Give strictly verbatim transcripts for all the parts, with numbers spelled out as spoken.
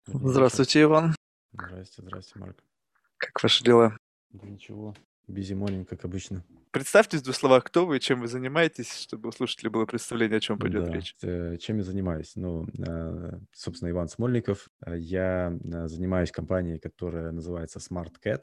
Добрый вечер. Здравствуйте, Иван. Здрасте, здрасте, Марк. Как ваши дела? Да ничего, busy morning, как обычно. Представьтесь в двух словах, кто вы и чем вы занимаетесь, чтобы у слушателей было представление, о чем пойдет Да, речь. э, чем я занимаюсь? Ну, э, собственно, Иван Смольников. Э, Я э, занимаюсь компанией, которая называется SmartCat.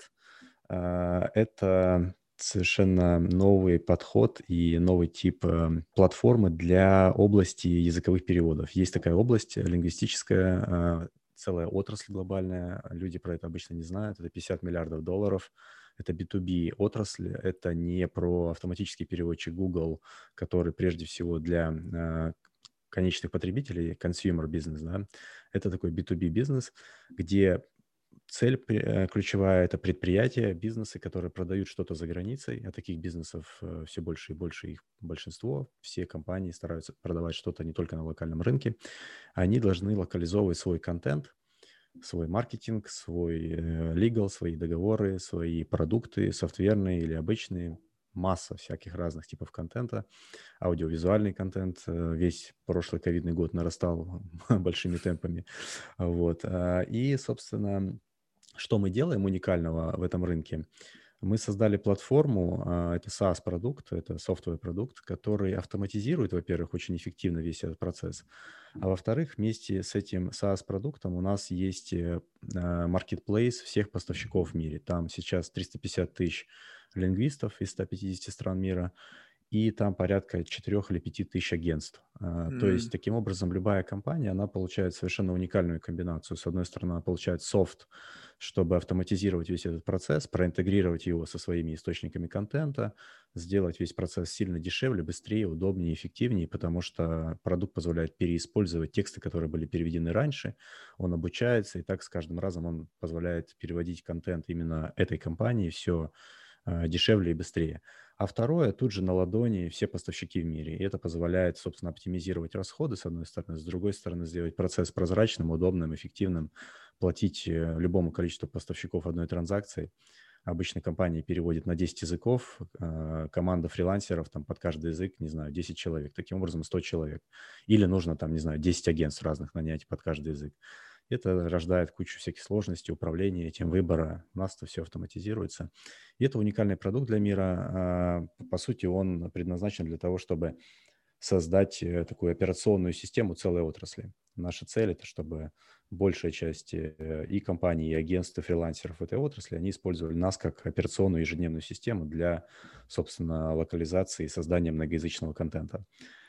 Э, Это совершенно новый подход и новый тип э, платформы для области языковых переводов. Есть такая область э, лингвистическая, э, целая отрасль глобальная. Люди про это обычно не знают. Это пятьдесят миллиардов долларов. Это би ту би отрасль. Это не про автоматический переводчик Google, который прежде всего для э, конечных потребителей, consumer бизнес, да. Это такой би ту би бизнес, где цель пре- э, ключевая – это предприятия, бизнесы, которые продают что-то за границей, а таких бизнесов э, все больше и больше, их большинство. Все компании стараются продавать что-то не только на локальном рынке. Они должны локализовывать свой контент, свой маркетинг, свой э, legal, свои договоры, свои продукты, софтверные или обычные, масса всяких разных типов контента, аудиовизуальный контент. э, Весь прошлый ковидный год нарастал большими темпами. Вот. а, И, собственно, что мы делаем уникального в этом рынке? Мы создали платформу, а, это SaaS-продукт, это software продукт, который автоматизирует, во-первых, очень эффективно весь этот процесс, а во-вторых, вместе с этим SaaS-продуктом у нас есть э, а, marketplace всех поставщиков в мире. Там сейчас триста пятьдесят тысяч лингвистов из ста пятидесяти стран мира, и там порядка четырех или пяти тысяч агентств. А, То есть, М, таким образом, любая компания, она получает совершенно уникальную комбинацию. С одной стороны, она получает софт, чтобы автоматизировать весь этот процесс, проинтегрировать его со своими источниками контента, сделать весь процесс сильно дешевле, быстрее, удобнее, эффективнее, потому что продукт позволяет переиспользовать тексты, которые были переведены раньше, он обучается, и так с каждым разом он позволяет переводить контент именно этой компании все дешевле и быстрее. А второе, тут же на ладони все поставщики в мире. И это позволяет, собственно, оптимизировать расходы, с одной стороны, с другой стороны, сделать процесс прозрачным, удобным, эффективным, платить э, любому количеству поставщиков одной транзакции. Обычно компания переводит на десять языков, э, команда фрилансеров там под каждый язык, не знаю, десять человек, таким образом сто человек. Или нужно там, не знаю, десять агентств разных нанять под каждый язык. Это рождает кучу всяких сложностей, управления этим, выбора. У нас это все автоматизируется. И это уникальный продукт для мира. А, По сути, он предназначен для того, чтобы создать э, такую операционную систему целой отрасли. Наша цель – это чтобы большая часть э, и компаний, и агентств, и фрилансеров этой отрасли, они использовали нас как операционную ежедневную систему для, собственно, локализации и создания многоязычного контента.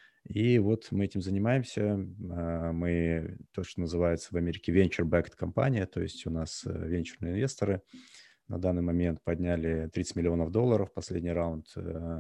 И вот мы этим занимаемся. А, Мы то, что называется в Америке venture-backed компания, то есть у нас э, венчурные инвесторы на данный момент подняли тридцать миллионов долларов. Последний раунд э,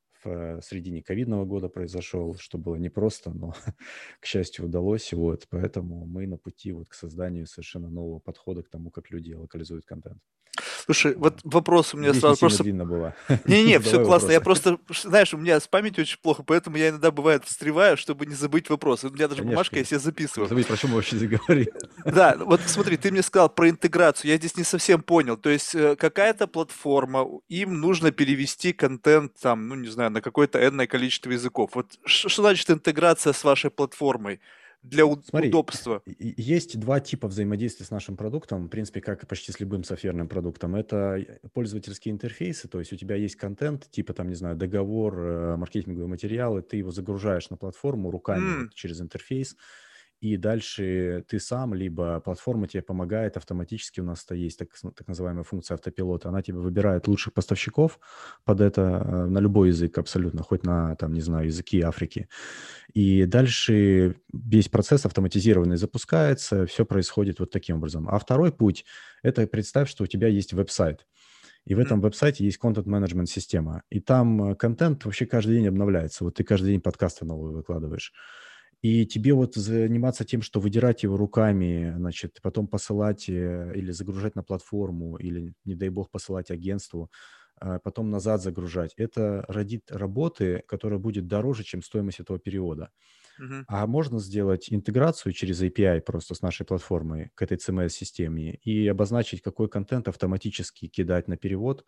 в середине ковидного года произошел, что было непросто, но, к счастью, удалось. Вот, поэтому мы на пути вот к созданию совершенно нового подхода к тому, как люди локализуют контент. Слушай, вот Вот. вопрос у меня Надеюсь, не сразу сильно просто. длинно было. Не-не, все Задавай классно. Я вопросы. просто, ш знаешь, у меня с памятью очень плохо, поэтому я иногда, бывает, встреваю, чтобы не забыть вопрос. У меня даже Конечно, бумажка, я конечно. себе Чтобы записываю. забыть, про что мы вообще здесь говорим. Да, вот смотри, ты мне сказал про интеграцию, я здесь не совсем понял. То есть, э, какая-то платформа, у им нужно перевести контент там, ну, не знаю, на какое-то энное количество языков. Вот ш что значит интеграция с вашей платформой для уд Смотри, удобства? и- и- есть два типа взаимодействия с нашим продуктом, в принципе, как и почти с любым софтверным продуктом. Это э, пользовательские интерфейсы, то есть у тебя есть контент, типа там, не знаю, договор, э, маркетинговые материалы, ты его загружаешь на платформу руками вот М, через интерфейс, и дальше ты сам, либо платформа тебе помогает автоматически. У нас-то есть так, так называемая функция автопилота. Она тебе выбирает лучших поставщиков под это э, на любой язык абсолютно, хоть на, там, не знаю, языки Африки. И дальше весь процесс автоматизированный запускается, все происходит вот таким образом. А второй путь – это представь, что у тебя есть веб-сайт, и в м. этом веб-сайте есть контент-менеджмент-система, и там э, контент вообще каждый день обновляется. Вот ты каждый день подкасты новые выкладываешь. И тебе вот заниматься тем, что выдирать его руками, значит, потом посылать э, или загружать на платформу, или, не дай бог, посылать агентству, а потом назад загружать, это родит работы, которая будет дороже, чем стоимость этого перевода. Мгм. А можно сделать интеграцию через эй пи ай просто с нашей платформой к этой си эм эс-системе и обозначить, какой контент автоматически кидать на перевод.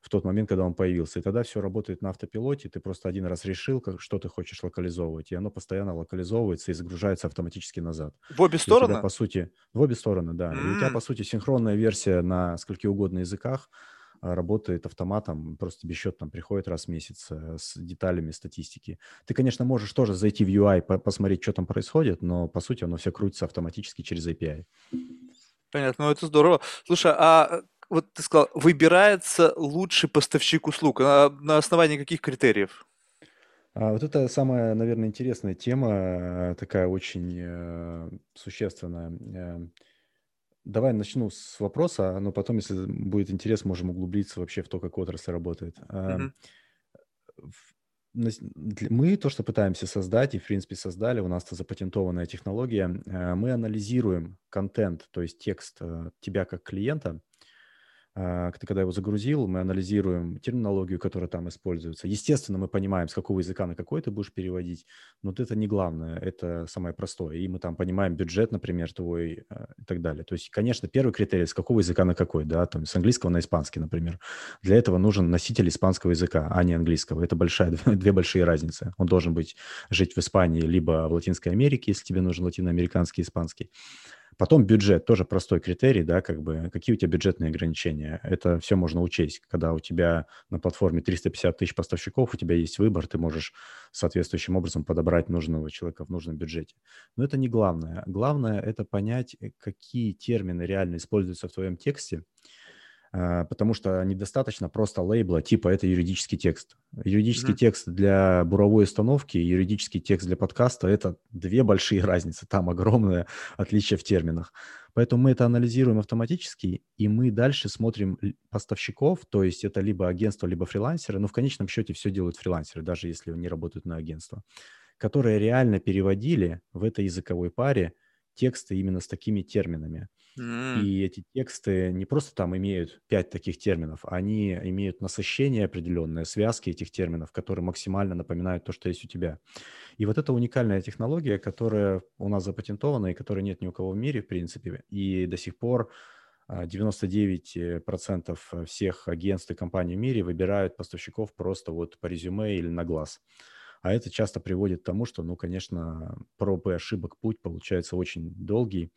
в тот момент, когда он появился. И тогда все работает на автопилоте, ты просто один раз решил, как, что ты хочешь локализовывать, и оно постоянно локализовывается и загружается автоматически назад. В обе И у тебя, стороны? по сути, в обе стороны, да, и у тебя, по М. сути, синхронная версия на скольки угодно языках, а, работает автоматом, просто тебе счет там приходит раз в месяц э, с деталями статистики. Ты, конечно, можешь тоже зайти в ю ай, по- посмотреть, что там происходит, но, по сути, оно все крутится автоматически через эй пи ай. Понятно, ну это здорово. Слушай, а э, вот ты сказал, выбирается лучший поставщик услуг. А на основании каких критериев? А вот это самая, наверное, интересная тема, э, такая очень э, существенная. Э, Давай начну с вопроса, но потом, если будет интерес, можем углубиться вообще в то, как отрасль работает. А, Мгм. в- нас- для- Мы то, что пытаемся создать, и, в принципе, создали, у нас это запатентованная технология, э, мы анализируем контент, то есть текст э, тебя как клиента. А, Ты когда его загрузил, мы анализируем терминологию, которая там используется. Естественно, мы понимаем, с какого языка на какой ты будешь переводить, но вот это не главное, это самое простое. И мы там понимаем бюджет, например, твой э, и так далее. То есть, конечно, первый критерий, с какого языка на какой, да, там с английского на испанский, например. Для этого нужен носитель испанского языка, а не английского. Это большая, две большие разницы. Он должен быть, жить в Испании, либо в Латинской Америке, если тебе нужен латиноамериканский испанский. Потом бюджет, тоже простой критерий, да, как бы, какие у тебя бюджетные ограничения. Это все можно учесть. Когда у тебя на платформе триста пятьдесят тысяч поставщиков, у тебя есть выбор, ты можешь соответствующим образом подобрать нужного человека в нужном бюджете. Но это не главное. Главное – это понять, э, какие термины реально используются в твоем тексте, а, потому что недостаточно просто лейбла типа «это юридический текст». Юридический Мгм. текст для буровой установки и юридический текст для подкаста – это две большие разницы, там огромное отличие в терминах. Поэтому мы это анализируем автоматически, и мы дальше смотрим л- поставщиков, то есть это либо агентство, либо фрилансеры, но в конечном счете все делают фрилансеры, даже если они работают на агентство, которые реально переводили в этой языковой паре тексты именно с такими терминами. М. И эти тексты не просто там имеют пять таких терминов, они имеют насыщение определенное, связки этих терминов, которые максимально напоминают то, что есть у тебя. И вот это уникальная технология, которая у нас запатентована и которой нет ни у кого в мире, в принципе. И до сих пор а, девяносто девять процентов всех агентств и компаний в мире выбирают поставщиков просто вот по резюме или на глаз. А это часто приводит к тому, что, ну, конечно, проб и ошибок путь получается очень долгий,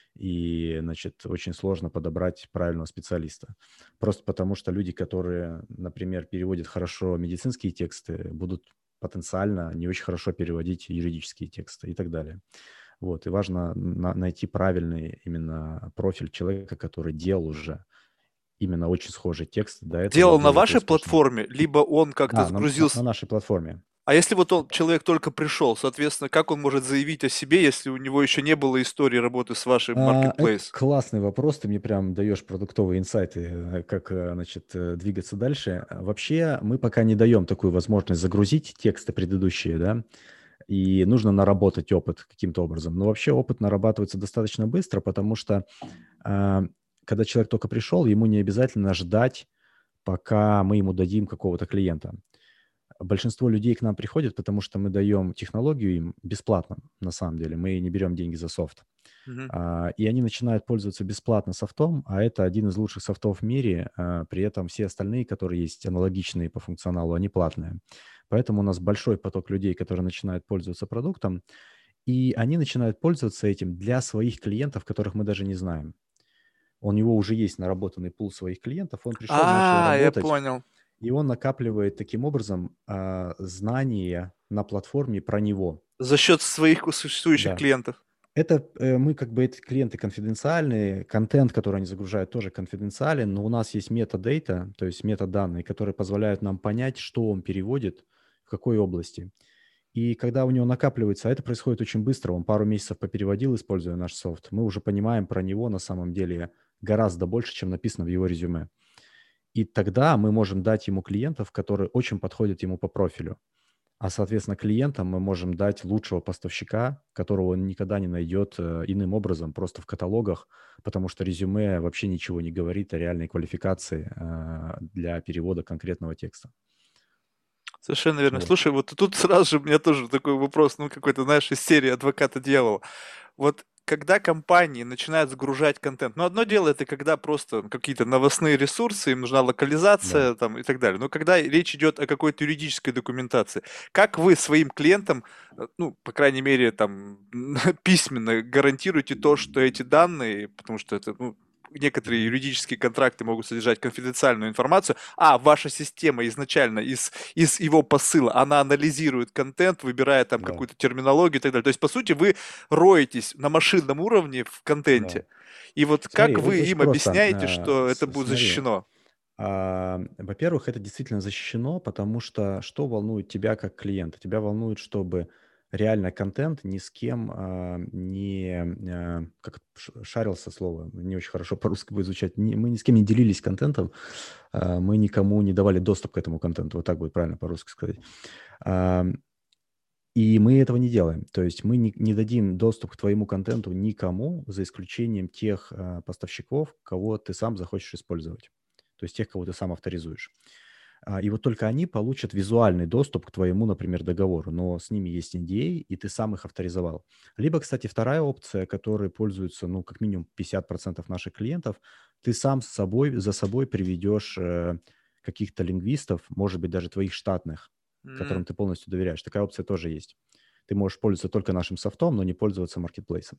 и, значит, очень сложно подобрать правильного специалиста. Просто потому, что люди, которые, например, переводят хорошо медицинские тексты, будут потенциально не очень хорошо переводить юридические тексты и так далее. Вот, и важно на- найти правильный именно профиль человека, который делал уже именно очень схожий текст, до этого Делал на был это вашей успешным. платформе, либо он как-то Да, на, на- на сгрузился. нашей платформе. А если вот он, человек только пришел, соответственно, как он может заявить о себе, если у него еще не было истории работы с вашим А, Это marketplace? классный вопрос, ты мне прям даешь продуктовые инсайты, э, как, э, значит, э, двигаться дальше. А Вообще мы пока не даем такую возможность загрузить тексты предыдущие, да, и нужно наработать опыт каким-то образом. Но вообще опыт нарабатывается достаточно быстро, потому что а, когда человек только пришел, ему не обязательно ждать, пока мы ему дадим какого-то клиента. Большинство людей к нам приходят, потому что мы даем технологию им бесплатно, на самом деле. Мы не берем деньги за софт. Мгм. А, И они начинают пользоваться бесплатно софтом, а это один из лучших софтов в мире. а, При этом все остальные, которые есть аналогичные по функционалу, они платные. Поэтому у нас большой поток людей, которые начинают пользоваться продуктом, и они начинают пользоваться этим для своих клиентов, которых мы даже не знаем. У него уже есть наработанный пул своих клиентов, он пришел, начал А, я работать, понял. и он накапливает таким образом а, знания на платформе про него. За счет своих существующих Да. клиентов. Это э, мы как бы эти клиенты конфиденциальные, контент, который они загружают, тоже конфиденциален, но у нас есть метадейта, то есть метаданные, которые позволяют нам понять, что он переводит, в какой области. И когда у него накапливается, а это происходит очень быстро, он пару месяцев попереводил, используя наш софт, мы уже понимаем про него на самом деле гораздо больше, чем написано в его резюме. И тогда мы можем дать ему клиентов, которые очень подходят ему по профилю. А, соответственно, клиентам мы можем дать лучшего поставщика, которого он никогда не найдет э, иным образом, просто в каталогах, потому что резюме вообще ничего не говорит о реальной квалификации э, для перевода конкретного текста. Совершенно верно. Вот. Слушай, вот тут сразу же у меня тоже такой вопрос, ну, какой-то, знаешь, из серии адвоката дьявола. Вот когда компании начинают загружать контент, ну, одно дело это когда просто какие-то новостные ресурсы, им нужна Да, локализация там и так далее. Но когда речь идет о какой-то юридической документации, как вы своим клиентам, э, ну, по крайней мере, там, письменно гарантируете то, что эти данные, потому что это, ну, некоторые мгм, юридические контракты могут содержать конфиденциальную информацию, а ваша система изначально из, из его посыла, она анализирует контент, выбирая там да, какую-то терминологию и так далее. То есть, по сути, вы роетесь на машинном уровне в да. контенте. И вот как Смотри, о- вы очень им просто. объясняете, а, что это с- будет Смотри, защищено? а, во-первых, это действительно защищено, потому что что волнует тебя как клиента? Тебя волнует, чтобы реально контент ни с кем а, не, а, как это, ш- шарился слово, не очень хорошо по-русски будет звучать, Не- мы ни с кем не делились контентом, а, мы никому не давали доступ к этому контенту, вот так будет правильно по-русски сказать. А, И мы этого не делаем. То есть мы не, не дадим доступ к твоему контенту никому, за исключением тех а, поставщиков, кого ты сам захочешь использовать. То есть тех, кого ты сам авторизуешь. А, И вот только они получат визуальный доступ к твоему, например, договору, но с ними есть Н Д А, и ты сам их авторизовал. Либо, кстати, вторая опция, которой пользуются, ну, как минимум пятьдесят процентов наших клиентов, ты сам с собой, за собой приведешь э, каких-то лингвистов, может быть, даже твоих штатных, М, которым ты полностью доверяешь. Такая опция тоже есть. Ты можешь пользоваться только нашим софтом, но не пользоваться маркетплейсом.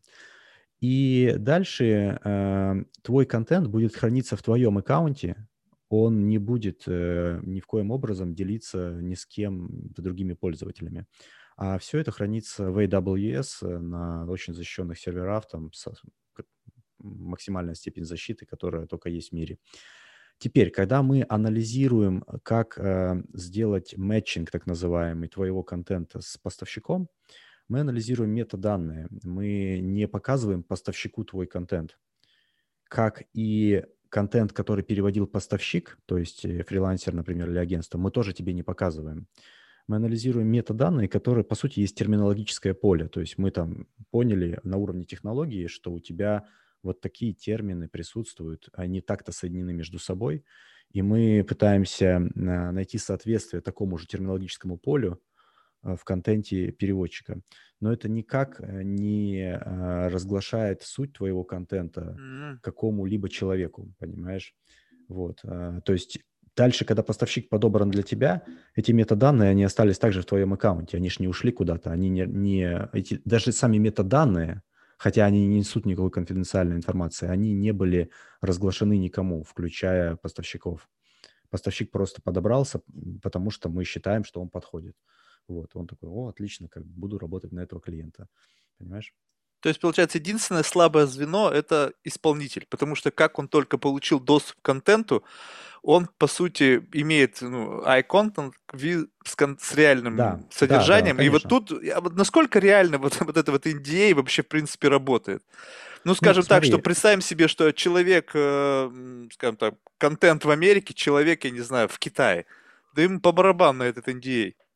И дальше э, твой контент будет храниться в твоем аккаунте, он не будет э, ни в коем образом делиться ни с кем другими пользователями. А все это хранится в A W S э, на очень защищенных серверах, там со- к- максимальная степень защиты, которая только есть в мире. Теперь, когда мы анализируем, э, как э, сделать мэтчинг, так называемый, твоего контента с поставщиком, мы анализируем метаданные. Мы не показываем поставщику твой контент. Как и контент, который переводил поставщик, то есть э, фрилансер, например, или агентство, мы тоже тебе не показываем. Мы анализируем метаданные, которые, по сути, есть терминологическое поле. То есть мы там поняли на уровне технологии, что у тебя вот такие термины присутствуют, они так-то соединены между собой, и мы пытаемся а, найти соответствие такому же терминологическому полю, а, в контенте переводчика. Но это никак э, не а, разглашает суть твоего контента м. какому-либо человеку, понимаешь? Вот. а, То есть дальше, когда поставщик подобран для тебя, эти метаданные, они остались также в твоем аккаунте, они же не ушли куда-то, они не, не эти, даже сами метаданные, хотя они не несут никакой конфиденциальной информации, они не были разглашены никому, включая поставщиков. Поставщик просто подобрался, м, потому что мы считаем, что он подходит. Вот, он такой, о, отлично, как бы буду работать на этого клиента. Понимаешь? То есть, получается, единственное слабое звено – это исполнитель, потому что как он только получил доступ к контенту, он, по сути, имеет, ну, eye content ви- с, кон- с Да, реальным да, да, содержанием. И вот конечно. тут, а вот насколько реально вот, вот это вот Н Д А вообще, в принципе, работает? Ну, Ну, скажем так, что смотри, представим себе, что человек, э, м, скажем так, контент в Америке, человек, я не знаю, в Китае. Да ему по барабану на этот Н Д А.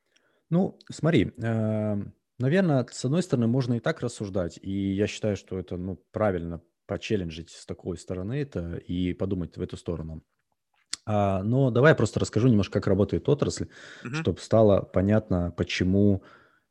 ну, смотри, наверное, с одной стороны, можно и так рассуждать, и я считаю, что это, ну, правильно почелленджить с такой стороны это и подумать в эту сторону. А, но давай я просто расскажу немножко, как работает отрасль, Мгм. чтобы стало понятно, почему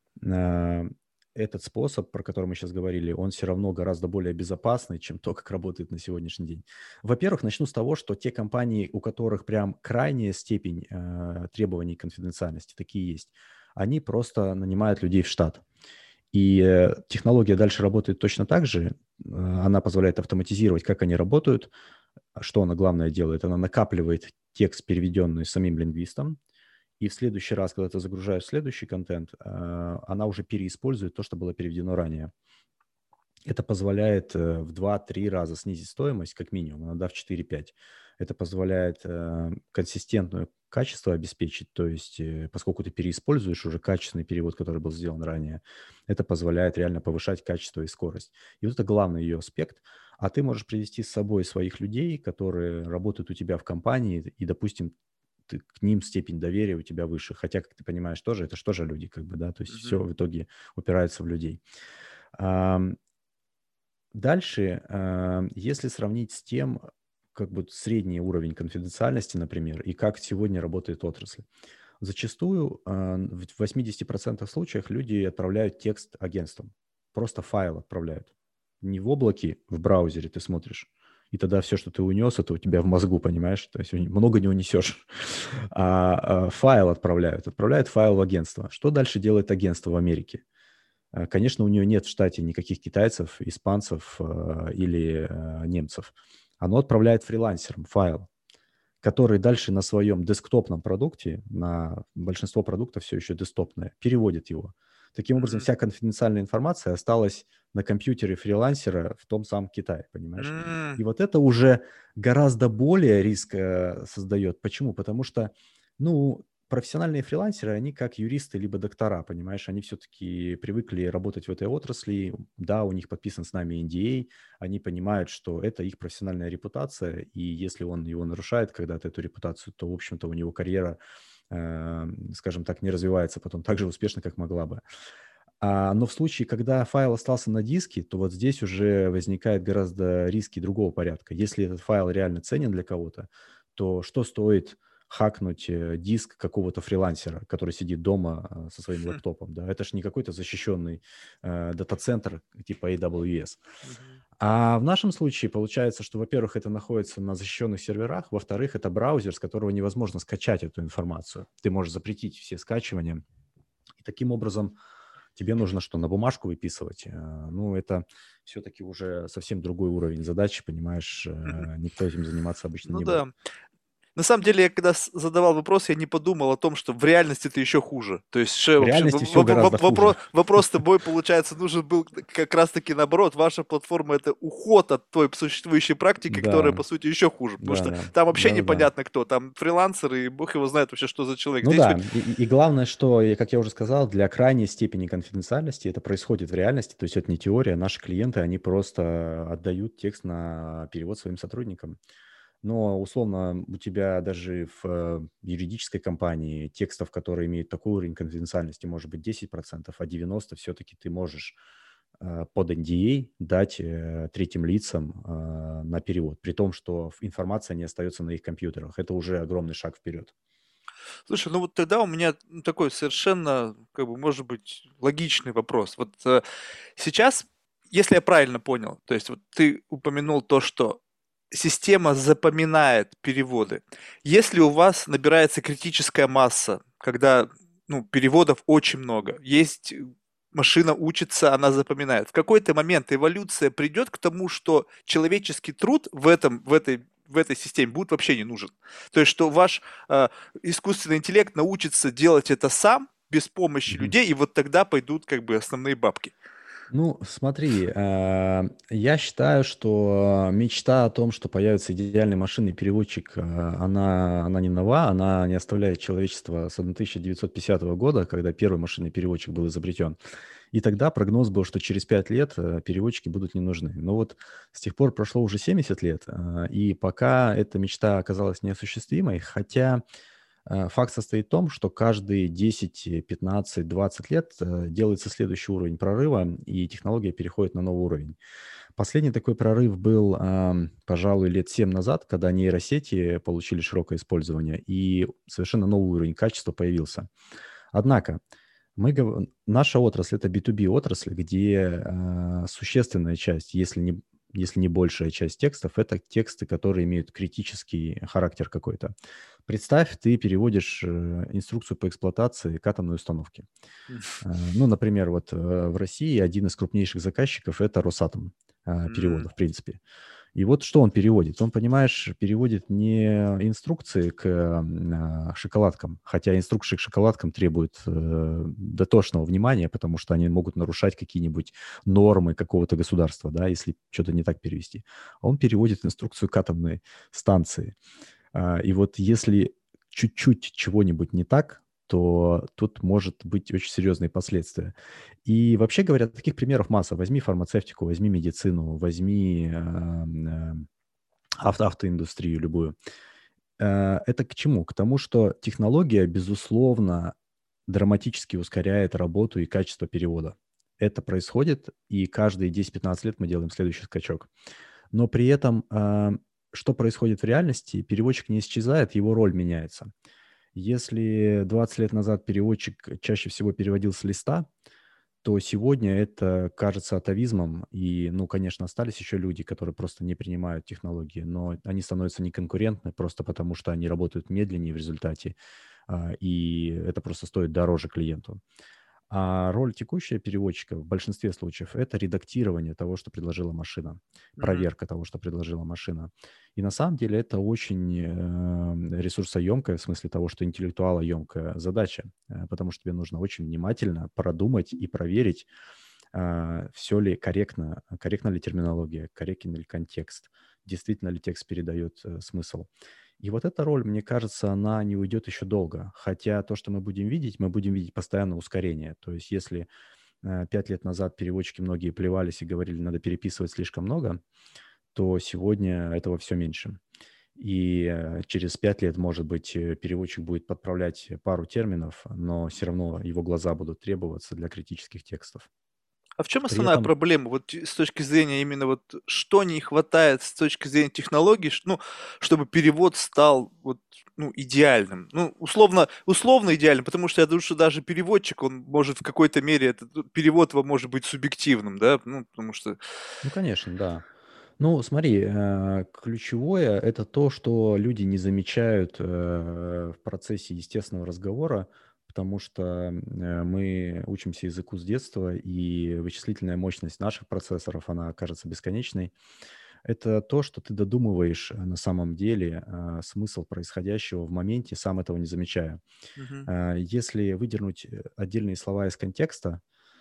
а, этот способ, про который мы сейчас говорили, он все равно гораздо более безопасный, чем то, как работает на сегодняшний день. Во-первых, начну с того, что те компании, у которых прям крайняя степень а, требований конфиденциальности, такие есть, они просто нанимают людей в штат. И э, технология дальше работает точно так же. Э, Она позволяет автоматизировать, как они работают. А Что она главное делает? Она накапливает текст, переведенный самим лингвистом, и в следующий раз, когда ты загружаешь следующий контент, а, она уже переиспользует то, что было переведено ранее. Это позволяет э, в два-три раза снизить стоимость, как минимум, иногда в четыре-пять. Это позволяет э, консистентное качество обеспечить, то есть э, поскольку ты переиспользуешь уже качественный перевод, который был сделан ранее, это позволяет реально повышать качество и скорость. И вот это главный ее аспект. А ты можешь привести с собой своих людей, которые работают у тебя в компании, и, допустим, ты, к ним степень доверия у тебя выше. Хотя, как ты понимаешь, тоже это же тоже люди, как бы, да, то есть все Мгм. в итоге упирается в людей. Ам, Дальше, а, если сравнить с тем, как бы средний уровень конфиденциальности, например, и как сегодня работает отрасль. Зачастую а, в восьмидесяти процентах случаев люди отправляют текст агентствам. Просто файл отправляют. не в облаке, в браузере ты смотришь. И тогда все, что ты унес, это у тебя в мозгу, понимаешь? То есть много не унесешь. А, а файл отправляют. Отправляют файл в агентство. Что дальше делает агентство в Америке? А, Конечно, у нее нет в штате никаких китайцев, испанцев а, или а, немцев. Оно отправляет фрилансерам файл, который дальше на своем десктопном продукте, на большинство продуктов все еще десктопное, переводит его. Таким образом, Мгм. вся конфиденциальная информация осталась на компьютере фрилансера в том самом Китае, понимаешь? М. И вот это уже гораздо более риск э, создает. Почему? Потому что, ну, профессиональные фрилансеры, они как юристы либо доктора, понимаешь, они все-таки привыкли работать в этой отрасли, да, у них подписан с нами эн ди эй, они понимают, что это их профессиональная репутация, и если он его нарушает когда-то, эту репутацию, то, в общем-то, у него карьера, э, скажем так, не развивается потом так же успешно, как могла бы. А, но в случае, когда файл остался на диске, то вот здесь уже возникает гораздо риски другого порядка. Если этот файл реально ценен для кого-то, то что стоит хакнуть э, диск какого-то фрилансера, который сидит дома э, со своим Хм. лэптопом, да? Это же не какой-то защищенный э, дата-центр типа эй дабл ю эс. Мгм. А в нашем случае получается, что, во-первых, это находится на защищенных серверах, во-вторых, это браузер, с которого невозможно скачать эту информацию. Ты можешь запретить все скачивания. И таким образом тебе нужно что, на бумажку выписывать? Э, Ну, это все-таки уже совсем другой уровень задачи, понимаешь? Мгм. э, Никто этим заниматься обычно Ну не будет. да. На самом деле, я когда с- задавал вопрос, я не подумал о том, что в реальности это еще хуже. То есть, ше- В вообще, реальности все гораздо хуже. вопрос, вопрос-то мой, получается, нужен был как раз-таки наоборот. Ваша платформа — это уход от той существующей практики, которая, Да, по сути, еще хуже. Потому да, что да, там вообще да, да, да. непонятно кто. Там фрилансеры, и бог его знает вообще, что за человек. Ну Здесь хоть... да, и, и- и главное, что, и как я уже сказал, для крайней степени конфиденциальности это происходит в реальности, то есть это не теория, наши клиенты, они просто отдают текст на перевод своим сотрудникам. Но, условно, у тебя даже в э, юридической компании текстов, которые имеют такой уровень конфиденциальности, может быть десять процентов, а девяносто процентов все-таки ты можешь э, под эн ди эй дать э, третьим лицам э, на перевод, при том, что информация не остается на их компьютерах. Это уже огромный шаг вперед. Слушай, ну вот тогда у меня ну, такой совершенно, как бы, может быть, логичный вопрос. Вот э, сейчас, если я правильно понял, то есть вот ты упомянул то, что система запоминает переводы. Если у вас набирается критическая масса, когда ну, переводов очень много, есть э, машина учится, она запоминает. В какой-то момент эволюция придет к тому, что человеческий труд в этом, в этой, в этой системе будет вообще не нужен. То есть, что ваш э, искусственный интеллект научится делать это сам, без помощи Мгм. людей, и вот тогда пойдут как бы основные бабки. Ну, смотри, э, я считаю, что мечта о том, что появится идеальный машинный переводчик, э, она, она не нова, она не оставляет человечество с тысяча девятьсот пятидесятого года, когда первый машинный переводчик был изобретен. И тогда прогноз был, что через пять лет э, переводчики будут не нужны. Но вот с тех пор прошло уже семьдесят лет, э, и пока эта мечта оказалась неосуществимой, хотя э, факт состоит в том, что каждые десять, пятнадцать, двадцать лет э, делается следующий уровень прорыва, и технология переходит на новый уровень. Последний такой прорыв был, ам, пожалуй, лет семь назад, когда нейросети получили широкое использование, и совершенно новый уровень качества появился. Однако мы, гов- наша отрасль — это би ту би отрасль, где а, существенная часть, если не, если не большая часть текстов, это тексты, которые имеют критический характер какой-то. Представь, ты переводишь э, инструкцию по эксплуатации к атомной установке. А, Ну, например, вот э, в России один из крупнейших заказчиков — это Росатом а, М. перевода, в принципе. И вот что он переводит? Он, понимаешь, переводит не инструкции к м, а, шоколадкам, хотя инструкции к шоколадкам требуют э, дотошного внимания, потому что они могут нарушать какие-нибудь нормы какого-то государства, да, если что-то не так перевести. А он переводит инструкцию к атомной станции. А, И вот если чуть-чуть чего-нибудь не так, то тут может быть очень серьезные последствия. И вообще говоря, таких примеров масса. Возьми фармацевтику, возьми медицину, возьми ам, ам, авто, автоиндустрию любую. Э, Это к чему? К тому, что технология, безусловно, драматически ускоряет работу и качество перевода. Это происходит, и каждые десять-пятнадцать лет мы делаем следующий скачок. Но при этом, а, что происходит в реальности? Переводчик не исчезает, его роль меняется. Если двадцать лет назад переводчик чаще всего переводил с листа, то сегодня это кажется атовизмом. И, ну, конечно, остались еще люди, которые просто не принимают технологии, но они становятся неконкурентны просто потому, что они работают медленнее в результате, а, и это просто стоит дороже клиенту. А роль текущего переводчика в большинстве случаев– это редактирование того, что предложила машина, Мгм. проверка того, что предложила машина. И на самом деле это очень э, ресурсоемкая, в смысле того, что интеллектуалоемкая задача, э, потому что тебе нужно очень внимательно продумать и проверить, все ли корректно, корректна ли терминология, корректен ли контекст, действительно ли текст передает э, смысл. И вот эта роль, мне кажется, она не уйдет еще долго. Хотя то, что мы будем видеть, мы будем видеть постоянно ускорение. То есть если э, пять лет назад переводчики многие плевались и говорили, надо переписывать слишком много, то сегодня этого все меньше. И э, через пять лет, может быть, э, переводчик будет подправлять пару терминов, но все равно его глаза будут требоваться для критических текстов. А в чем При основная этом, проблема? Вот с точки зрения именно вот что не хватает с точки зрения технологий, ш- ну, чтобы перевод стал вот, ну, идеальным. Ну, условно, условно идеальным, потому что я думаю, что даже переводчик, он может в какой-то мере, этот ну, перевод его может быть субъективным, да, ну, потому что... ну, конечно, да. Ну, смотри, э, ключевое– это то, что люди не замечают э, в процессе естественного разговора, потому что э, мы учимся языку с детства, и вычислительная мощность наших процессоров, она кажется бесконечной. Это то, что ты додумываешь э, на самом деле э, смысл происходящего в моменте, сам этого не замечая. Мгм. Э, Если выдернуть э, отдельные слова из контекста,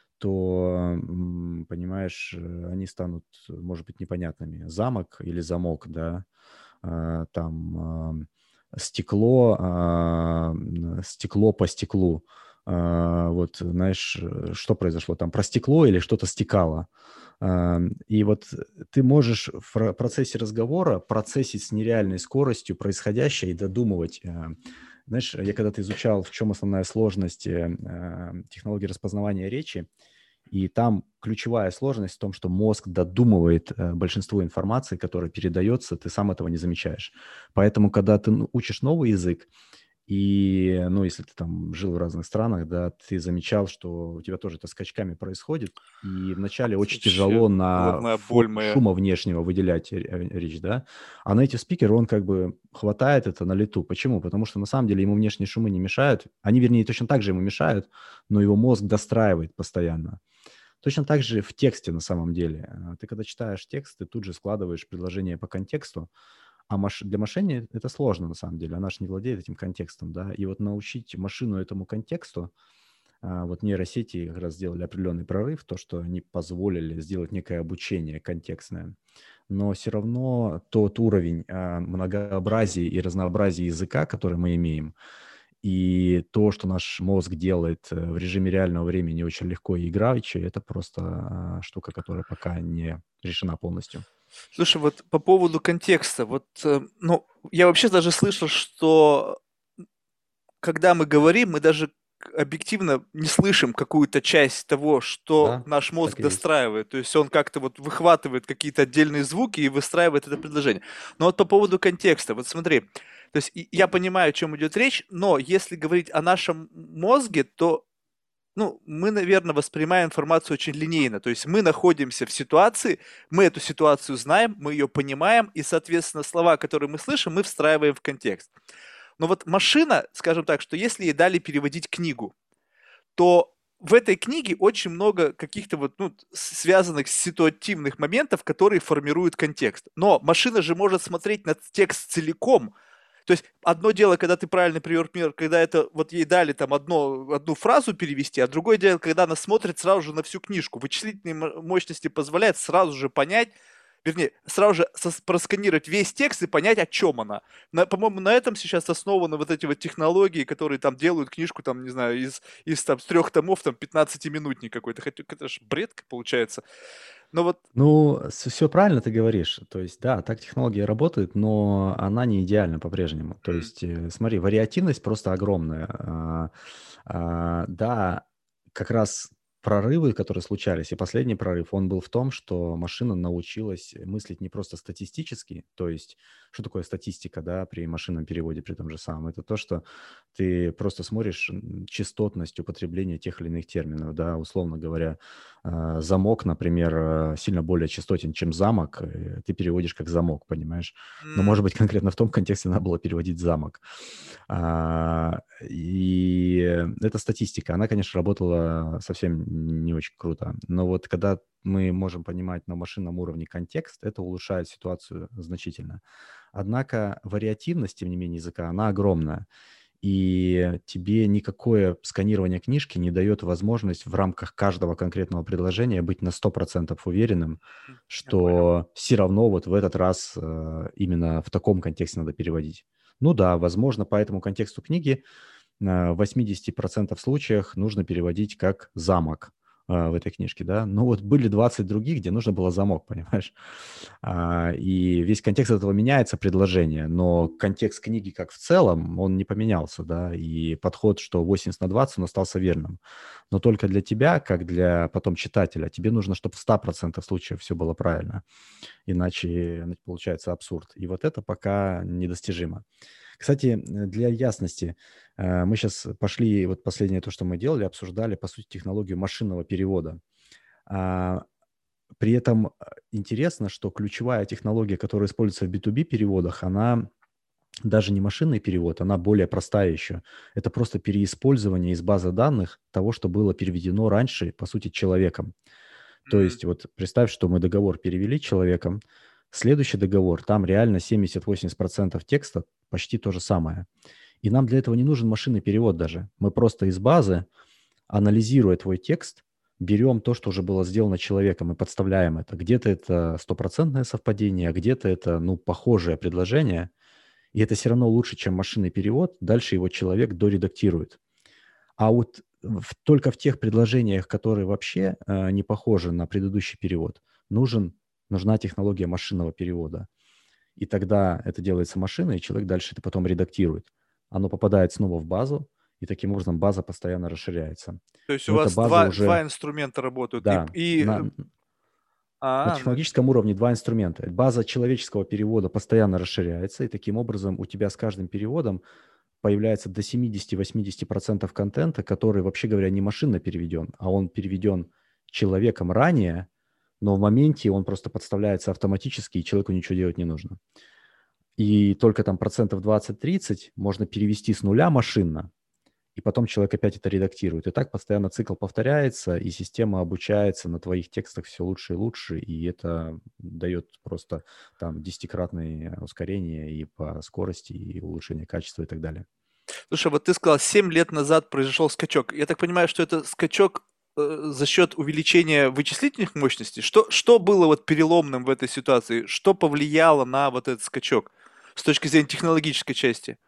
то, м, понимаешь, э, они станут, э, может быть, непонятными. Замок или замок, да, а, там ам, стекло, а, м, стекло по стеклу. А, Вот, знаешь, э, что произошло там? Про стекло или что-то стекало? Ам, И вот ты можешь в ра- процессе разговора процессить с нереальной скоростью происходящее и додумывать. э, Знаешь, я когда-то изучал, в чем основная сложность э, э, технологии распознавания речи, и там ключевая сложность в том, что мозг додумывает э, большинство информации, которая передается, ты сам этого не замечаешь. Поэтому, когда ты ну, учишь новый язык, и, ну, если ты там жил в разных странах, да, ты замечал, что у тебя тоже это скачками происходит, и вначале очень Вообще тяжело на головная боль фоне моя. шума внешнего выделять э, э, речь, да, а native speaker, он как бы хватает это на лету. Почему? Потому что на самом деле ему внешние шумы не мешают, они, вернее, точно так же ему мешают, но его мозг достраивает постоянно. Точно так же в тексте на самом деле. Э, Ты когда читаешь текст, ты тут же складываешь предложение по контексту, а маш... для машины это сложно на самом деле. Она же не владеет этим контекстом, да. И вот научить машину этому контексту, а, вот нейросети как раз сделали определенный прорыв, то, что они позволили сделать некое обучение контекстное. Но все равно тот уровень а, многообразия и разнообразия языка, который мы имеем, и то, что наш мозг делает э, в режиме реального времени очень легко и играючи, это просто а, штука, которая пока не решена полностью. Слушай, вот по поводу контекста, вот, э, ну, я вообще даже слышал, что когда мы говорим, мы даже к- объективно не слышим какую-то часть того, что Да, наш мозг так и есть. достраивает. То есть он как-то вот выхватывает какие-то отдельные звуки и выстраивает это предложение. Но вот по поводу контекста, вот смотри, то есть и- я понимаю, о чем идет речь, но если говорить о нашем мозге, то ну, мы, наверное, воспринимаем информацию очень линейно. То есть мы находимся в ситуации, мы эту ситуацию знаем, мы ее понимаем, и, соответственно, слова, которые мы слышим, мы встраиваем в контекст. Но вот машина, скажем так, что если ей дали переводить книгу, то в этой книге очень много каких-то вот, ну, связанных с ситуативных моментов, которые формируют контекст. Но машина же может смотреть на текст целиком. То есть одно дело, когда ты правильно привел пример, когда это вот ей дали там одно, одну фразу перевести, а другое дело, когда она смотрит сразу же на всю книжку. Вычислительные мощности позволяют сразу же понять, вернее, сразу же сос- просканировать весь текст и понять, о чем она. На- по-моему, на этом сейчас основаны вот эти вот технологии, которые там делают книжку, там, не знаю, из, из там, с трех томов, там, пятнадцатиминутник какой-то. Хотя это же бред получается. Но вот, Ну, все правильно ты говоришь. То есть, да, так технология работает, но она не идеальна по-прежнему. То м, есть, э, смотри, вариативность просто огромная. А, а, Да, как раз прорывы, которые случались, и последний прорыв, он был в том, что машина научилась мыслить не просто статистически, то есть что такое статистика, да, при машинном переводе, при том же самом? Это то, что ты просто смотришь м, частотность употребления тех или иных терминов, да, условно говоря, э, замок, например, э, сильно более частотен, чем замок, э, ты переводишь как замок, понимаешь? Но, М, может быть, конкретно в том контексте надо было переводить замок. А, и эта статистика, она, конечно, работала совсем не очень круто. Но вот когда мы можем понимать на машинном уровне контекст, это улучшает ситуацию значительно. Однако вариативность, тем не менее, языка, она огромная. И тебе никакое сканирование книжки не дает возможность в рамках каждого конкретного предложения быть на сто процентов уверенным, м, я понял. что все равно вот в этот раз э, именно в таком контексте надо переводить. Ну да, возможно, по этому контексту книги э, в восемьдесят процентов случаях нужно переводить как «замок» э, в этой книжке, да. Но вот были двадцать других, где нужно было «замок», понимаешь? А, и весь контекст этого меняется, предложение, но контекст книги как в целом, он не поменялся, да, и подход, что восемьдесят на двадцать, он остался верным. Но только для тебя, как для потом читателя, тебе нужно, чтобы в ста процентах случаев все было правильно, иначе ну, получается абсурд. И вот это пока недостижимо. Кстати, э, для ясности, э, мы сейчас пошли, вот последнее то, что мы делали, обсуждали, по сути, технологию машинного перевода. А, При этом а, интересно, что ключевая технология, которая используется в би ту би переводах, она даже не машинный перевод, она более простая еще. Это просто переиспользование из базы данных того, что было переведено раньше, по сути, человеком. То М. есть вот представь, что мы договор перевели человеком, следующий договор, там реально семьдесят-восемьдесят процентов текста почти то же самое. И нам для этого не нужен машинный перевод даже. Мы просто из базы, анализируя твой текст, берем то, что уже было сделано человеком, и подставляем это. Где-то это стопроцентное совпадение, а где-то это, ну, похожее предложение, и это все равно лучше, чем машинный перевод. Дальше его человек доредактирует. А вот в- только в тех предложениях, которые вообще э, не похожи на предыдущий перевод, нужен, нужна технология машинного перевода. И тогда это делается машиной, и человек дальше это потом редактирует. Оно попадает снова в базу, и таким образом база постоянно расширяется. То есть у Но эта вас база два, уже, два инструмента работают. И, да, и, э, на, на а, ну, технологическом уровне два инструмента. База человеческого перевода постоянно расширяется, и таким образом у тебя с каждым переводом появляется до семьдесят-восемьдесят процентов контента, который, вообще говоря, не машинно переведен, а он переведен человеком ранее, но в моменте он просто подставляется автоматически, и человеку ничего делать не нужно. И только там процентов двадцать-тридцать можно перевести с нуля машинно, и потом человек опять это редактирует. И так постоянно цикл повторяется, и система обучается на твоих текстах все лучше и лучше, и это дает просто там десятикратное ускорение и по скорости, и улучшение качества и так далее. слушай, вот ты сказал, семь лет назад произошел скачок. Я так понимаю, что это скачок э, за счет увеличения вычислительных мощностей. Что, что было вот переломным в этой ситуации? Что повлияло на вот этот скачок с точки зрения технологической части?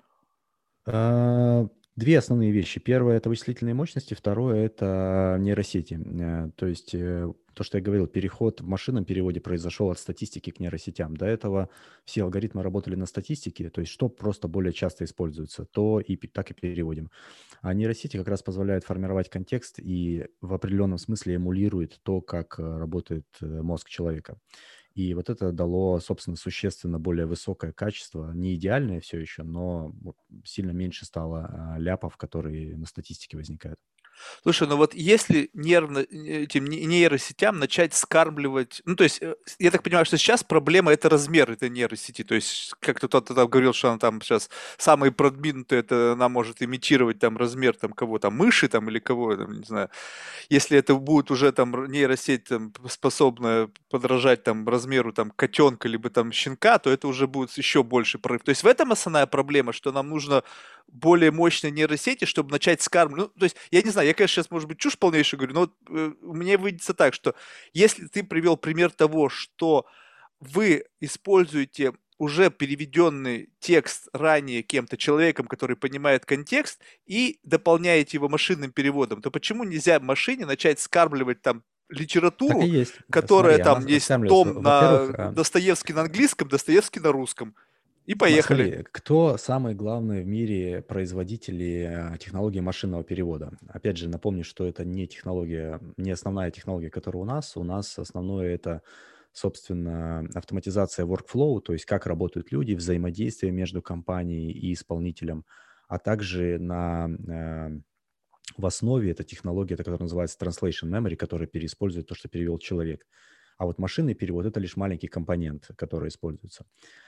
А, Две основные вещи. Первое– это вычислительные мощности, второе– это нейросети. Э, То есть э, то, что я говорил, переход в машинном переводе произошел от статистики к нейросетям. До этого все алгоритмы работали на статистике, то есть что просто более часто используется, то и пи- так и переводим. А нейросети как раз позволяют формировать контекст и в определенном смысле эмулирует то, как э, работает э, мозг человека. И вот это дало, собственно, существенно более высокое качество. Не идеальное все еще, но вот сильно меньше стало а, ляпов, которые на статистике возникают. Слушай, ну вот если нервно, этим не- нейросетям начать скармливать, ну то есть, э, с- я так понимаю, что сейчас проблема это размер этой нейросети, то есть как кто-то там говорил, что она там сейчас самые продвинутые, это она может имитировать там размер там кого там, мыши там или кого, там, не знаю, если это будет уже там р- нейросеть там, п- способная подражать там размеру там котенка либо там щенка, то это уже будет еще больше прорыв. То есть в этом основная проблема, что нам нужно более мощной нейросети, чтобы начать скармливать. Ну, то есть, я не знаю, я, конечно, сейчас, может быть, чушь полнейшую говорю, но вот, э, мне выйдется так, что если ты привел пример того, что вы используете уже переведенный текст ранее кем-то, человеком, который понимает контекст, и дополняете его машинным переводом, то почему нельзя машине начать скармливать там Так и литературу, есть. которая Смотри, она там с- есть скармливается. том Во-первых, на а, Достоевский на английском, Достоевский на русском. И Сма- поехали. Смотри, кто самые главные в мире производители э, технологии машинного перевода? Опять же, напомню, что это не технология, не основная технология, которая у нас. У нас основное это, собственно, автоматизация workflow, то есть как работают люди, взаимодействие между компанией и исполнителем, а также на, э, в основе это технология, это, которая называется translation memory, которая переиспользует то, что перевел человек. А вот машинный перевод – это лишь маленький компонент, который используется.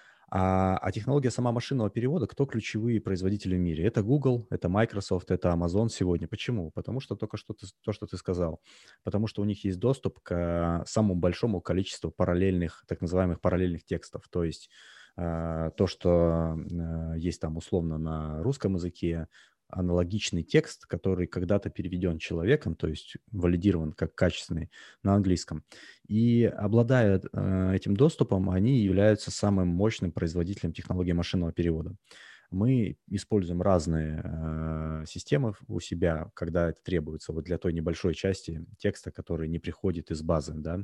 А, а технология сама машинного перевода, кто ключевые производители в мире? Это Google, это Microsoft, это Amazon сегодня. Почему? Потому что только что ты, то, что ты сказал. Потому что у них есть доступ к самому большому количеству параллельных, так называемых параллельных текстов. То есть э, то, что э, есть там условно на русском языке, аналогичный текст, который когда-то переведен человеком, то есть валидирован как качественный на английском. И обладая э, этим доступом, они являются самым мощным производителем технологии машинного перевода. Мы используем разные э, системы у себя, когда это требуется, вот для той небольшой части текста, который не приходит из базы, да.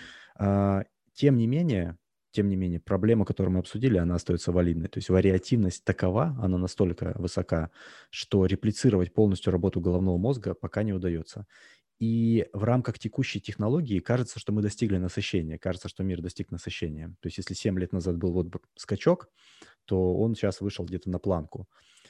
А, Тем не менее, тем не менее, проблема, которую мы обсудили, она остается валидной. То есть вариативность такова, она настолько высока, что реплицировать полностью работу головного мозга пока не удается. И в рамках текущей технологии кажется, что мы достигли насыщения, кажется, что мир достиг насыщения. То есть если семь лет назад был вот б- скачок, то он сейчас вышел где-то на планку.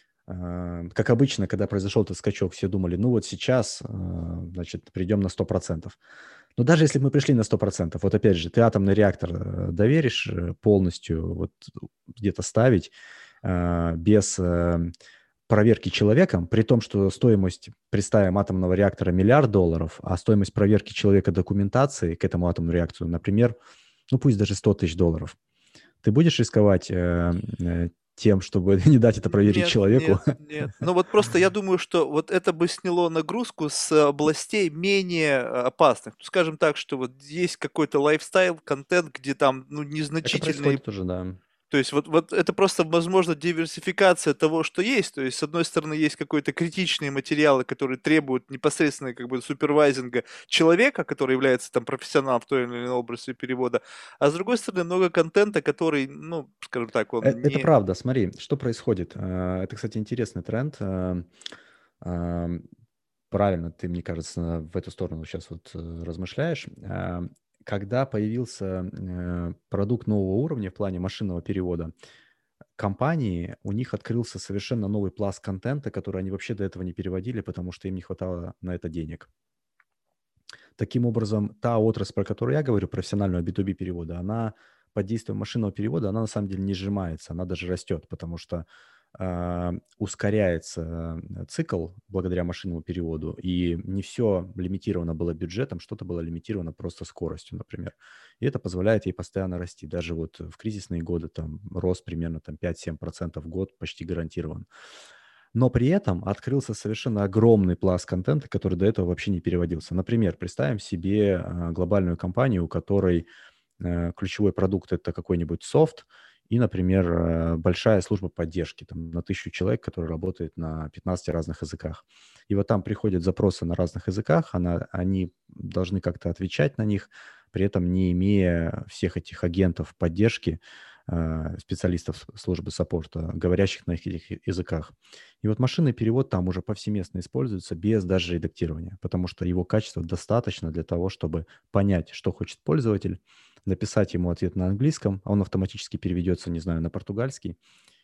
А, Как обычно, когда произошел этот скачок, все думали, ну вот сейчас, а, значит, придем на сто процентов. Но даже если бы мы пришли на сто процентов, вот опять же, ты атомный реактор э, доверишь э, полностью вот где-то ставить а, без э, проверки человеком, при том, что стоимость, представим, атомного реактора миллиард долларов, а стоимость проверки человека документации к этому атомному реактору, например, ну пусть даже сто тысяч долларов. Ты будешь рисковать э, э, тем, чтобы не дать это проверить Нет, человеку? нет, нет. Ну вот просто я думаю, что вот это бы сняло нагрузку с областей менее а, опасных. Ну, скажем так, что вот есть какой-то лайфстайл, контент, где там, ну, Так и незначительные. происходит уже, да. То есть вот, вот это просто, возможно, диверсификация того, что есть. То есть, с одной стороны, есть какие-то критичные материалы, которые требуют непосредственно как бы супервайзинга человека, который является там профессионалом в той или иной области перевода, а с другой стороны, много контента, который, ну, скажем так, Э, он Это не... правда. Смотри, что происходит. Э, Это, кстати, интересный тренд. Э, ам, Правильно, ты, мне кажется, в эту сторону сейчас вот э, размышляешь. Ам, Когда появился э, продукт нового уровня в плане машинного перевода, компании, у них открылся совершенно новый пласт контента, который они вообще до этого не переводили, потому что им не хватало на это денег. Таким образом, та отрасль, про которую я говорю, профессионального би ту би перевода, она под действием машинного перевода, она на самом деле не сжимается, она даже растет, потому что а, ускоряется э, цикл благодаря машинному переводу, и не все лимитировано было бюджетом, что-то было лимитировано просто скоростью, например. И это позволяет ей постоянно расти. Даже вот в кризисные годы там рост примерно там пять-семь процентов в год почти гарантирован. Но при этом открылся совершенно огромный пласт контента, который до этого вообще не переводился. Например, представим себе а, глобальную компанию, у которой э, ключевой продукт – это какой-нибудь софт и, например, э, большая служба поддержки там, на тысячу человек, которая работает на пятнадцати разных языках. И вот там приходят запросы на разных языках, она, они должны как-то отвечать на них, при этом не имея всех этих агентов поддержки, э, специалистов службы саппорта, говорящих на этих языках. И вот машинный перевод там уже повсеместно используется без даже редактирования, потому что его качества достаточно для того, чтобы понять, что хочет пользователь, написать ему ответ на английском, а он автоматически переведется, не знаю, на португальский,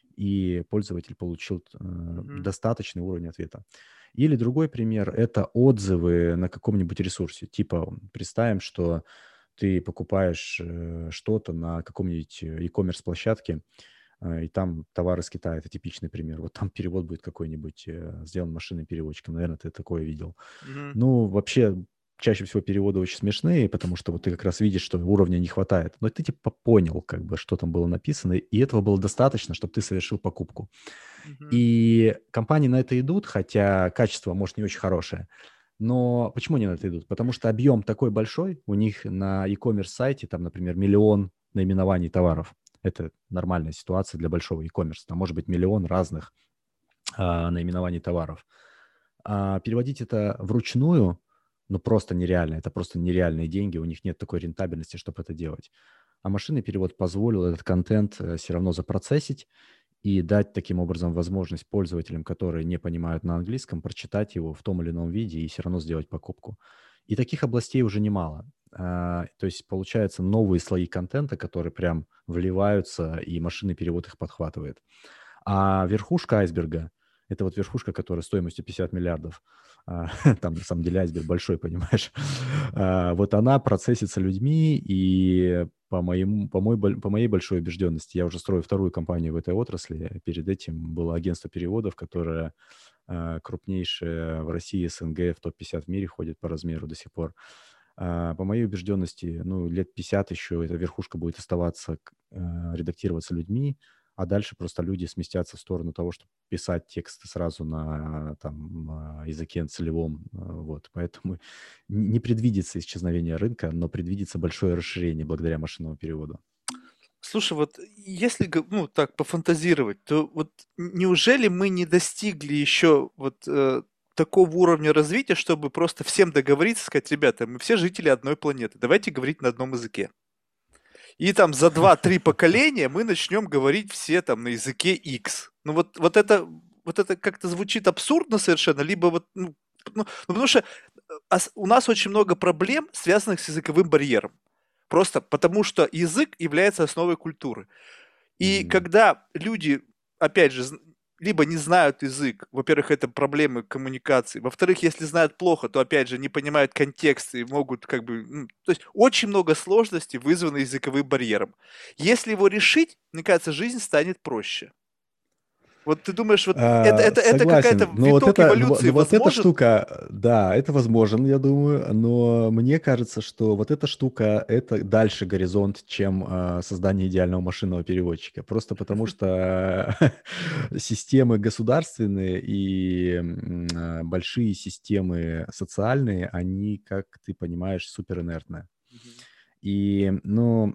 и пользователь получил э, Мгм. достаточный уровень ответа. Или другой пример – это отзывы на каком-нибудь ресурсе. Типа, представим, что ты покупаешь э, что-то на каком-нибудь э, e-commerce площадке, э, и там товар из Китая, это типичный пример. Вот там перевод будет какой-нибудь э, сделан машинным переводчиком. Наверное, ты такое видел. Мгм. Ну, вообще, чаще всего переводы очень смешные, потому что вот ты как раз видишь, что уровня не хватает. Но ты типа понял, как бы, что там было написано, и этого было достаточно, чтобы ты совершил покупку. Мгм. И компании на это идут, хотя качество, может, не очень хорошее. Но почему они на это идут? Потому что объем такой большой, у них на e-commerce сайте, там, например, миллион наименований товаров. Это нормальная ситуация для большого e-commerce. Там может быть миллион разных а, наименований товаров. А переводить это вручную, ну, просто нереально. Это просто нереальные деньги. У них нет такой рентабельности, чтобы это делать. А машинный перевод позволил этот контент все равно запроцессить и дать таким образом возможность пользователям, которые не понимают на английском, прочитать его в том или ином виде и все равно сделать покупку. И таких областей уже немало. А, То есть получается новые слои контента, которые прям вливаются, и машинный перевод их подхватывает. А верхушка айсберга — это вот верхушка, которая стоимостью пятьдесят миллиардов. а, Там на самом деле айсберг большой, понимаешь. А, Вот она процессится людьми, и по моему, по, мой, боль- по моей большой убежденности, я уже строю вторую компанию в этой отрасли. Перед этим было агентство переводов, которое а, крупнейшее в России, СНГ, в топ пятьдесят в мире ходит по размеру до сих пор. А, По моей убежденности, ну, лет пятьдесят еще эта верхушка будет оставаться, к- а, редактироваться людьми, а дальше просто люди сместятся в сторону того, чтобы писать тексты сразу на там, а, языке целевом. а, Вот. Поэтому н- не предвидится исчезновение рынка, но предвидится большое расширение благодаря машинному переводу. Слушай, вот если, г- ну, так пофантазировать, то вот неужели мы не достигли еще вот э, такого уровня развития, чтобы просто всем договориться, сказать, ребята, мы все жители одной планеты, давайте говорить на одном языке. И там за два-три поколения мы начнем говорить все там на языке X. Ну вот, вот это, вот это как-то звучит абсурдно совершенно, либо вот, ну, ну, ну, потому что э, ос- у нас очень много проблем, связанных с языковым барьером. Просто потому что язык является основой культуры. И Мгм. когда люди, опять же, зн- либо не знают язык, во-первых, это проблемы коммуникации, во-вторых, если знают плохо, то, опять же, не понимают контекст и могут как бы... м, То есть очень много сложностей вызвано языковым барьером. Если его решить, мне кажется, жизнь станет проще. Вот ты думаешь, вот это, А, это, это какая-то Согласен. Но вот виток это, ну, во- эволюции ну, вот эта возможен? штука, э, да, это возможен, я думаю, но мне кажется, что вот эта штука — это дальше горизонт, чем а, создание идеального машинного переводчика. Просто потому что системы государственные и м, а, большие системы социальные, они, как ты понимаешь, суперинертны. Мгм. И, ну,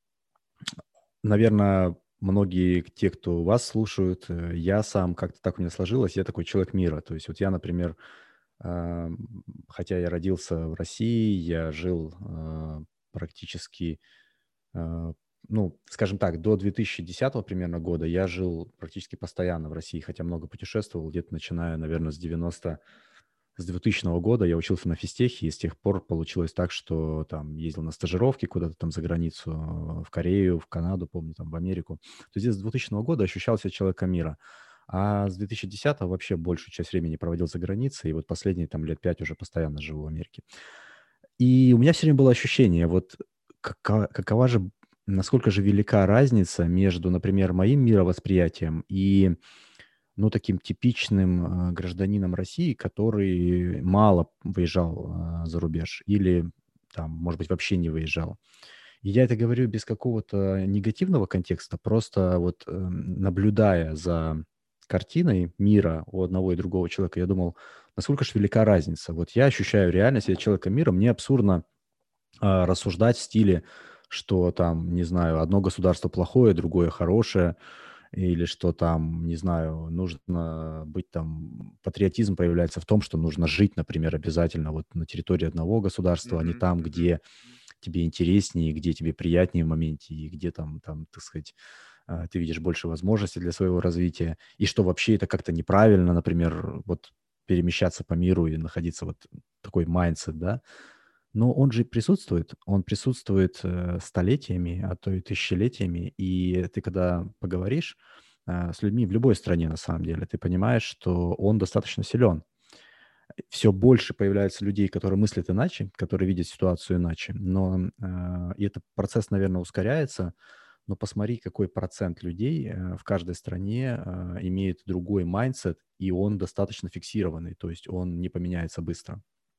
наверное, многие те, кто вас слушают, э, я сам как-то так у меня сложилось, я такой человек мира. То есть вот я, например, ам, хотя я родился в России, я жил а, практически, а, ну, скажем так, до две тысячи десятого примерно года я жил практически постоянно в России, хотя много путешествовал, где-то начиная, наверное, с девяносто с двухтысячного года я учился на физтехе, и с тех пор получилось так, что там ездил на стажировки куда-то там за границу, э, в Корею, в Канаду, помню, там в Америку. То есть с двухтысячного года ощущал себя человеком мира. А с две тысячи десятого вообще большую часть времени проводил за границей, и вот последние там лет пять уже постоянно живу в Америке. И у меня все время было ощущение, вот какова, какова же, насколько же велика разница между, например, моим мировосприятием и ну, таким типичным а, гражданином России, который мало выезжал а, за рубеж или там, может быть, вообще не выезжал. И я это говорю без какого-то негативного контекста, просто вот эм, наблюдая за картиной мира у одного и другого человека, я думал, насколько же велика разница. Вот я ощущаю реальность, я человека мира, мне абсурдно а, рассуждать в стиле, что там, не знаю, одно государство плохое, другое хорошее, или что там, не знаю, нужно быть там, патриотизм проявляется в том, что нужно жить, например, обязательно вот на территории одного государства, а не Мгм, там, мгм. где тебе интереснее, где тебе приятнее в моменте, и где там, там, так сказать, а, ты видишь больше возможностей для своего развития, и что вообще это как-то неправильно, например, вот перемещаться по миру и находиться вот такой майндсет, да, но он же присутствует, он присутствует э, столетиями, а то и тысячелетиями. И ты когда поговоришь э, с людьми в любой стране, на самом деле, ты понимаешь, что он достаточно силен. Все больше появляется людей, которые мыслят иначе, которые видят ситуацию иначе. Но э, и этот процесс, наверное, ускоряется. Но посмотри, какой процент людей э, в каждой стране э, имеет другой майндсет, и он достаточно фиксированный, то есть он не поменяется быстро.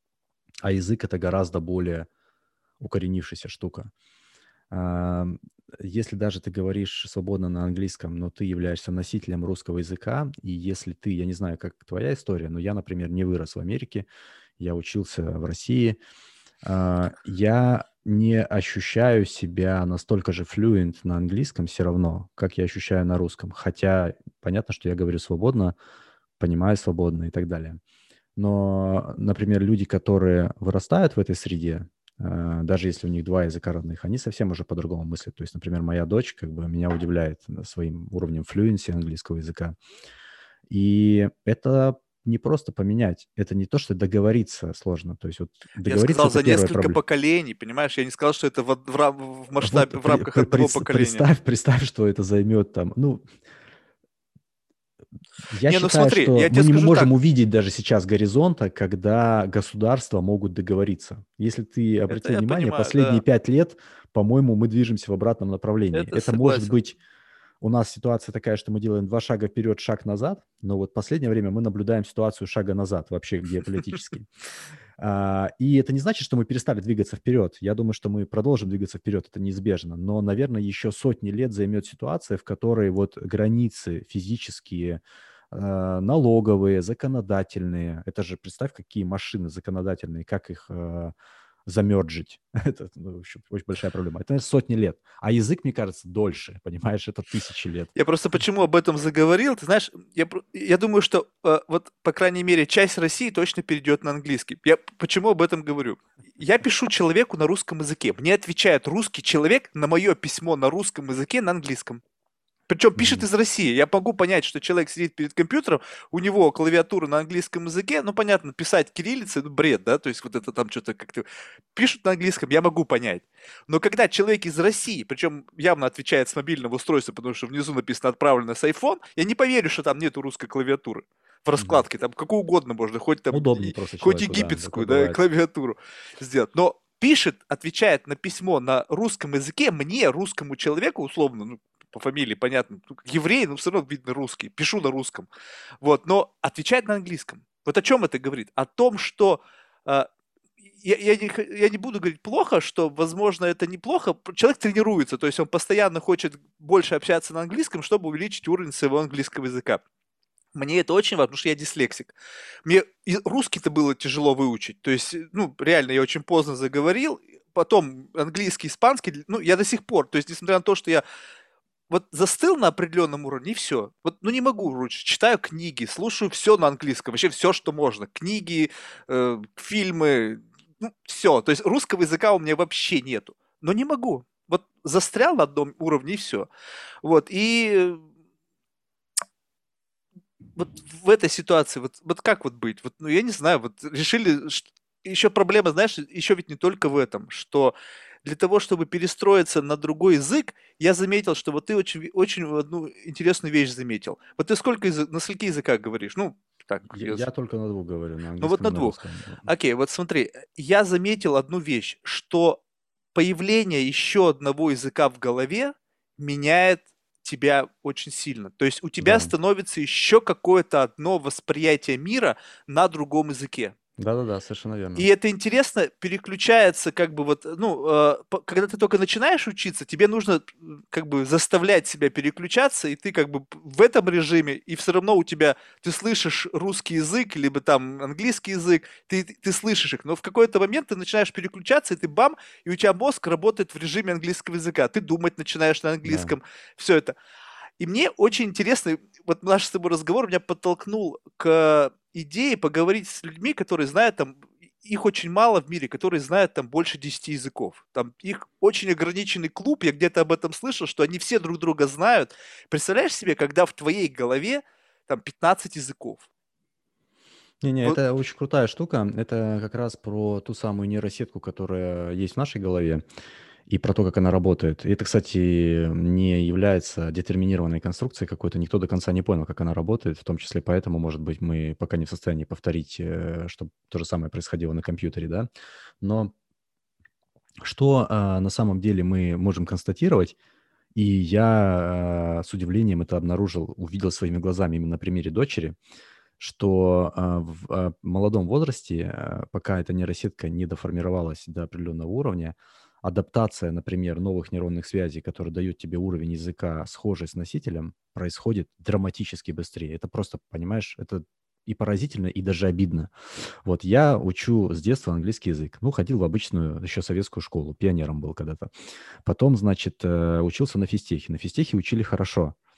А язык — это гораздо более укоренившаяся штука. Ам, Если даже ты говоришь свободно на английском, но ты являешься носителем русского языка, и если ты, я не знаю, как твоя история, но я, например, не вырос в Америке, я учился в России, а, я не ощущаю себя настолько же fluent на английском все равно, как я ощущаю на русском. Хотя понятно, что я говорю свободно, понимаю свободно и так далее. Но, например, люди, которые вырастают в этой среде, э, даже если у них два языка родных, они совсем уже по-другому мыслят. То есть, например, моя дочь как бы меня удивляет своим уровнем fluency английского языка. И это не просто поменять, это не то, что договориться сложно. То есть вот Я договориться– сказал это за первая несколько проблема. поколений, понимаешь? Я не сказал, что это в, в, рам- в масштабе, Вот в при- рамках при- одного пред- поколения. представь, представь, что это займет там, ну, я Не, ну считаю, смотри, что я тебе мы не скажу можем так. увидеть даже сейчас горизонта, когда государства могут договориться. Если ты Это обратил я внимание, понимаю, последние да. пять лет, по-моему, мы движемся в обратном направлении. Это Это может согласен. быть у нас ситуация такая, что мы делаем два шага вперед, шаг назад, но вот в последнее время мы наблюдаем ситуацию шага назад вообще геополитически. А, И это не значит, что мы перестали двигаться вперед. Я думаю, что мы продолжим двигаться вперед, это неизбежно. Но, наверное, еще сотни лет займет ситуация, в которой вот границы физические, э, налоговые, законодательные, это же представь, какие машины законодательные, как их э, замерджить. Это, ну, в общем, очень большая проблема. Это, наверное, сотни лет. А язык, мне кажется, дольше, понимаешь, это тысячи лет. Я просто почему об этом заговорил, ты знаешь, я, про- я думаю, что э, вот, по крайней мере, часть России точно перейдет на английский. Я п- почему об этом говорю? Я пишу человеку на русском языке. Мне отвечает русский человек на мое письмо на русском языке на английском. Причем пишет Мгм. из России. Я могу понять, что человек сидит перед компьютером, у него клавиатура на английском языке, ну, понятно, писать кириллицей, ну, бред, да, то есть вот это там что-то как-то пишут на английском, я могу понять. Но когда человек из России, причем явно отвечает с мобильного устройства, потому что внизу написано «отправлено с iPhone», я не поверю, что там нету русской клавиатуры. В Мгм. раскладке, там какую угодно можно, хоть там, Удобнее и- просто хоть человеку, да, такое египетскую, да, бывает. клавиатуру сделать. Но пишет, отвечает на письмо на русском языке мне, русскому человеку, условно, ну, по фамилии, понятно, ну, еврей, но все равно видно русский, пишу на русском. Вот, но отвечает на английском. Вот о чем это говорит? О том, что э, я, я, не, х- я не буду говорить плохо, что, возможно, это неплохо. Человек тренируется, то есть он постоянно хочет больше общаться на английском, чтобы увеличить уровень своего английского языка. Мне это очень важно, потому что я дислексик. Мне и русский-то было тяжело выучить. То есть, э, ну, реально, я очень поздно заговорил. Потом английский, испанский, ну, я до сих пор, то есть, несмотря на то, что я вот застыл на определенном уровне, и все. Вот, ну, не могу выучить. Читаю книги, слушаю все на английском, вообще все, что можно. Книги, э, фильмы, ну, все. То есть русского языка у меня вообще нету. Но не могу. Вот застрял на одном уровне, и все. Вот, и э, вот в этой ситуации, вот, вот как вот быть? Вот, ну, я не знаю, вот решили, еще проблема, знаешь, еще ведь не только в этом, что для того, чтобы перестроиться на другой язык, я заметил, что вот ты очень, очень одну интересную вещь заметил. Вот ты сколько язы- на скольких языках говоришь? Ну, так, Я, я я с- только на двух говорю, на ну вот английском на и на двух. русском. Окей, вот смотри, я заметил одну вещь, что появление еще одного языка в голове меняет тебя очень сильно. То есть у тебя Да. становится еще какое-то одно восприятие мира на другом языке. Да-да-да, совершенно И верно. это интересно переключается, как бы вот, ну, э, по- когда ты только начинаешь учиться, тебе нужно м, как бы заставлять себя переключаться, и ты как бы п- в этом режиме, и все равно у тебя, ты слышишь русский язык, либо там английский язык, ты, ты слышишь их, но в какой-то момент ты начинаешь переключаться, и ты бам, и у тебя мозг работает в режиме английского языка, ты думать начинаешь на Да. английском, все это. И мне очень интересно, вот наш с тобой разговор меня подтолкнул к идее поговорить с людьми, которые знают там, их очень мало в мире, которые знают там больше десяти языков. Там их очень ограниченный клуб, я где-то об этом слышал, что они все друг друга знают. Представляешь себе, когда в твоей голове там пятнадцать языков? Не-не, Вот, это очень крутая штука. Это как раз про ту самую нейросетку, которая есть в нашей голове, и про то, как она работает. И это, кстати, не является детерминированной конструкцией какой-то. Никто до конца не понял, как она работает. В том числе поэтому, может быть, мы пока не в состоянии повторить, э, чтобы то же самое происходило на компьютере, да. Но что а, на самом деле мы можем констатировать, и я а, с удивлением это обнаружил, увидел своими глазами именно на примере дочери, что а, в а, молодом возрасте, а, пока эта нейросетка не доформировалась до определенного уровня, адаптация, например, новых нейронных связей, которые дают тебе уровень языка, схожий с носителем, происходит драматически быстрее. Это просто, понимаешь, это и поразительно, и даже обидно. Вот я учу с детства английский язык. Ну, ходил в обычную еще советскую школу, пионером был когда-то. Потом, значит, э, учился на физтехе. На физтехе учили хорошо.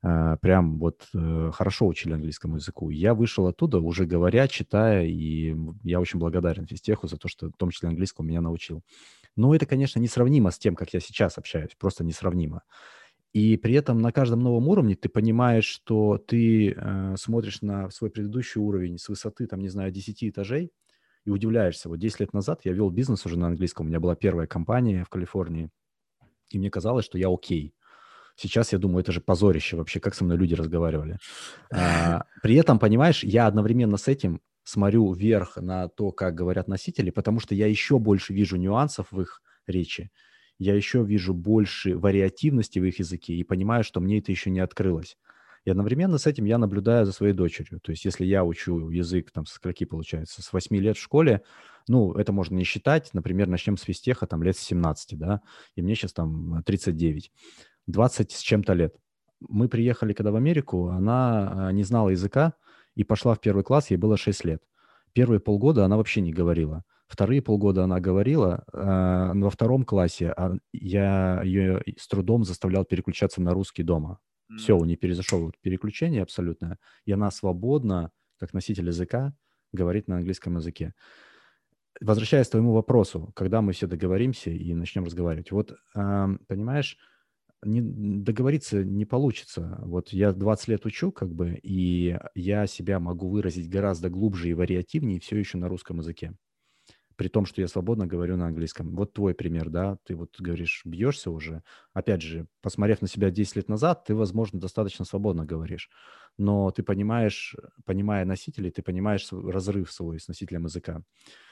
э, прям вот э, хорошо учили английскому языку. Я вышел оттуда уже говоря, читая, и я очень благодарен физтеху за то, что в том числе английскому меня научил. Но это, конечно, несравнимо с тем, как я сейчас общаюсь, просто несравнимо. И при этом на каждом новом уровне ты понимаешь, что ты э, смотришь на свой предыдущий уровень с высоты, там, не знаю, десяти этажей и удивляешься. Вот десять лет назад я вел бизнес уже на английском. У меня была первая компания в Калифорнии, и мне казалось, что я окей. Сейчас я думаю, это же позорище вообще, как со мной люди разговаривали. А, при этом, понимаешь, я одновременно с этим смотрю вверх на то, как говорят носители, потому что я еще больше вижу нюансов в их речи, я еще вижу больше вариативности в их языке и понимаю, что мне это еще не открылось. И одновременно с этим я наблюдаю за своей дочерью. То есть если я учу язык, там, со скольки получается, с восьми лет в школе, ну, это можно не считать, например, начнем с физтеха, там, лет с семнадцати, да, и мне сейчас там тридцать девять. двадцать с чем-то лет. Мы приехали когда в Америку, она а, не знала языка и пошла в первый класс, ей было шесть лет. Первые полгода она вообще не говорила. Вторые полгода она говорила, а, но во втором классе а, я ее с трудом заставлял переключаться на русский дома. Все, у М. нее перезашло вот переключение абсолютное, и она свободно, как носитель языка, говорит на английском языке. Возвращаясь к твоему вопросу, когда мы все договоримся и начнем разговаривать. Вот, ам, понимаешь, не, договориться не получится. Вот я двадцать лет учу, как бы, и я себя могу выразить гораздо глубже и вариативнее все еще на русском языке. При том, что я свободно говорю на английском. Вот твой пример, да, ты вот говоришь, бьешься уже. Опять же, посмотрев на себя десять лет назад, ты, возможно, достаточно свободно говоришь. Но ты понимаешь, понимая носителей, ты понимаешь свой разрыв свой с носителем языка.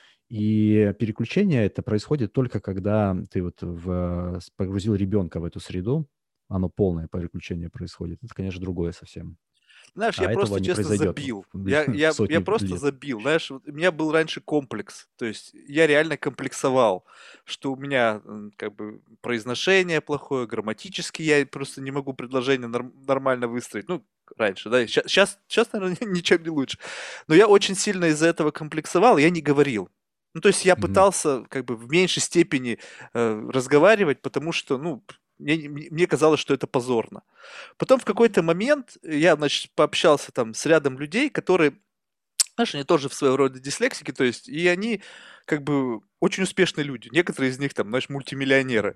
И переключение это происходит только когда ты вот в, с- погрузил ребенка в эту среду, оно полное переключение происходит. Это, конечно, другое совсем. Знаешь, я А этого просто, не честно, произойдет забил. в, Я, в я, я сотни просто лет. забил. Знаешь, вот у меня был раньше комплекс. То есть я реально комплексовал, что у меня м, как бы произношение плохое, грамматически я просто не могу предложение норм- нормально выстроить. Ну, раньше, да. Сейчас, сейчас, наверное, ничем не лучше. Но я очень сильно из-за этого комплексовал, я не говорил. Ну, то есть я Мгм. пытался как бы в меньшей степени э, разговаривать, потому что, ну, мне, мне казалось, что это позорно. Потом в какой-то момент я, значит, пообщался там с рядом людей, которые, знаешь, они тоже в своего рода дислексики, то есть, и они как бы очень успешные люди. Некоторые из них там, знаешь, мультимиллионеры.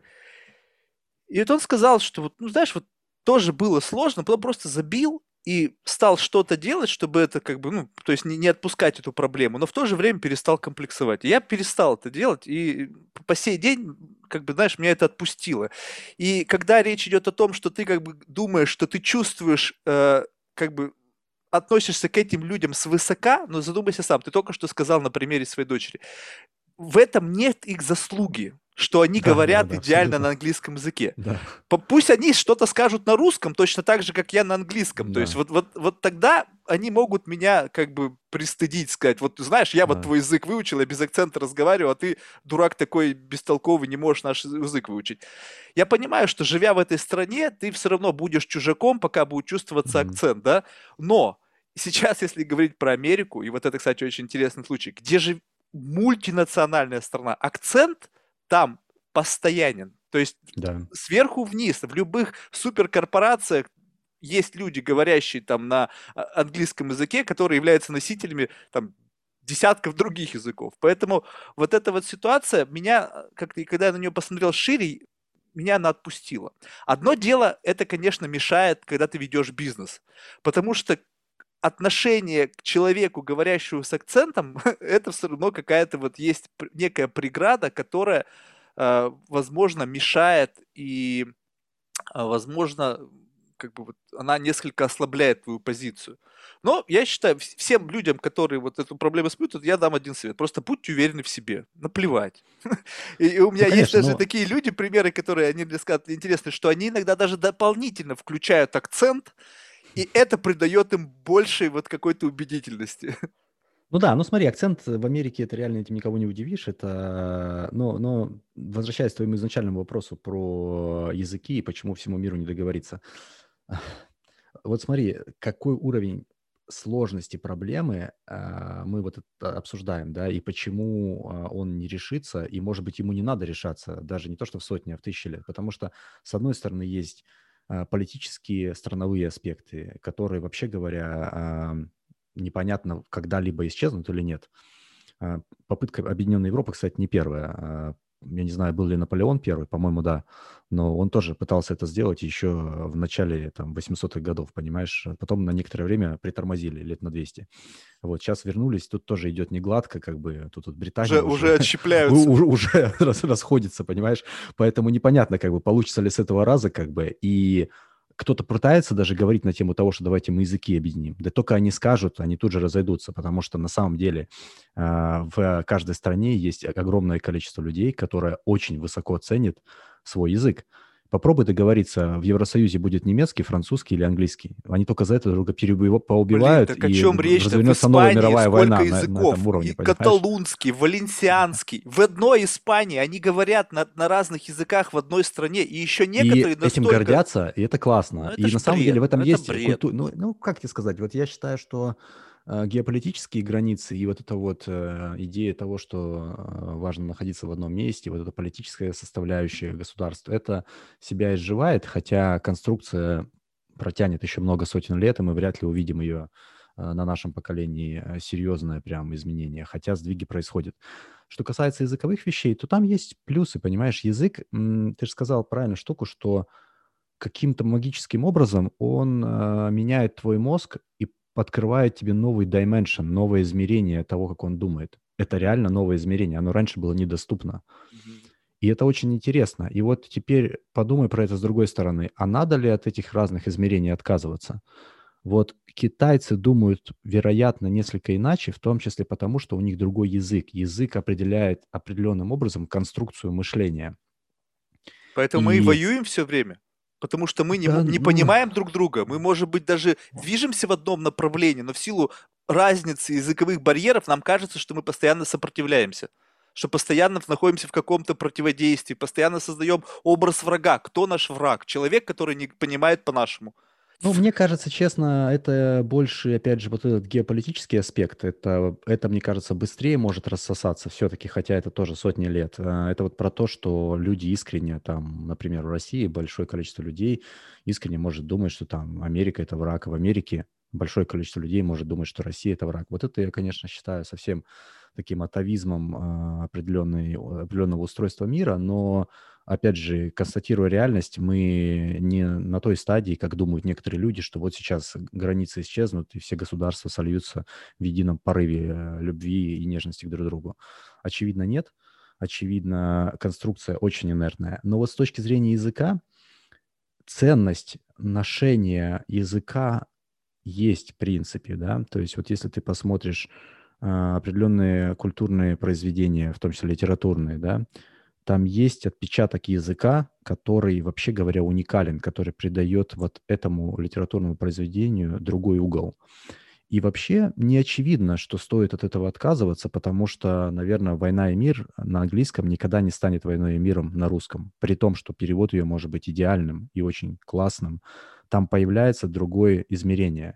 И вот он сказал, что вот, ну, знаешь, вот тоже было сложно, потом просто забил и стал что-то делать, чтобы это как бы, ну, то есть не, не отпускать эту проблему, но в то же время перестал комплексовать. И я перестал это делать, и по сей день, как бы, знаешь, меня это отпустило. И когда речь идет о том, что ты как бы думаешь, что ты чувствуешь, э, как бы относишься к этим людям свысока, но задумайся сам, ты только что сказал на примере своей дочери, в этом нет их заслуги, что они Да, да, говорят да, идеально абсолютно. на английском языке. Да, П- Пусть они что-то скажут на русском, точно так же, как я на английском. То есть да, вот, вот, вот тогда они могут меня как бы пристыдить, сказать, вот знаешь, я вот да. твой язык выучил, я без акцента разговариваю, а ты, дурак такой бестолковый, не можешь наш язык выучить. Я понимаю, что живя в этой стране, ты все равно будешь чужаком, пока будет чувствоваться Мгм. акцент, да? Но сейчас, если говорить про Америку, и вот это, кстати, очень интересный случай, где же мультинациональная страна, акцент там постоянен. То есть Да. сверху вниз, в любых суперкорпорациях есть люди, говорящие там на а, английском языке, которые являются носителями там десятков других языков. Поэтому вот эта вот ситуация меня, а, как-то, когда я на нее посмотрел шире, меня она отпустила. Одно дело, это, конечно, мешает, когда ты ведешь бизнес. Потому что отношение к человеку, говорящему с акцентом, это все равно какая-то вот есть пр- некая преграда, которая, э, возможно, мешает и, а, возможно, как бы вот она несколько ослабляет твою позицию. Но я считаю, вс- всем людям, которые вот эту проблему испытывают, я дам один совет. Просто будьте уверены в себе. Наплевать. И, и у Ну, меня есть конечно, даже но такие люди, примеры, которые они мне скажут интересны, что они иногда даже дополнительно включают акцент, и это придает им большей вот какой-то убедительности. ну да, ну смотри, акцент в Америке, это реально этим никого не удивишь. Это, но, но возвращаясь к твоему изначальному вопросу про языки и почему всему миру не договориться. Вот смотри, какой уровень сложности проблемы а, мы вот это обсуждаем, да, и почему а, он не решится, и, может быть, ему не надо решаться, даже не то, что в сотни, а в тысячи лет. Потому что, с одной стороны, есть а, политические страновые аспекты, которые, вообще говоря, а, непонятно, когда-либо исчезнут или нет. А, Попытка Объединенной Европы, кстати, не первая. А, Я не знаю, был ли Наполеон первый, по-моему, да. Но он тоже пытался это сделать еще в начале там, восьмисотых годов, понимаешь. А Потом на некоторое время притормозили, лет на двести. Вот сейчас вернулись, тут тоже идет не гладко, как бы тут, тут Уже, Британия уже уже, отщепляются. у- у- уже рас- расходится, понимаешь? Поэтому непонятно, как бы получится ли с этого раза, как бы. И кто-то пытается даже говорить на тему того, что давайте мы языки объединим. Да только они скажут, они тут же разойдутся, потому что на самом деле а, в каждой стране есть огромное количество людей, которые очень высоко ценят свой язык. Попробуй договориться, в Евросоюзе будет немецкий, французский или английский. Они только за это друг друга переубива- Блин, поубивают, так о и чем речь-то? В развернется новая Испании мировая сколько война на, на этом языков? уровне, И понимаешь? каталунский, валенсианский. В одной Испании они говорят на, на разных языках в одной стране. И еще некоторые И этим настолько... гордятся, и это Ну, классно. это И ж на самом деле бред. в этом Ну, это есть бред. культура. Ну, ну, как тебе сказать? Вот я считаю, что э, геополитические границы и вот эта вот э, идея того, что э, важно находиться в одном месте, вот эта политическая составляющая государства, это себя изживает, хотя конструкция протянет еще много сотен лет, и мы вряд ли увидим ее э, на нашем поколении э, серьезное прям изменение, хотя сдвиги происходят. Что касается языковых вещей, то там есть плюсы, понимаешь, язык, м, ты же сказал правильную штуку, что каким-то магическим образом он а, меняет твой мозг и открывает тебе новый dimension, новое измерение того, как он думает. Это реально новое измерение, оно раньше было недоступно. Мгм. И это очень интересно. И вот теперь подумай про это с другой стороны. А надо ли от этих разных измерений отказываться? Вот китайцы думают, вероятно, несколько иначе, в том числе потому, что у них другой язык. Язык определяет определенным образом конструкцию мышления. Поэтому мы и И воюем все время. Потому что мы не, мо- да, не ну, понимаем друг друга. Мы, может быть, даже движемся в одном направлении, но в силу разницы языковых барьеров нам кажется, что мы постоянно сопротивляемся. Что постоянно находимся в каком-то противодействии, постоянно создаем образ врага. Кто наш враг? Человек, который не понимает по-нашему. Ну, мне кажется, честно, это больше, опять же, вот этот геополитический аспект. Это, это, мне кажется, быстрее может рассосаться все-таки, хотя это тоже сотни лет. А, Это вот про то, что люди искренне, там, например, в России большое количество людей искренне может думать, что там Америка– это враг, а в Америке большое количество людей может думать, что Россия– это враг. Вот это я, конечно, считаю совсем таким атовизмом а, определенной, определенного устройства мира, но опять же, констатируя реальность, мы не на той стадии, как думают некоторые люди, что вот сейчас границы исчезнут, и все государства сольются в едином порыве э, любви и нежности к друг другу. Очевидно, нет. Очевидно, конструкция очень инертная. Но вот с точки зрения языка, ценность ношения языка есть в принципе, да. То есть вот если ты посмотришь а, определенные культурные произведения, в том числе литературные, да, там есть отпечаток языка, который, вообще говоря, уникален, который придает вот этому литературному произведению другой угол. И вообще не очевидно, что стоит от этого отказываться, потому что, наверное, «Война и мир» на английском никогда не станет «Войной и миром» на русском, при том, что перевод ее может быть идеальным и очень классным. Там появляется другое измерение.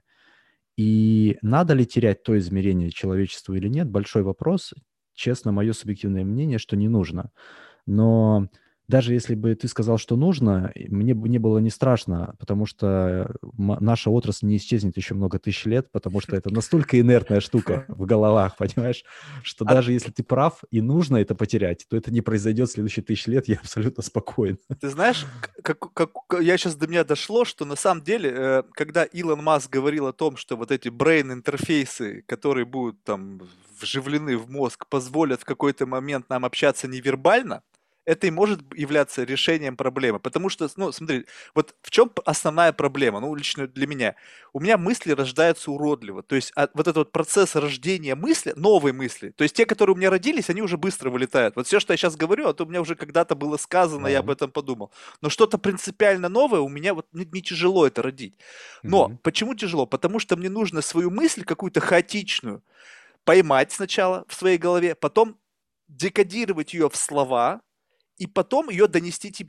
И надо ли терять то измерение человечеству или нет, большой вопрос. Честно, мое субъективное мнение, что не нужно. Но даже если бы ты сказал, что нужно, и мне бы не было не страшно, потому что м- наша отрасль не исчезнет еще много тысяч лет, потому что это настолько инертная штука в головах, понимаешь, что А даже если ты прав и нужно это потерять, то это не произойдет в следующие тысячи лет, я абсолютно спокоен. ты знаешь, к- как, как, к- я сейчас до меня дошло, что на самом деле, э, когда Илон Маск говорил о том, что вот эти brain интерфейсы, которые будут там вживлены в мозг, позволят в какой-то момент нам общаться невербально, это и может являться решением проблемы. Потому что, ну, смотри, вот в чем основная проблема, ну, лично для меня. У меня мысли рождаются уродливо. То есть а, вот этот вот процесс рождения мысли, новой мысли, то есть те, которые у меня родились, они уже быстро вылетают. Вот все, что я сейчас говорю, а то у меня уже когда-то было сказано, я об Да. этом подумал. Но что-то принципиально новое у меня вот не, не тяжело это родить. Но Мгм. почему тяжело? Потому что мне нужно свою мысль какую-то хаотичную поймать сначала в своей голове, потом декодировать ее в слова, и потом ее донести тебе.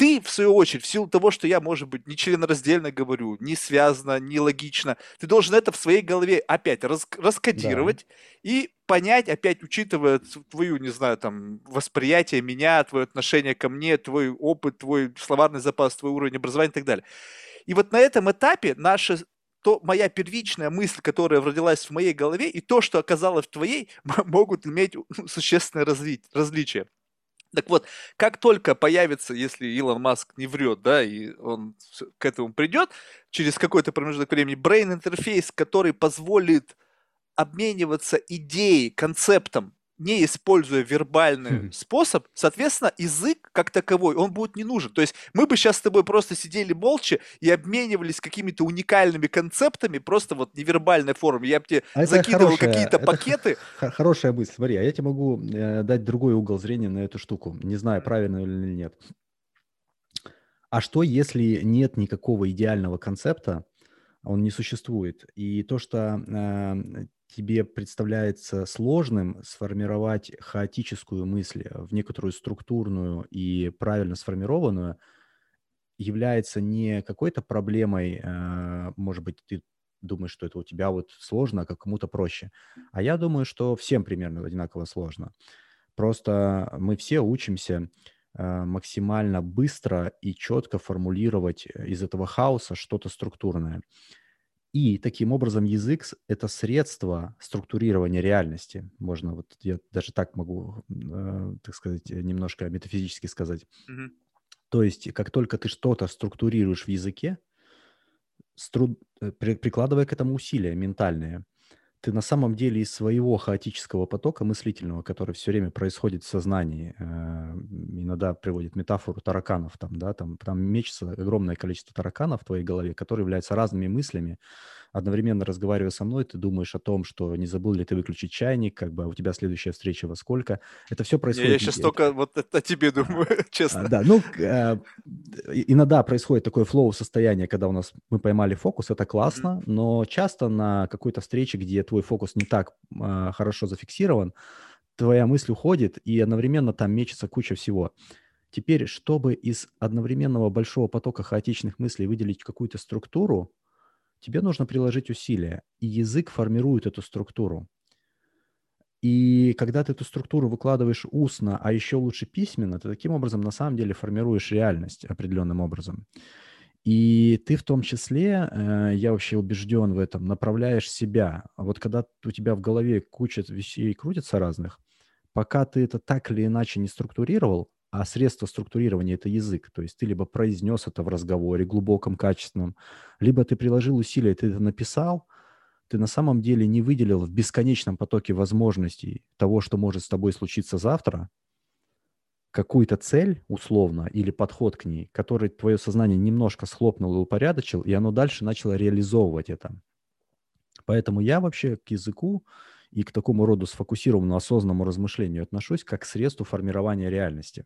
ты, в свою очередь, в силу того, что я, может быть, не членораздельно говорю, не связано, не логично, ты должен это в своей голове опять рас- Да. раскодировать и понять, опять учитывая ц- твою, не знаю, там, восприятие меня, твое отношение ко мне, твой опыт, твой словарный запас, твой уровень образования и так далее. И вот на этом этапе наша то моя первичная мысль, которая родилась в моей голове, и то, что оказалось в твоей, могут иметь ну, существенное разви- различие. Так вот, как только появится, если Илон Маск не врет, да, и он всё- к этому придет, через какой-то промежуток времени, brain интерфейс, который позволит обмениваться идеей, концептом, не используя вербальный способ, соответственно, язык как таковой, он будет не нужен. То есть мы бы сейчас с тобой просто сидели молча и обменивались какими-то уникальными концептами, просто вот невербальной форме. Я бы тебе А это закидывал хорошая, какие-то это х- пакеты. х- хорошая мысль. Смотри, а я тебе могу э, дать другой угол зрения на эту штуку. Не знаю, Мгм. правильно или нет. А что, если нет никакого идеального концепта, он не существует, и то, что э, тебе представляется сложным сформировать хаотическую мысль в некоторую структурную и правильно сформированную, является не какой-то проблемой, э, может быть, ты думаешь, что это у тебя вот сложно, а как кому-то проще. А я думаю, что всем примерно одинаково сложно. Просто мы все учимся э, максимально быстро и четко формулировать э, из этого хаоса что-то структурное. И таким образом язык с- это средство структурирования реальности. Можно вот я даже так могу, э, так сказать, э, немножко метафизически сказать. Мгм. То есть, как только ты что-то структурируешь в языке, стру- э, при- прикладывая к этому усилия ментальные, ты на самом деле из своего хаотического потока мыслительного, который все время происходит в сознании, э, иногда приводит метафору тараканов, там, да, там, там мечется огромное количество тараканов в твоей голове, которые являются разными мыслями, одновременно разговаривая со мной, ты думаешь о том, что не забыл ли ты выключить чайник, как бы, а у тебя следующая встреча во сколько. Это все Не, я происходит. сейчас э, только вот это о тебе а, думаю, а, честно. Да, ну, к- а, и- иногда происходит такое флоу-состояние, когда у нас мы поймали фокус, это Мгм. классно, но часто на какой-то встрече, где твой фокус не так а, хорошо зафиксирован, твоя мысль уходит, и одновременно там мечется куча всего. Теперь, чтобы из одновременного большого потока хаотичных мыслей выделить какую-то структуру, тебе нужно приложить усилия, и язык формирует эту структуру. И когда ты эту структуру выкладываешь устно, а еще лучше письменно, ты таким образом на самом деле формируешь реальность определенным образом. И ты в том числе, э, я вообще убежден в этом, направляешь себя. А вот когда у тебя в голове куча вещей крутится разных, пока ты это так или иначе не структурировал, а средство структурирования– это язык, то есть ты либо произнес это в разговоре глубоком, качественном, либо ты приложил усилия, ты это написал, ты на самом деле не выделил в бесконечном потоке возможностей того, что может с тобой случиться завтра, какую-то цель условно или подход к ней, который твое сознание немножко схлопнул и упорядочил, и оно дальше начало реализовывать это. Поэтому я вообще к языку и к такому роду сфокусированному осознанному размышлению отношусь как к средству формирования реальности.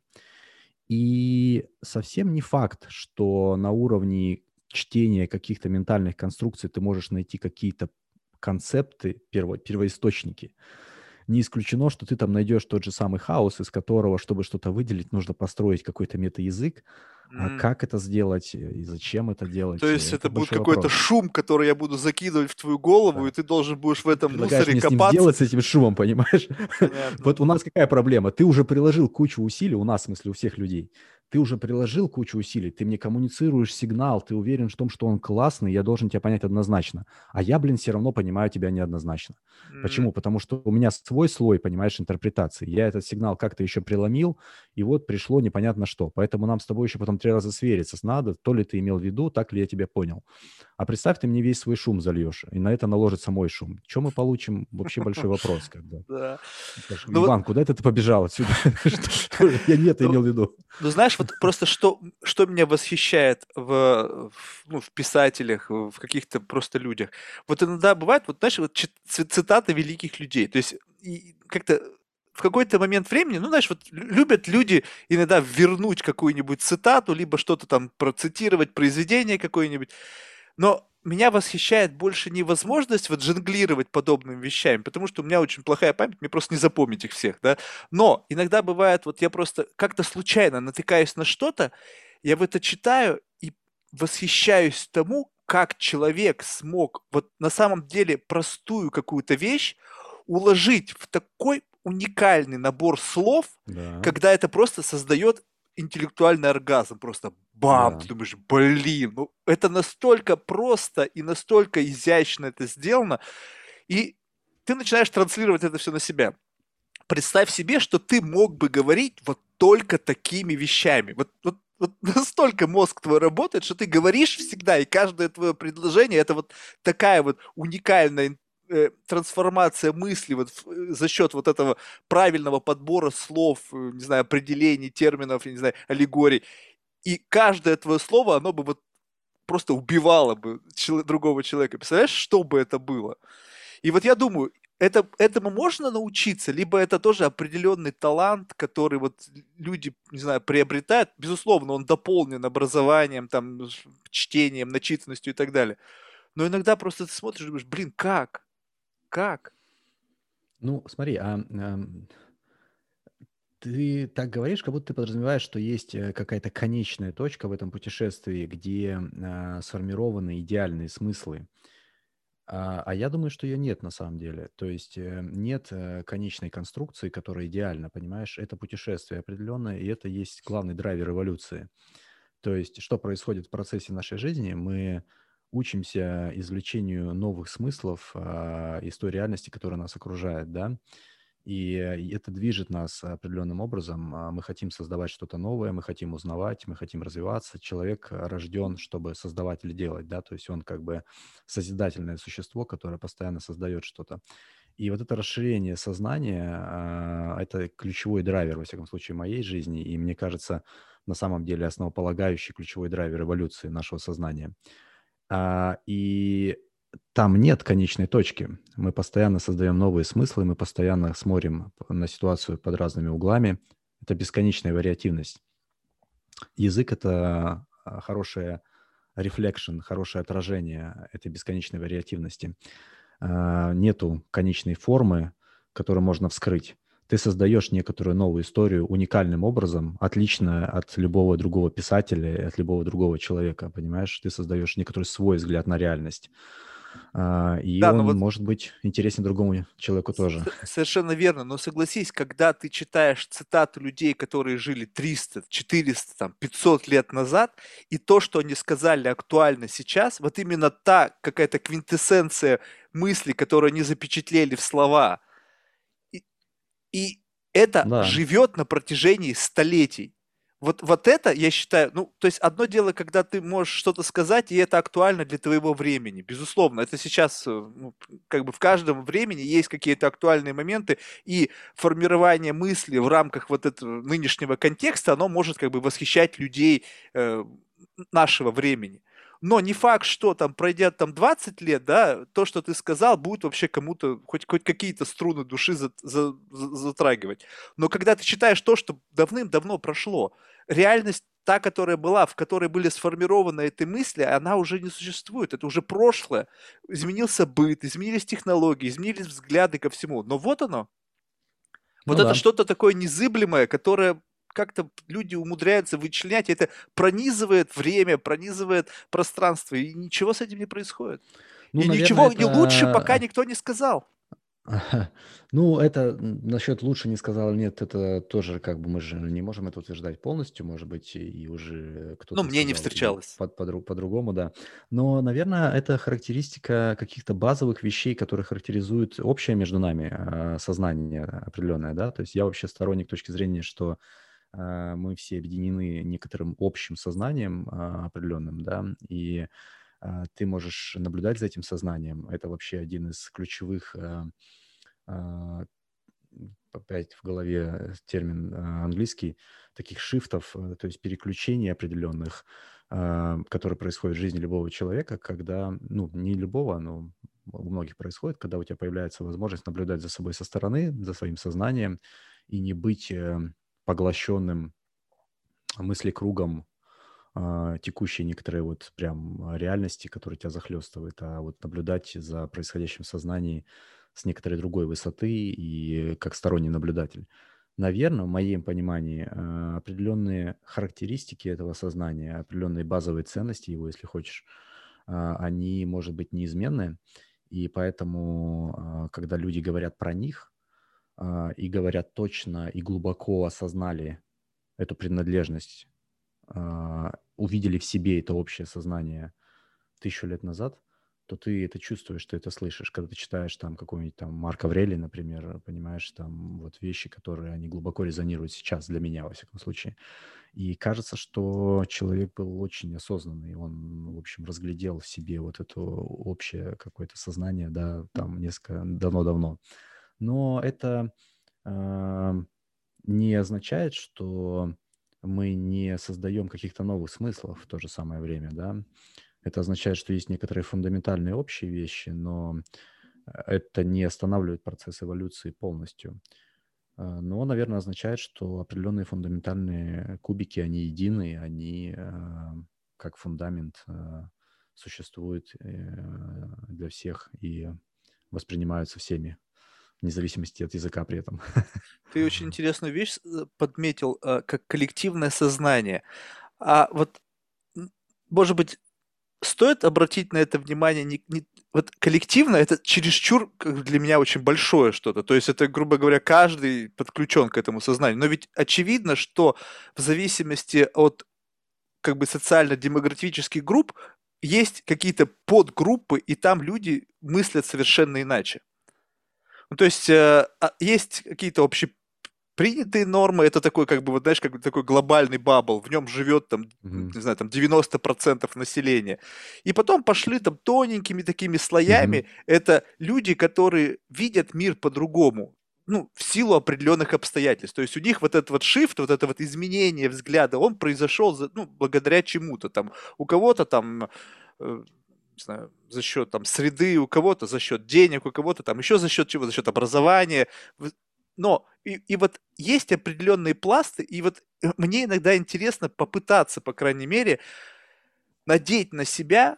И совсем не факт, что на уровне чтения каких-то ментальных конструкций ты можешь найти какие-то концепты, перво, первоисточники. Не исключено, что ты там найдешь тот же самый хаос, из которого, чтобы что-то выделить, нужно построить какой-то метаязык. А М. как это сделать э, и зачем это То делать, э, есть это это будет большой какой-то вопрос. шум, который я буду закидывать в твою голову, и Да. ты должен будешь в Что ты этом предлагаешь мусоре мне с ним копаться. сделать, с этим шумом, понимаешь? Понятно. Вот у нас какая проблема? Ты уже приложил кучу усилий, у нас, в смысле, у всех людей. Ты уже приложил кучу усилий, ты мне коммуницируешь сигнал, ты уверен в том, что он классный, я должен тебя понять однозначно. А я, блин, все равно понимаю тебя неоднозначно. М. Почему? Потому что у меня свой слой, понимаешь, интерпретации. Я этот сигнал как-то еще преломил, и вот пришло непонятно что. Поэтому нам с тобой еще потом три раза свериться надо, то ли ты имел в виду, так ли я тебя понял. А представь, ты мне весь свой шум зальешь, и на это наложится мой шум. Что мы получим? Вообще большой вопрос. Как бы. Да. Скажешь, Ну вот, Иван, куда это ты побежал отсюда? Что, что? Я не это ну, имел в виду. ну, знаешь, вот просто что, что меня восхищает в, в, ну, в писателях, в каких-то просто людях. Вот иногда бывает, вот знаешь, вот чит- ци- цитаты великих людей. То есть и как-то в какой-то момент времени, ну, знаешь, вот лю- любят люди иногда вернуть какую-нибудь цитату, либо что-то там процитировать, произведение какое-нибудь. Но меня восхищает больше не возможность вот жонглировать подобными вещами, потому что у меня очень плохая память, мне просто не запомнить их всех, да. Но иногда бывает, вот я просто как-то случайно натыкаюсь на что-то, Я в это читаю и восхищаюсь тому, как человек смог вот на самом деле простую какую-то вещь уложить в такой уникальный набор слов, Да, когда это просто создает интеллектуальный оргазм. Просто бам! да. Ты думаешь, блин, ну это настолько просто и настолько изящно это сделано. И ты начинаешь транслировать это все на себя. Представь себе, что ты мог бы говорить вот только такими вещами. Вот, вот, вот настолько мозг твой работает, что ты говоришь всегда, и каждое твое предложение это вот такая вот уникальная э, трансформация мысли вот в- э, за счет вот этого правильного подбора слов, э, не знаю, определений, терминов, я не знаю, аллегорий. И каждое твое слово, оно бы вот просто убивало бы чело- другого человека. Представляешь, что бы это было? И вот я думаю, это, этому можно научиться, либо это тоже определенный талант, который вот люди, не знаю, приобретают. Безусловно, он дополнен образованием, там, ш- чтением, начитанностью и так далее. Но иногда просто ты смотришь и думаешь, блин, как? Как? Ну, смотри, а, ам, ты так говоришь, как будто ты подразумеваешь, что есть э, какая-то конечная точка в этом путешествии, где а, сформированы идеальные смыслы. А, а я думаю, что ее нет на самом деле. То есть э, нет э, конечной конструкции, которая идеальна, понимаешь? Это путешествие определенное, и это есть главный драйвер эволюции. То есть что происходит в процессе нашей жизни? Мы учимся извлечению новых смыслов а, из той реальности, которая нас окружает, да? И э, и это движет нас определенным образом. А, Мы хотим создавать что-то новое, мы хотим узнавать, мы хотим развиваться. Человек э, рожден, чтобы создавать или делать, да, то есть он как бы созидательное существо, которое постоянно создает что-то. И вот это расширение сознания, а, это ключевой драйвер, во всяком случае, моей жизни, и мне кажется, на самом деле основополагающий ключевой драйвер эволюции нашего сознания. А, и там нет конечной точки. Мы постоянно создаем новые смыслы, мы постоянно смотрим п- на ситуацию под разными углами. Это бесконечная вариативность. Язык — это а, хорошее reflection, хорошее отражение этой бесконечной вариативности. А, Нету конечной формы, которую можно вскрыть. Ты создаешь некоторую новую историю уникальным образом, отлично от любого другого писателя, от любого другого человека, понимаешь? Ты создаешь некоторый свой взгляд на реальность. А, И Да, но он вот может быть интересен другому человеку тоже. С- Совершенно верно, но согласись, когда ты читаешь цитаты людей, которые жили триста, четыреста, там, пятьсот лет назад, и то, что они сказали актуально сейчас, вот именно та какая-то квинтэссенция мысли, которую они запечатлели в слова, и, и это Да, живет на протяжении столетий. Вот, вот это, я считаю, ну, то есть одно дело, когда ты можешь что-то сказать, и это актуально для твоего времени. Безусловно, это сейчас, э, ну, как бы в каждом времени есть какие-то актуальные моменты, и формирование мысли в рамках вот этого нынешнего контекста, оно может как бы восхищать людей э, нашего времени. Но не факт, что там пройдет там двадцать лет, да, то, что ты сказал, будет вообще кому-то хоть, хоть какие-то струны души за- за- за- затрагивать. Но когда ты читаешь то, что давным-давно прошло, реальность та, которая была, в которой были сформированы эти мысли, она уже не существует, это уже прошлое. Изменился быт, изменились технологии, изменились взгляды ко всему. Но вот оно, вот ну это да. что-то такое незыблемое, которое как-то люди умудряются вычленять, и это пронизывает время, пронизывает пространство, и ничего с этим не происходит. Ну, И наверное, ничего не лучше пока это никто не сказал. Ага. Ну, это н насчет лучше не сказал, нет, это тоже как бы мы же не можем это утверждать полностью, может быть, и уже Ну, кто-то мне не сказал тебе встречалось. по по-дру по-другому, да. Но, наверное, это характеристика каких-то базовых вещей, которые характеризуют общее между нами, а, сознание определенное, да. То есть я вообще сторонник точки зрения, что, а, мы все объединены некоторым общим сознанием, а, определенным, да, и, а, ты можешь наблюдать за этим сознанием. Это вообще один из ключевых, а а, опять в голове э, термин а, английский, таких шифтов, э, то есть переключений определенных, а, которые происходят в жизни любого человека, когда, ну, не любого, но у многих происходит, когда у тебя появляется возможность наблюдать за собой со стороны, за своим сознанием и не быть э, поглощенным мыслекругом а, текущей некоторой вот прям а, реальности, которая тебя захлестывает, а вот наблюдать за происходящим в сознании с некоторой другой высоты и как сторонний наблюдатель. наверное, в моем понимании, а, определенные характеристики этого сознания, определенные базовые ценности его, если хочешь, а, они, может быть, неизменны. И поэтому, а, когда люди говорят про них, а, и говорят точно и глубоко осознали эту принадлежность, а, увидели в себе это общее сознание тысячу лет назад, то ты это чувствуешь, ты это слышишь. Когда ты читаешь там какого-нибудь там Марка Аврелия, например, понимаешь там вот вещи, которые они глубоко резонируют сейчас для меня, во всяком случае. И кажется, что человек был очень осознанный. Он, в общем, разглядел в себе вот это общее какое-то сознание, да, там несколько давно-давно. Но это а, не означает, что мы не создаем каких-то новых смыслов в то же самое время, да. Это означает, что есть некоторые фундаментальные общие вещи, но э, это не останавливает процесс эволюции полностью. А, Но, наверное, означает, что определенные фундаментальные кубики, они едины, они а, как фундамент а, существуют э, для всех и воспринимаются всеми, вне зависимости от языка при этом. Ты очень интересную вещь э, подметил, э, как коллективное сознание. А вот, м, может быть, стоит обратить на это внимание, не, не- вот коллективно это чересчур как для меня очень большое что-то. То есть это, грубо говоря, каждый подключен к этому сознанию. Но ведь очевидно, что в зависимости от как бы социально-демографических групп есть какие-то подгруппы, и там люди мыслят совершенно иначе. Ну, то есть э, а, есть какие-то общепринятые нормы, это такой, как бы, вот знаешь, как бы такой глобальный бабл, в нем живет там, Мгм. не знаю, там девяносто процентов населения. И потом пошли там тоненькими такими Мгм. слоями, это люди, которые видят мир по-другому, ну, в силу определенных обстоятельств. То есть у них вот этот вот shift, вот это вот изменение взгляда, он произошел, за- ну, благодаря чему-то там. У кого-то там э, не знаю, за счет там среды, у кого-то за счет денег, у кого-то там еще за счет чего, за счет образования. В- Но и, и вот есть определенные пласты, и вот э, мне иногда интересно попытаться, по крайней мере, надеть на себя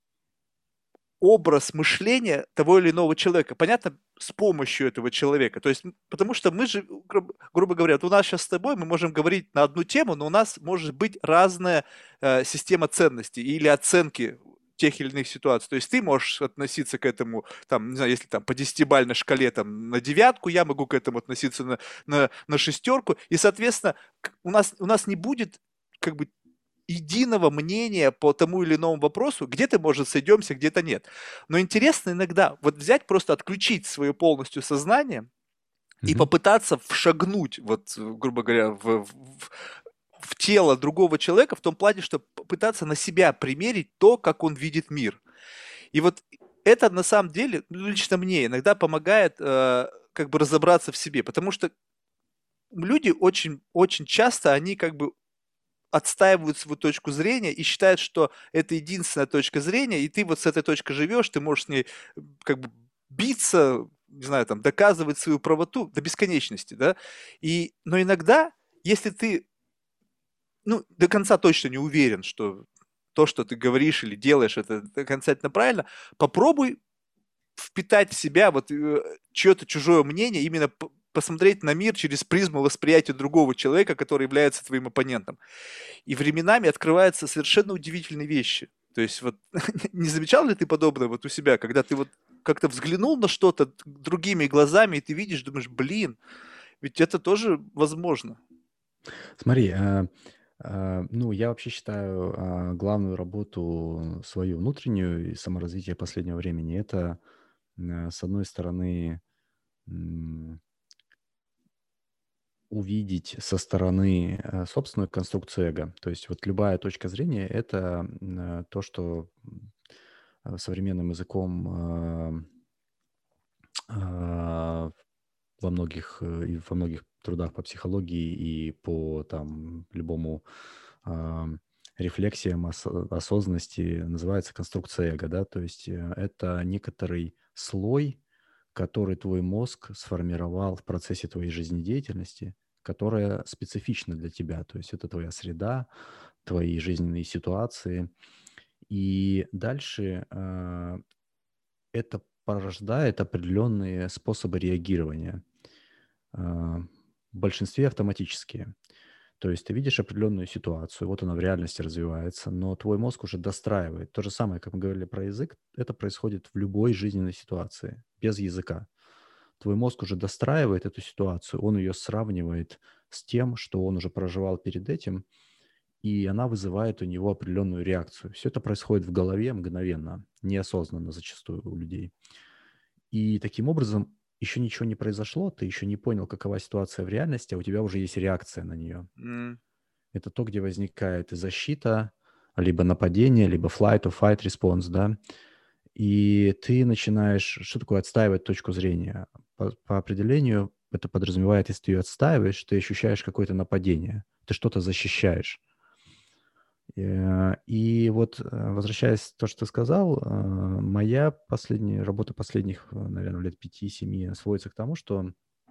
образ мышления того или иного человека. Понятно, с помощью этого человека. То есть, м, потому что мы же, грубо, грубо говоря, вот у нас сейчас с тобой мы можем говорить на одну тему, но у нас может быть разная э, система ценностей или оценки тех или иных ситуаций. То есть ты можешь относиться к этому, там, не знаю, если там по десятибалльной шкале там на девятку, я могу к этому относиться на, на, на шестерку, и, соответственно, к- у нас, у нас не будет как бы единого мнения по тому или иному вопросу, где-то, может, сойдемся, где-то нет. Но интересно иногда вот взять, просто отключить свое полностью сознание и Мгм. попытаться вшагнуть, вот, э, грубо говоря, в, в, в тело другого человека в том плане, что попытаться на себя примерить то, как он видит мир. И вот это на самом деле, ну, лично мне иногда помогает э, как бы разобраться в себе, потому что люди очень, очень часто, они как бы отстаивают свою точку зрения и считают, что это единственная точка зрения, и ты вот с этой точкой живешь, ты можешь с ней м, как бы биться, не знаю, там, доказывать свою правоту до бесконечности, да, и, но иногда, если ты, ну, до конца точно не уверен, что то, что ты говоришь или делаешь, это окончательно правильно, попробуй впитать в себя вот э, чье-то чужое мнение, именно п- посмотреть на мир через призму восприятия другого человека, который является твоим оппонентом. И временами открываются совершенно удивительные вещи. То есть вот не замечал ли ты подобное вот у себя, когда ты вот как-то взглянул на что-то другими глазами, и ты видишь, думаешь, блин, ведь это тоже возможно. Смотри, а, а, ну, я вообще считаю а, главную работу свою внутреннюю и саморазвитие последнего времени — это, м, с одной стороны, м, увидеть со стороны э, собственную конструкцию эго. То есть вот любая точка зрения — это м, э, то, что м, э, современным языком а, а, во многих э, и во многих трудах по психологии и по там любому ам, рефлексиям осо- осознанности называется конструкция эго, да, то есть э, это некоторый слой, который твой мозг сформировал в процессе твоей жизнедеятельности, которая специфична для тебя, то есть это твоя среда, твои жизненные ситуации, и дальше а, это порождает определенные способы реагирования. А, в большинстве автоматические. То есть ты видишь определенную ситуацию, вот она в реальности развивается, но твой мозг уже достраивает. То же самое, как мы говорили про язык, это происходит в любой жизненной ситуации, без языка. Твой мозг уже достраивает эту ситуацию, он ее сравнивает с тем, что он уже проживал перед этим, и она вызывает у него определенную реакцию. Все это происходит в голове мгновенно, неосознанно зачастую у людей. И таким образом еще ничего не произошло, ты еще не понял, какова ситуация в реальности, а у тебя уже есть реакция на нее. М. Это то, где возникает и защита, либо нападение, либо flight or fight response, да. И ты начинаешь, что такое отстаивать точку зрения? По, по определению это подразумевает, если ты ее отстаиваешь, ты ощущаешь какое-то нападение, ты что-то защищаешь. Э, И вот, э, возвращаясь к тому, что ты сказал, э, моя последняя работа последних, э, наверное, лет пяти-семи сводится к тому, что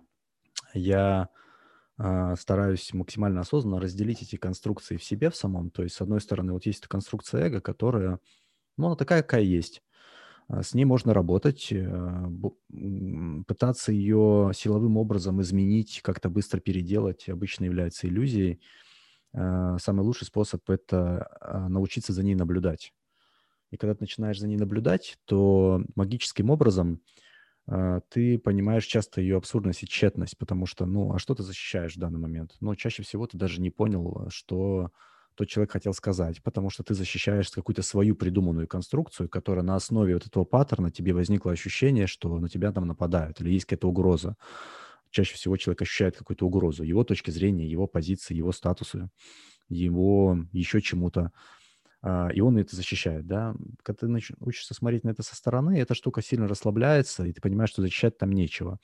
я а, стараюсь максимально осознанно разделить эти конструкции в себе в самом. То есть, с одной стороны, вот есть эта конструкция эго, которая, ну, она такая, какая есть. А, С ней можно работать, э, бу- м, пытаться ее силовым образом изменить, как-то быстро переделать, обычно является иллюзией. А, Самый лучший способ– это а, научиться за ней наблюдать. И когда ты начинаешь за ней наблюдать, то магическим образом а, ты понимаешь часто ее абсурдность и тщетность, потому что, ну, а что ты защищаешь в данный момент? Ну, чаще всего ты даже не понял, а, что тот человек хотел сказать, потому что ты защищаешь какую-то свою придуманную конструкцию, которая на основе вот этого паттерна тебе возникло ощущение, что на тебя там нападают или есть какая-то угроза. Чаще всего человек ощущает какую-то угрозу, его точки зрения, его позиции, его статусы, его еще чему-то. А, и он это защищает, да. Когда ты нач- учишься смотреть на это со стороны, эта штука сильно расслабляется, и ты понимаешь, что защищать там нечего.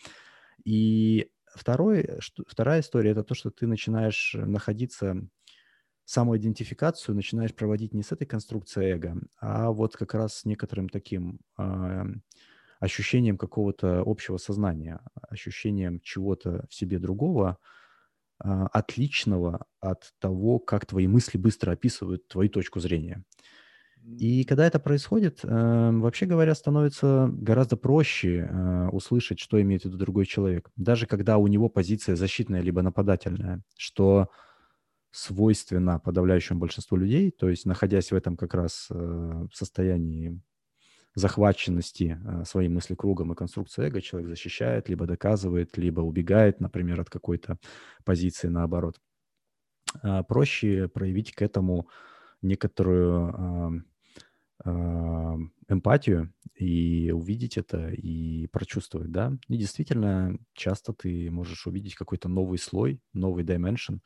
И второй, что, вторая история– это то, что ты начинаешь находиться, самоидентификацию начинаешь проводить не с этой конструкцией эго, а вот как раз с некоторым таким а, ощущением какого-то общего сознания, ощущением чего-то в себе другого, а, отличного от того, как твои мысли быстро описывают твою точку зрения. И М. когда это происходит, э, вообще говоря, становится гораздо проще э, услышать, что имеет в виду другой человек. Даже когда у него позиция защитная либо нападательная, что свойственно подавляющему большинству людей, то есть находясь в этом как раз э, состоянии захваченности э, своим мыслекругом и конструкцией эго, человек защищает, либо доказывает, либо убегает, например, от какой-то позиции наоборот. А, Проще проявить к этому некоторую ам, ам, эмпатию и увидеть это, и прочувствовать, да. И действительно, часто ты можешь увидеть какой-то новый слой, новый dimension.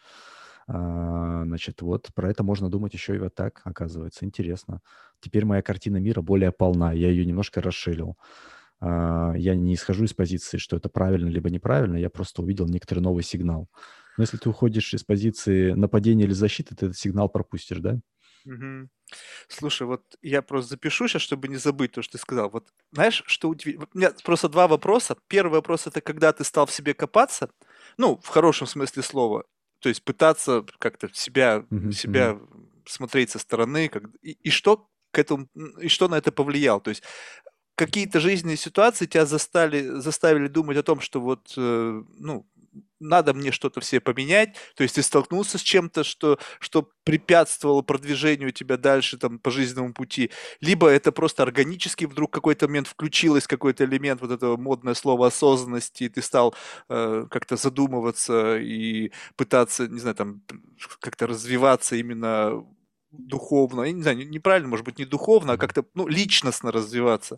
А, Значит, вот про это можно думать еще и вот так, оказывается. Интересно. Теперь моя картина мира более полна, я ее немножко расширил. А, Я не исхожу из позиции, что это правильно либо неправильно, я просто увидел некоторый новый сигнал. Но если ты уходишь из позиции нападения или защиты, ты этот сигнал пропустишь, да? Мгм. Слушай, вот я просто запишу сейчас, чтобы не забыть то, что ты сказал. Вот знаешь, что удиви вот у меня просто два вопроса. Первый вопрос — это когда ты стал в себе копаться, ну, в хорошем смысле слова, то есть пытаться как-то себя Мгм, мгм. себя смотреть со стороны, как и и что к этому, м, и что на это повлиял? То есть какие-то жизненные ситуации тебя застали заставили думать о том, что вот, э, ну, надо мне что-то в себе поменять. То есть ты столкнулся с чем-то, что что препятствовало продвижению тебя дальше там по жизненному пути, либо это просто органически вдруг в какой-то момент включилось какой-то элемент вот этого модное слово осознанности, и ты стал, э, как-то задумываться и пытаться, не знаю, там, п как-то развиваться именно духовно. Я не знаю, не неправильно, может быть, не духовно, а Мгм. как-то, ну, личностно развиваться.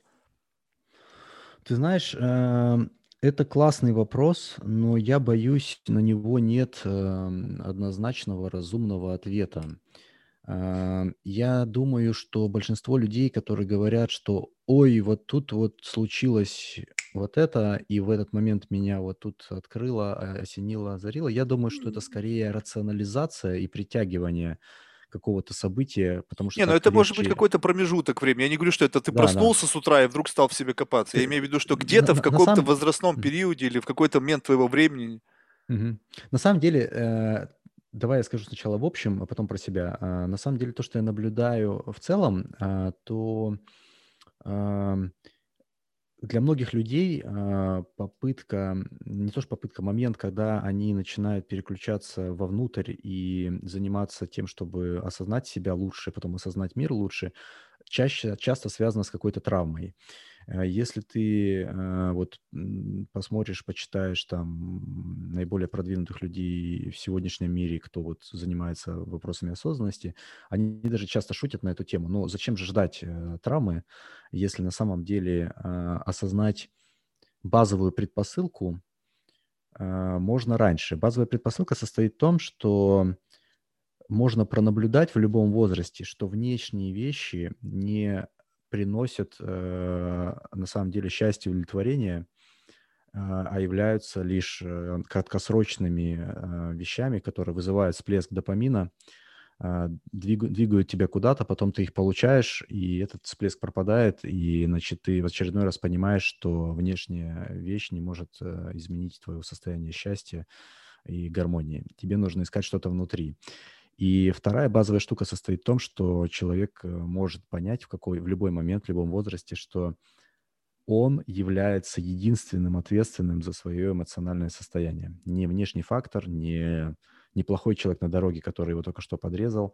Ты знаешь, эм, это классный вопрос, но я боюсь, на него нет эм, однозначного разумного ответа. А, Я думаю, что большинство людей, которые говорят, что ой, вот тут вот случилось вот это, и в этот момент меня вот тут открыло, а, осенило, озарило, я думаю, что это скорее рационализация и притягивание какого-то события, потому что Не, ну так это может быть легче. какой-то промежуток времени. Я не говорю, что это ты Да, да. проснулся с утра и вдруг стал в себе копаться. Я Ты- имею в виду, что на, где-то в на- на каком-то самом... возрастном периоде или в какой-то момент твоего времени. Мгм. На самом деле, э, давай я скажу сначала в общем, а потом про себя. А, На самом деле, то, что я наблюдаю в целом, а, то ам, Для многих людей а, попытка, не то что попытка, момент, когда они начинают переключаться вовнутрь и заниматься тем, чтобы осознать себя лучше, потом осознать мир лучше, чаще, часто связано с какой-то травмой. Э, Если ты э, вот м, посмотришь, почитаешь там м, наиболее продвинутых людей в сегодняшнем мире, кто вот занимается вопросами осознанности, они даже часто шутят на эту тему. Но зачем же ждать э, травмы, если на самом деле э, осознать базовую предпосылку э, можно раньше? Базовая предпосылка состоит в том, что можно пронаблюдать в любом возрасте, что внешние вещи не приносят э, на самом деле счастье и удовлетворение, а а являются лишь э, краткосрочными э, вещами, которые вызывают всплеск допамина, а, двига- двигают тебя куда-то, потом ты их получаешь, и этот всплеск пропадает, и, значит, ты в очередной раз понимаешь, что внешняя вещь не может э, изменить твое состояние счастья и гармонии. Тебе нужно искать что-то внутри. И вторая базовая штука состоит в том, что человек э, может понять в какой, в любой момент, в любом возрасте, что он является единственным ответственным за свое эмоциональное состояние. Не внешний фактор, не неплохой человек на дороге, который его только что подрезал,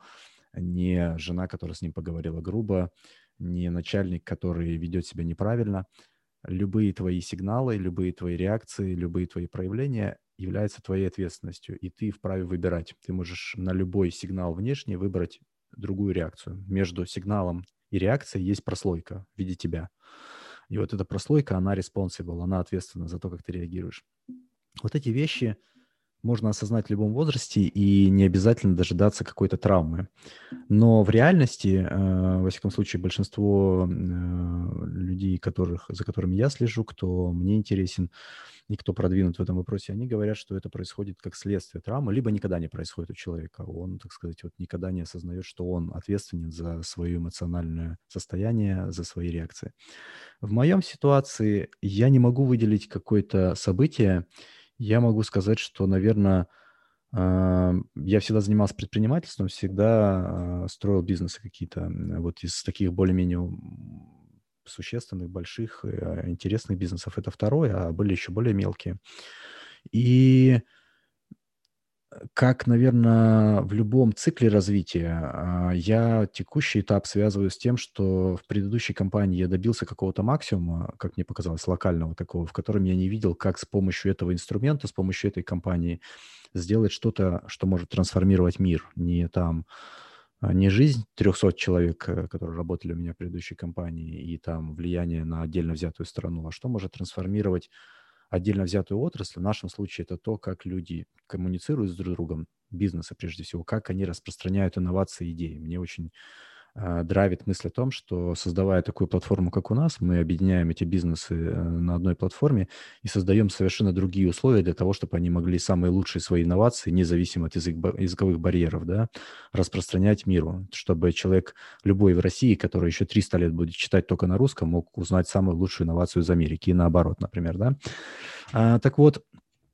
не жена, которая с ним поговорила грубо, не начальник, который ведет себя неправильно. Любые твои сигналы, любые твои реакции, любые твои проявления являются твоей ответственностью, и ты вправе выбирать. Ты можешь на любой сигнал внешний выбрать другую реакцию. Между сигналом и реакцией есть прослойка в виде тебя. И вот эта прослойка, она responsible, она ответственна за то, как ты реагируешь. Вот эти вещи можно осознать в любом возрасте и не обязательно дожидаться какой-то травмы. Но в реальности, э, во всяком случае, большинство э, людей, которых, за которыми я слежу, кто мне интересен и кто продвинут в этом вопросе, они говорят, что это происходит как следствие травмы, либо никогда не происходит у человека. Он, так сказать, вот никогда не осознает, что он ответственен за свое эмоциональное состояние, за свои реакции. В моем ситуации я не могу выделить какое-то событие. Я могу сказать, что, наверное, я всегда занимался предпринимательством, всегда а, строил бизнесы какие-то м, вот из таких более-менее м, существенных, больших, э, интересных бизнесов. Это второе, а были еще более мелкие. И как, наверное, в любом цикле развития, а, я текущий этап связываю с тем, что в предыдущей компании я добился какого-то максимума, как мне показалось, локального такого, в котором я не видел, как с помощью этого инструмента, с помощью этой компании сделать что-то, что может трансформировать мир. Не там, а, не жизнь трехсот человек, э, которые работали у меня в предыдущей компании, и там влияние на отдельно взятую страну, а что может трансформировать отдельно взятую отрасль. В нашем случае это то, как люди коммуницируют с друг другом, бизнесы прежде всего, как они распространяют инновации и идеи. Мне очень а, драйвит мысль о том, что создавая такую платформу, как у нас, мы объединяем эти бизнесы э, на одной платформе и создаем совершенно другие условия для того, чтобы они могли самые лучшие свои инновации, независимо от язык, ба- языковых барьеров, да, распространять миру, чтобы человек любой в России, который еще триста лет будет читать только на русском, мог узнать самую лучшую инновацию из Америки и наоборот, например, да. А, так вот,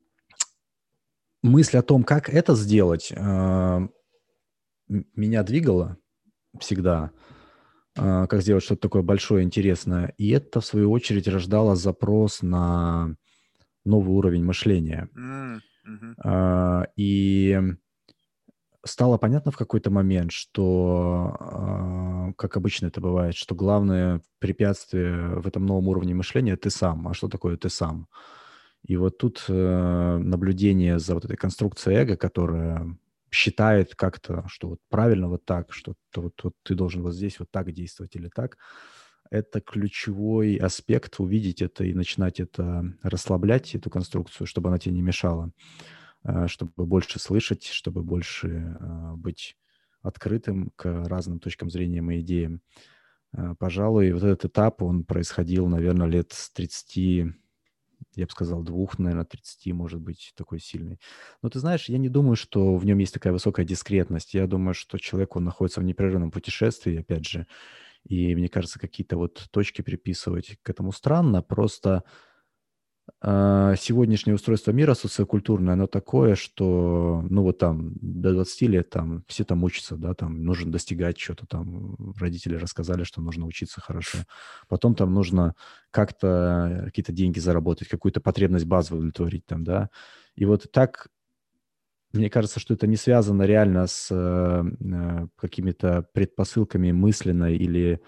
мысль о том, как это сделать, а, м- меня двигала всегда, а, как сделать что-то такое большое, интересное. И это, в свою очередь, рождало запрос на новый уровень мышления. М, мгм. А, И стало понятно в какой-то момент, что, а, как обычно это бывает, что главное препятствие в этом новом уровне мышления– ты сам. А что такое ты сам? И вот тут э, наблюдение за вот этой конструкцией эго, которая считает как-то, что вот правильно вот так, что то вот, вот ты должен вот здесь вот так действовать или так, это ключевой аспект, увидеть это и начинать это расслаблять, эту конструкцию, чтобы она тебе не мешала, э, чтобы больше слышать, чтобы больше э, быть открытым к разным точкам зрения и идеям. Э, Пожалуй, вот этот этап, он происходил, наверное, лет с тридцати, я бы сказал, двух, наверное, тридцати, может быть, такой сильный. Но ты знаешь, я не думаю, что в нем есть такая высокая дискретность. Я думаю, что человек, он находится в непрерывном путешествии, опять же, и мне кажется, какие-то вот точки приписывать к этому странно. Просто А, сегодняшнее устройство мира социокультурное, оно такое, что, ну, вот там до двадцати лет там все там учатся, да, там нужно достигать чего-то там. Родители рассказали, что нужно учиться хорошо. Потом там нужно как-то какие-то деньги заработать, какую-то потребность базовую удовлетворить там, да. И вот так, мне кажется, что это не связано реально с э, э, какими-то предпосылками мысленной или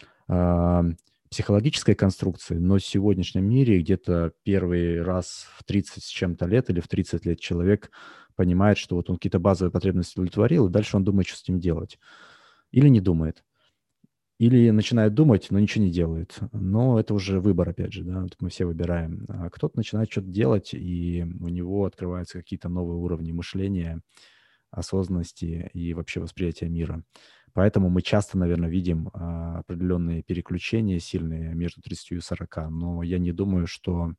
а, психологической конструкции, но в сегодняшнем мире где-то первый раз в тридцать с чем-то лет или в тридцать лет человек понимает, что вот он какие-то базовые потребности удовлетворил, и дальше он думает, что с ним делать. Или не думает. Или начинает думать, но ничего не делает. Но это уже выбор, опять же, да, вот мы все выбираем. А кто-то начинает что-то делать, и у него открываются какие-то новые уровни мышления, осознанности и вообще восприятия мира. Поэтому мы часто, наверное, видим а, определенные переключения сильные между тридцатью и сорока, но я не думаю, что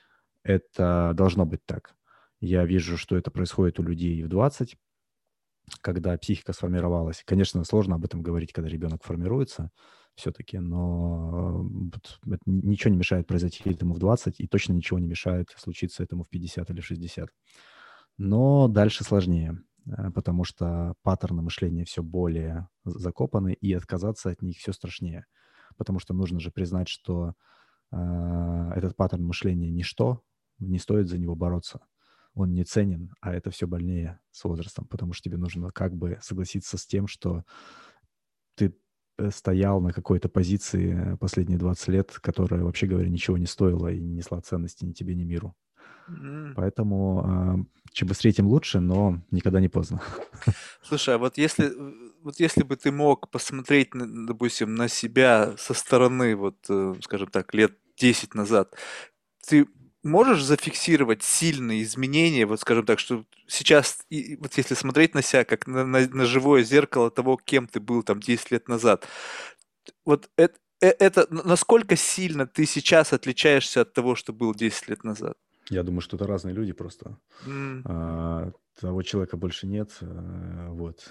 это должно быть так. Я вижу, что это происходит у людей и в двадцать, когда психика сформировалась. Конечно, сложно об этом говорить, когда ребенок формируется все-таки, но вот это ничего не мешает произойти этому в двадцать, и точно ничего не мешает случиться этому в пятьдесят или шестьдесят. Но дальше сложнее, э, потому что паттерны мышления все более закопаны, и отказаться от них все страшнее. Потому что нужно же признать, что а, этот паттерн мышления ничто, не стоит за него бороться. Он не ценен, а это все больнее с возрастом, потому что тебе нужно как бы согласиться с тем, что ты э, стоял на какой-то позиции э, последние двадцать лет, которая, вообще говоря, ничего не стоила и не несла ценности ни тебе, ни миру. М. Поэтому а, чем быстрее, тем лучше, но никогда не поздно. Слушай, а вот если, э, вот если бы ты мог посмотреть, на- допустим, на себя со стороны, вот, э, скажем так, лет десять назад, ты можешь зафиксировать сильные изменения, вот скажем так, что сейчас, и, и вот если смотреть на себя, как на, на- на живое зеркало того, кем ты был там десять лет назад, вот это, это н- насколько сильно ты сейчас отличаешься от того, что был десять лет назад? Я думаю, что это разные люди просто. М. А, того человека больше нет. э, Вот.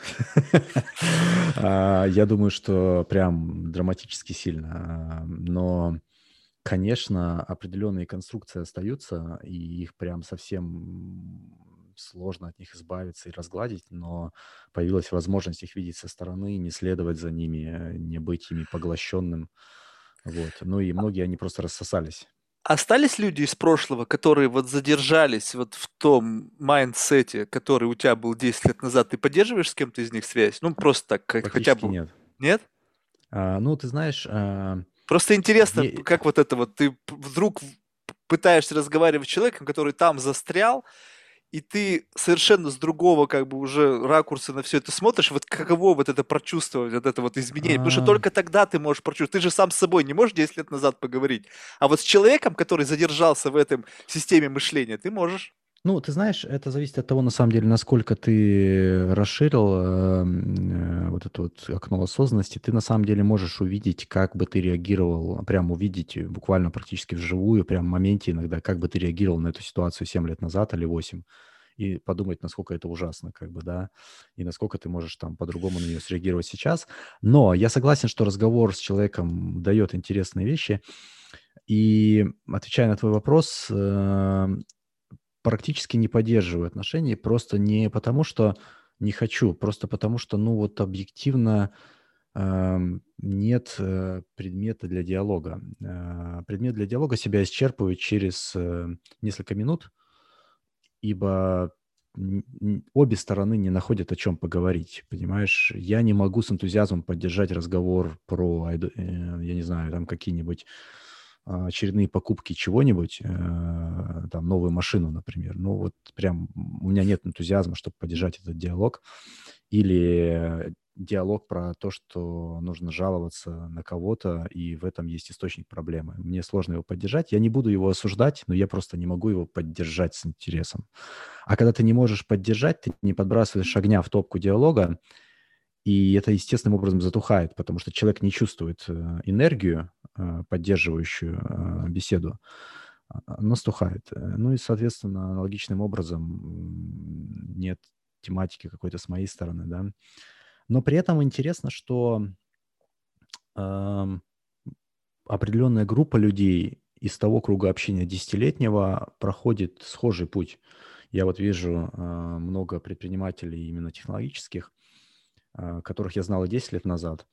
А, Я думаю, что прям драматически сильно. а, Но, конечно, определенные конструкции остаются, и их прям совсем сложно от них избавиться и разгладить, но появилась возможность их видеть со стороны, не следовать за ними, э, не быть ими поглощенным. Вот. Ну и многие, они просто рассосались. Остались люди из прошлого, которые вот задержались вот в том майндсете, который у тебя был десять лет назад? Ты поддерживаешь с кем-то из них связь? Ну, просто так, как хотя Практически бы. нет. Нет? А, Ну, ты знаешь, а, Просто интересно, п- е- как вот это вот ты п- вдруг в- пытаешься разговаривать с человеком, который там застрял, и ты совершенно с другого как бы уже ракурса на все это смотришь, вот каково вот это прочувствовать, вот это вот изменение, потому что а, только тогда ты можешь прочувствовать, ты же сам с собой не можешь десять лет назад поговорить, а вот с человеком, который задержался в этом системе мышления, ты можешь. Ну, ты знаешь, это зависит от того, на самом деле, насколько ты расширил эм, э, вот это вот окно осознанности. Ты на самом деле можешь увидеть, как бы ты реагировал, прям увидеть э, буквально практически вживую, прям в моменте иногда, как бы ты реагировал на эту ситуацию семь лет назад или восемь, и подумать, насколько это ужасно, как бы, да, и насколько ты можешь там по-другому на нее среагировать сейчас. Но я согласен, что разговор с человеком дает интересные вещи. И отвечая на твой вопрос, э, практически не поддерживаю отношения, просто не потому, что не хочу, просто потому что, ну, вот объективно ам, нет э, предмета для диалога. А, Предмет для диалога себя исчерпывает через э, несколько минут, ибо н- н- обе стороны не находят о чем поговорить, понимаешь? Я не могу с энтузиазмом поддержать разговор про, айд- э, я не знаю, там какие-нибудь а, очередные покупки чего-нибудь, э, там новую машину, например. Ну вот прям у меня нет энтузиазма, чтобы поддержать этот диалог. Или диалог про то, что нужно жаловаться на кого-то, и в этом есть источник проблемы. Мне сложно его поддержать. Я не буду его осуждать, но я просто не могу его поддержать с интересом. А когда ты не можешь поддержать, ты не подбрасываешь огня в топку диалога, и это естественным образом затухает, потому что человек не чувствует э, энергию, э, поддерживающую э, беседу, а- она стухает. Э, Ну и, соответственно, аналогичным образом м, нет тематики какой-то с моей стороны, да. Но при этом интересно, что ам, определенная группа людей из того круга общения десятилетнего проходит схожий путь. Я вот вижу а, много предпринимателей именно технологических, а, которых я знал и десять лет назад,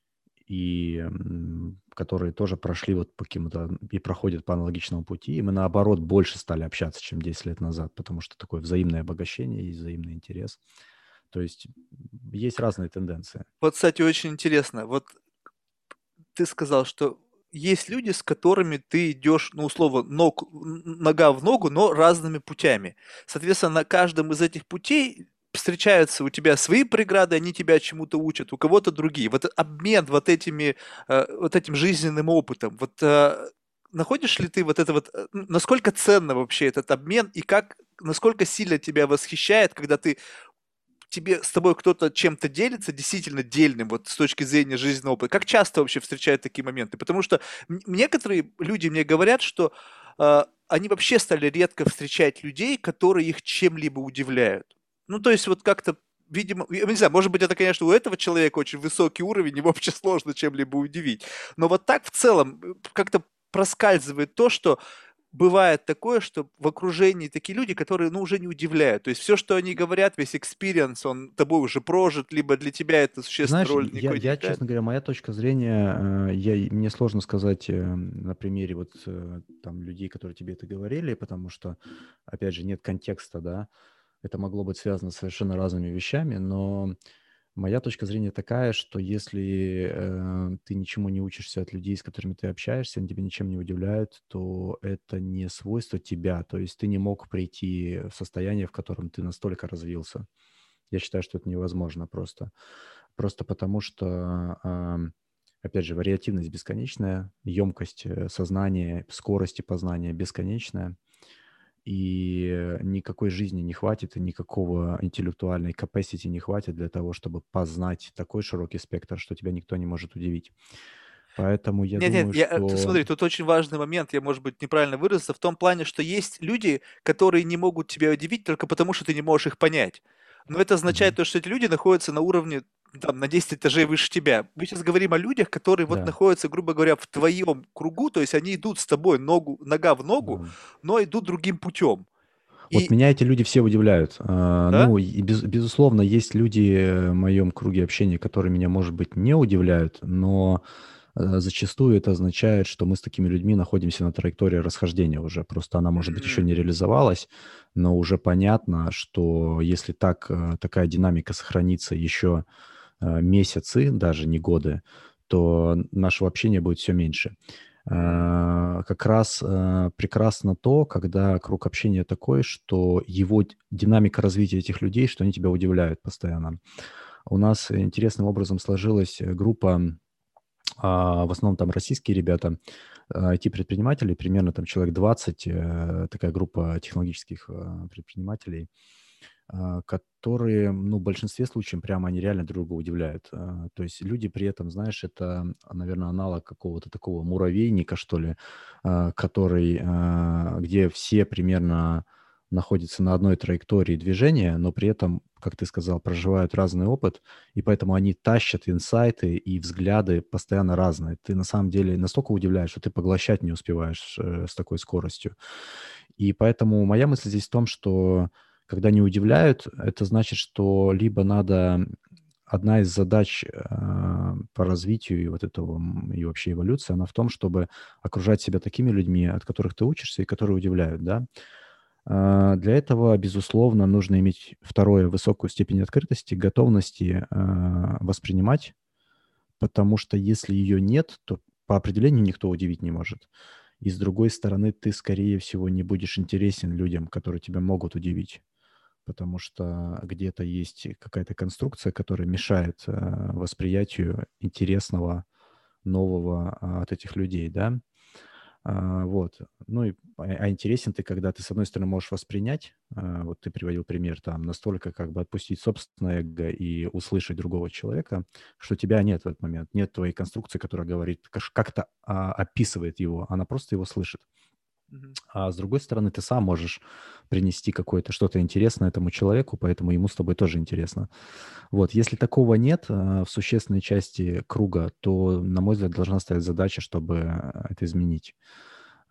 и м, которые тоже прошли вот по каким-то и проходят по аналогичному пути. И мы, наоборот, больше стали общаться, чем десять лет назад, потому что такое взаимное обогащение и взаимный интерес. То есть м, есть разные тенденции. Вот, кстати, очень интересно. Вот ты сказал, что есть люди, с которыми ты идешь, ну, условно, ног, н- нога в ногу, но разными путями. Соответственно, на каждом из этих путей встречаются у тебя свои преграды, они тебя чему-то учат, у кого-то другие. Вот обмен вот этими, э, вот этим жизненным опытом. Вот э, находишь ли ты вот это вот, э, н- насколько ценно вообще этот обмен и как, насколько сильно тебя восхищает, когда ты тебе с тобой кто-то чем-то делится, действительно дельным, вот с точки зрения жизненного опыта? Как часто вообще встречают такие моменты? Потому что м- некоторые люди мне говорят, что э, они вообще стали редко встречать людей, которые их чем-либо удивляют. Ну, то есть вот как-то, видимо, я не знаю, может быть, это, конечно, у этого человека очень высокий уровень, его вообще сложно чем-либо удивить. Но вот так в целом э, как-то проскальзывает то, что бывает такое, что в окружении такие люди, которые, ну, уже не удивляют. То есть все, что они говорят, весь experience, он тобой уже прожит, либо для тебя это Ты существенной знаешь, роли я, никакой не я, играет. честно говоря, моя точка зрения, э, я, мне сложно сказать э, на примере вот э, там людей, которые тебе это говорили, потому что, опять же, нет контекста, да, это могло быть связано с совершенно разными вещами, но моя точка зрения такая, что если э, ты ничему не учишься от людей, с которыми ты общаешься, они тебя ничем не удивляют, то это не свойство тебя, то есть ты не мог прийти в состояние, в котором ты настолько развился. Я считаю, что это невозможно просто. Просто потому что, ам, опять же, вариативность бесконечная, емкость э, сознания, скорости познания бесконечная, и э, никакой жизни не хватит, и никакого интеллектуальной capacity не хватит для того, чтобы познать такой широкий спектр, что тебя никто не может удивить. Поэтому я Нет, нет, думаю, я, э, т- что смотри, тут очень важный момент, я, может быть, неправильно выразился, в том плане, что есть люди, которые не могут тебя удивить только потому, что ты не можешь их понять. Но это означает Мгм. то, что эти люди находятся на уровне, там, на десять этажей выше тебя. Мы сейчас говорим о людях, которые вот Да, находятся, грубо говоря, в твоем кругу, то есть они идут с тобой ногу, нога в ногу, да. но идут другим путем. Вот И, меня эти люди все удивляют. А, да? Ну, и без- безусловно, есть люди в моем круге общения, которые меня, может быть, не удивляют, но э, зачастую это означает, что мы с такими людьми находимся на траектории расхождения уже. Просто она, может быть, еще М, не реализовалась, но уже понятно, что если так, э, такая динамика сохранится еще э, месяцы, даже не годы, то нашего общения будет все меньше. м, А, Как раз э, прекрасно то, когда круг общения такой, что его д- динамика развития этих людей, что они тебя удивляют постоянно. У нас интересным образом сложилась э, группа, а, в основном там российские ребята, а, ай ти-предприниматели, примерно там человек двадцать, э, такая группа технологических э, предпринимателей, а, которые, ну, в большинстве случаев прямо они реально друг друга удивляют. А, То есть люди при этом, знаешь, это, наверное, аналог какого-то такого муравейника, что ли, а, который, а, где все примерно находятся на одной траектории движения, но при этом, как ты сказал, проживают разный опыт, и поэтому они тащат инсайты и взгляды постоянно разные. Ты на самом деле настолько удивляешь, что ты поглощать не успеваешь э, с такой скоростью. И поэтому моя мысль здесь в том, что когда не удивляют, это значит, что либо надо одна из задач а, по развитию и вот этого м, и вообще эволюции, она в том, чтобы окружать себя такими людьми, от которых ты учишься и которые удивляют, да. А, Для этого, безусловно, нужно иметь второе, высокую степень открытости, готовности а, воспринимать, потому что если ее нет, то по определению никто удивить не может. И с другой стороны, ты, скорее всего, не будешь интересен людям, которые тебя могут удивить, потому что где-то есть какая-то конструкция, которая мешает э, восприятию интересного, нового а, от этих людей, да. А, вот. Ну и а а интересен ты, когда ты, с одной стороны, можешь воспринять, а, вот ты приводил пример, там, настолько как бы отпустить собственное эго и услышать другого человека, что тебя нет в этот момент, нет твоей конструкции, которая говорит, каш- как-то а, описывает его, она просто его слышит. мгм. А с другой стороны, ты сам можешь принести какое-то что-то интересное этому человеку, поэтому ему с тобой тоже интересно. Вот, если такого нет а, в существенной части круга, то, на мой взгляд, должна стоять задача, чтобы а, это изменить.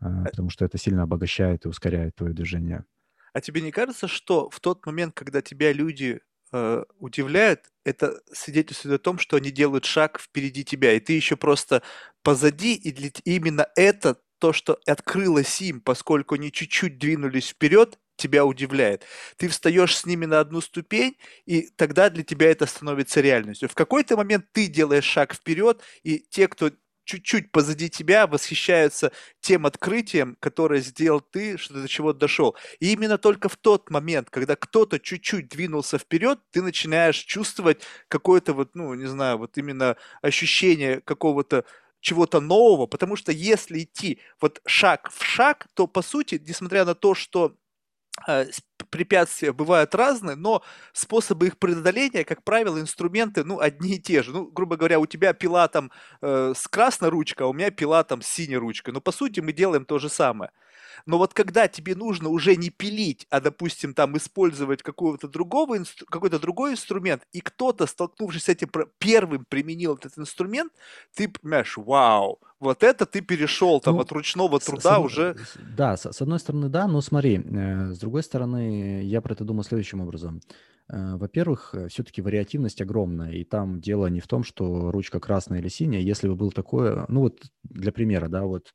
а, потому что это сильно обогащает и ускоряет твое движение. А тебе не кажется, что в тот момент, когда тебя люди э, удивляют, это свидетельствует о том, что они делают шаг впереди тебя, и ты еще просто позади, и для т- именно это то, что открылось им, поскольку они чуть-чуть двинулись вперед, тебя удивляет. Ты встаешь с ними на одну ступень, и тогда для тебя это становится реальностью. В какой-то момент ты делаешь шаг вперед, и те, кто чуть-чуть позади тебя, восхищаются тем открытием, которое сделал ты, что ты до чего дошел. И именно только в тот момент, когда кто-то чуть-чуть двинулся вперед, ты начинаешь чувствовать какое-то вот, ну, не знаю, вот именно ощущение какого-то чего-то нового, потому что если идти вот шаг в шаг, то по сути, несмотря на то, что э, с- препятствия бывают разные, но способы их преодоления, как правило, инструменты, ну, одни и те же. Ну, грубо говоря, у тебя пила там э, с красной ручкой, а у меня пила там с синей ручкой. Но по сути мы делаем то же самое. Но вот когда тебе нужно уже не пилить, а, допустим, там использовать какого-то другого, инстру- какой-то другой инструмент, и кто-то, столкнувшись с этим, про- первым применил этот инструмент, ты понимаешь, вау, вот это ты перешел там Ну, от ручного с, с труда одно- уже. с- да, с, с одной стороны, да, но смотри, э, с другой стороны, я про это думаю следующим образом. Э, во-первых, все-таки вариативность огромная, и там дело не в том, что ручка красная или синяя. Если бы было такое, ну вот для примера, да, вот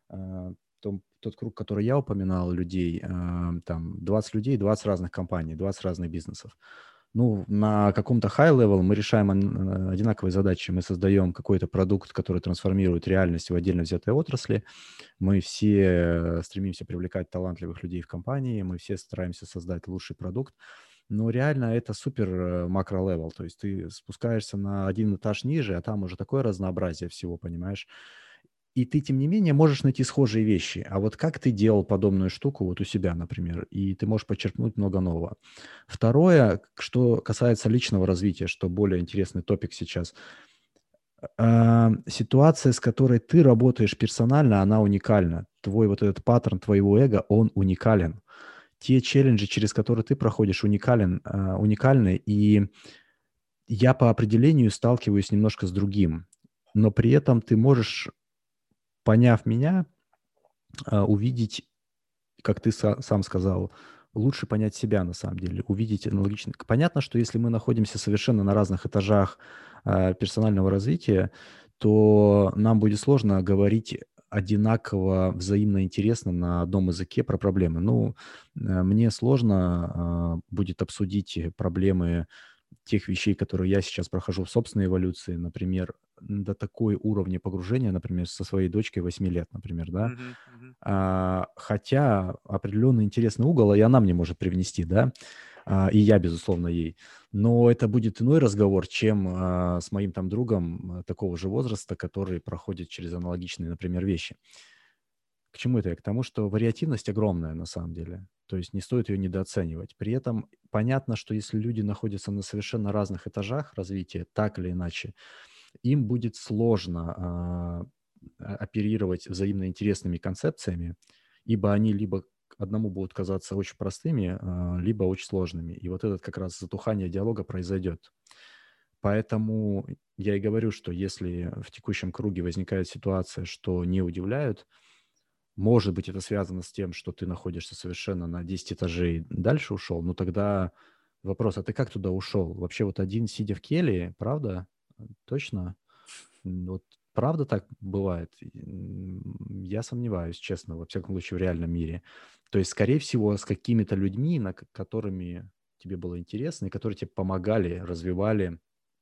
э, том- тот круг, который я упоминал, людей, э, там двадцать людей, двадцать разных компаний, двадцать разных бизнесов. Ну, на каком-то high level мы решаем ан- э, одинаковые задачи. Мы создаем какой-то продукт, который трансформирует реальность в отдельно взятой отрасли. Мы все э, стремимся привлекать талантливых людей в компании, мы все стараемся создать лучший продукт. Но реально это супер э, макро-левел. То есть ты спускаешься на один этаж ниже, а там уже такое разнообразие всего, понимаешь? И ты, тем не менее, можешь найти схожие вещи. А вот как ты делал подобную штуку вот у себя, например, и ты можешь подчеркнуть много нового. Второе, к- что касается личного развития, что более интересный топик сейчас. А, ситуация, с которой ты работаешь персонально, она уникальна. Твой вот этот паттерн твоего эго, он уникален. Те челленджи, через которые ты проходишь, уникален, а, уникальны. И я по определению сталкиваюсь немножко с другим. Но при этом ты можешь, поняв меня, а, увидеть, как ты са- сам сказал, лучше понять себя на самом деле, увидеть аналогично. Понятно, что если мы находимся совершенно на разных этажах а, персонального развития, то нам будет сложно говорить одинаково взаимно интересно на одном языке про проблемы. Ну, э, мне сложно а, будет обсудить проблемы тех вещей, которые я сейчас прохожу в собственной эволюции, например, до такой уровня погружения, например, со своей дочкой восьми лет, например, да. Мгм, мгм. А, хотя определенный интересный угол и она мне может привнести, да, а, и я, безусловно, ей. Но это будет иной разговор, чем а, с моим там другом а, такого же возраста, который проходит через аналогичные, например, вещи. К чему это я? К тому, что вариативность огромная на самом деле. То есть не стоит ее недооценивать. При этом понятно, что если люди находятся на совершенно разных этажах развития, так или иначе, им будет сложно а, а- оперировать взаимно интересными концепциями, ибо они либо одному будут казаться очень простыми, а, либо очень сложными. И вот этот как раз затухание диалога произойдет. Поэтому я и говорю, что если в текущем круге возникает ситуация, что не удивляют, может быть, это связано с тем, что ты находишься совершенно на десять этажей дальше ушел, ну тогда вопрос, а ты как туда ушел? Вообще вот один, сидя в келье, правда? Точно? М, Вот правда так бывает? М, Я сомневаюсь, честно, во всяком случае, в реальном мире. То есть, скорее всего, с какими-то людьми, на к- которыми тебе было интересно, и которые тебе помогали, развивали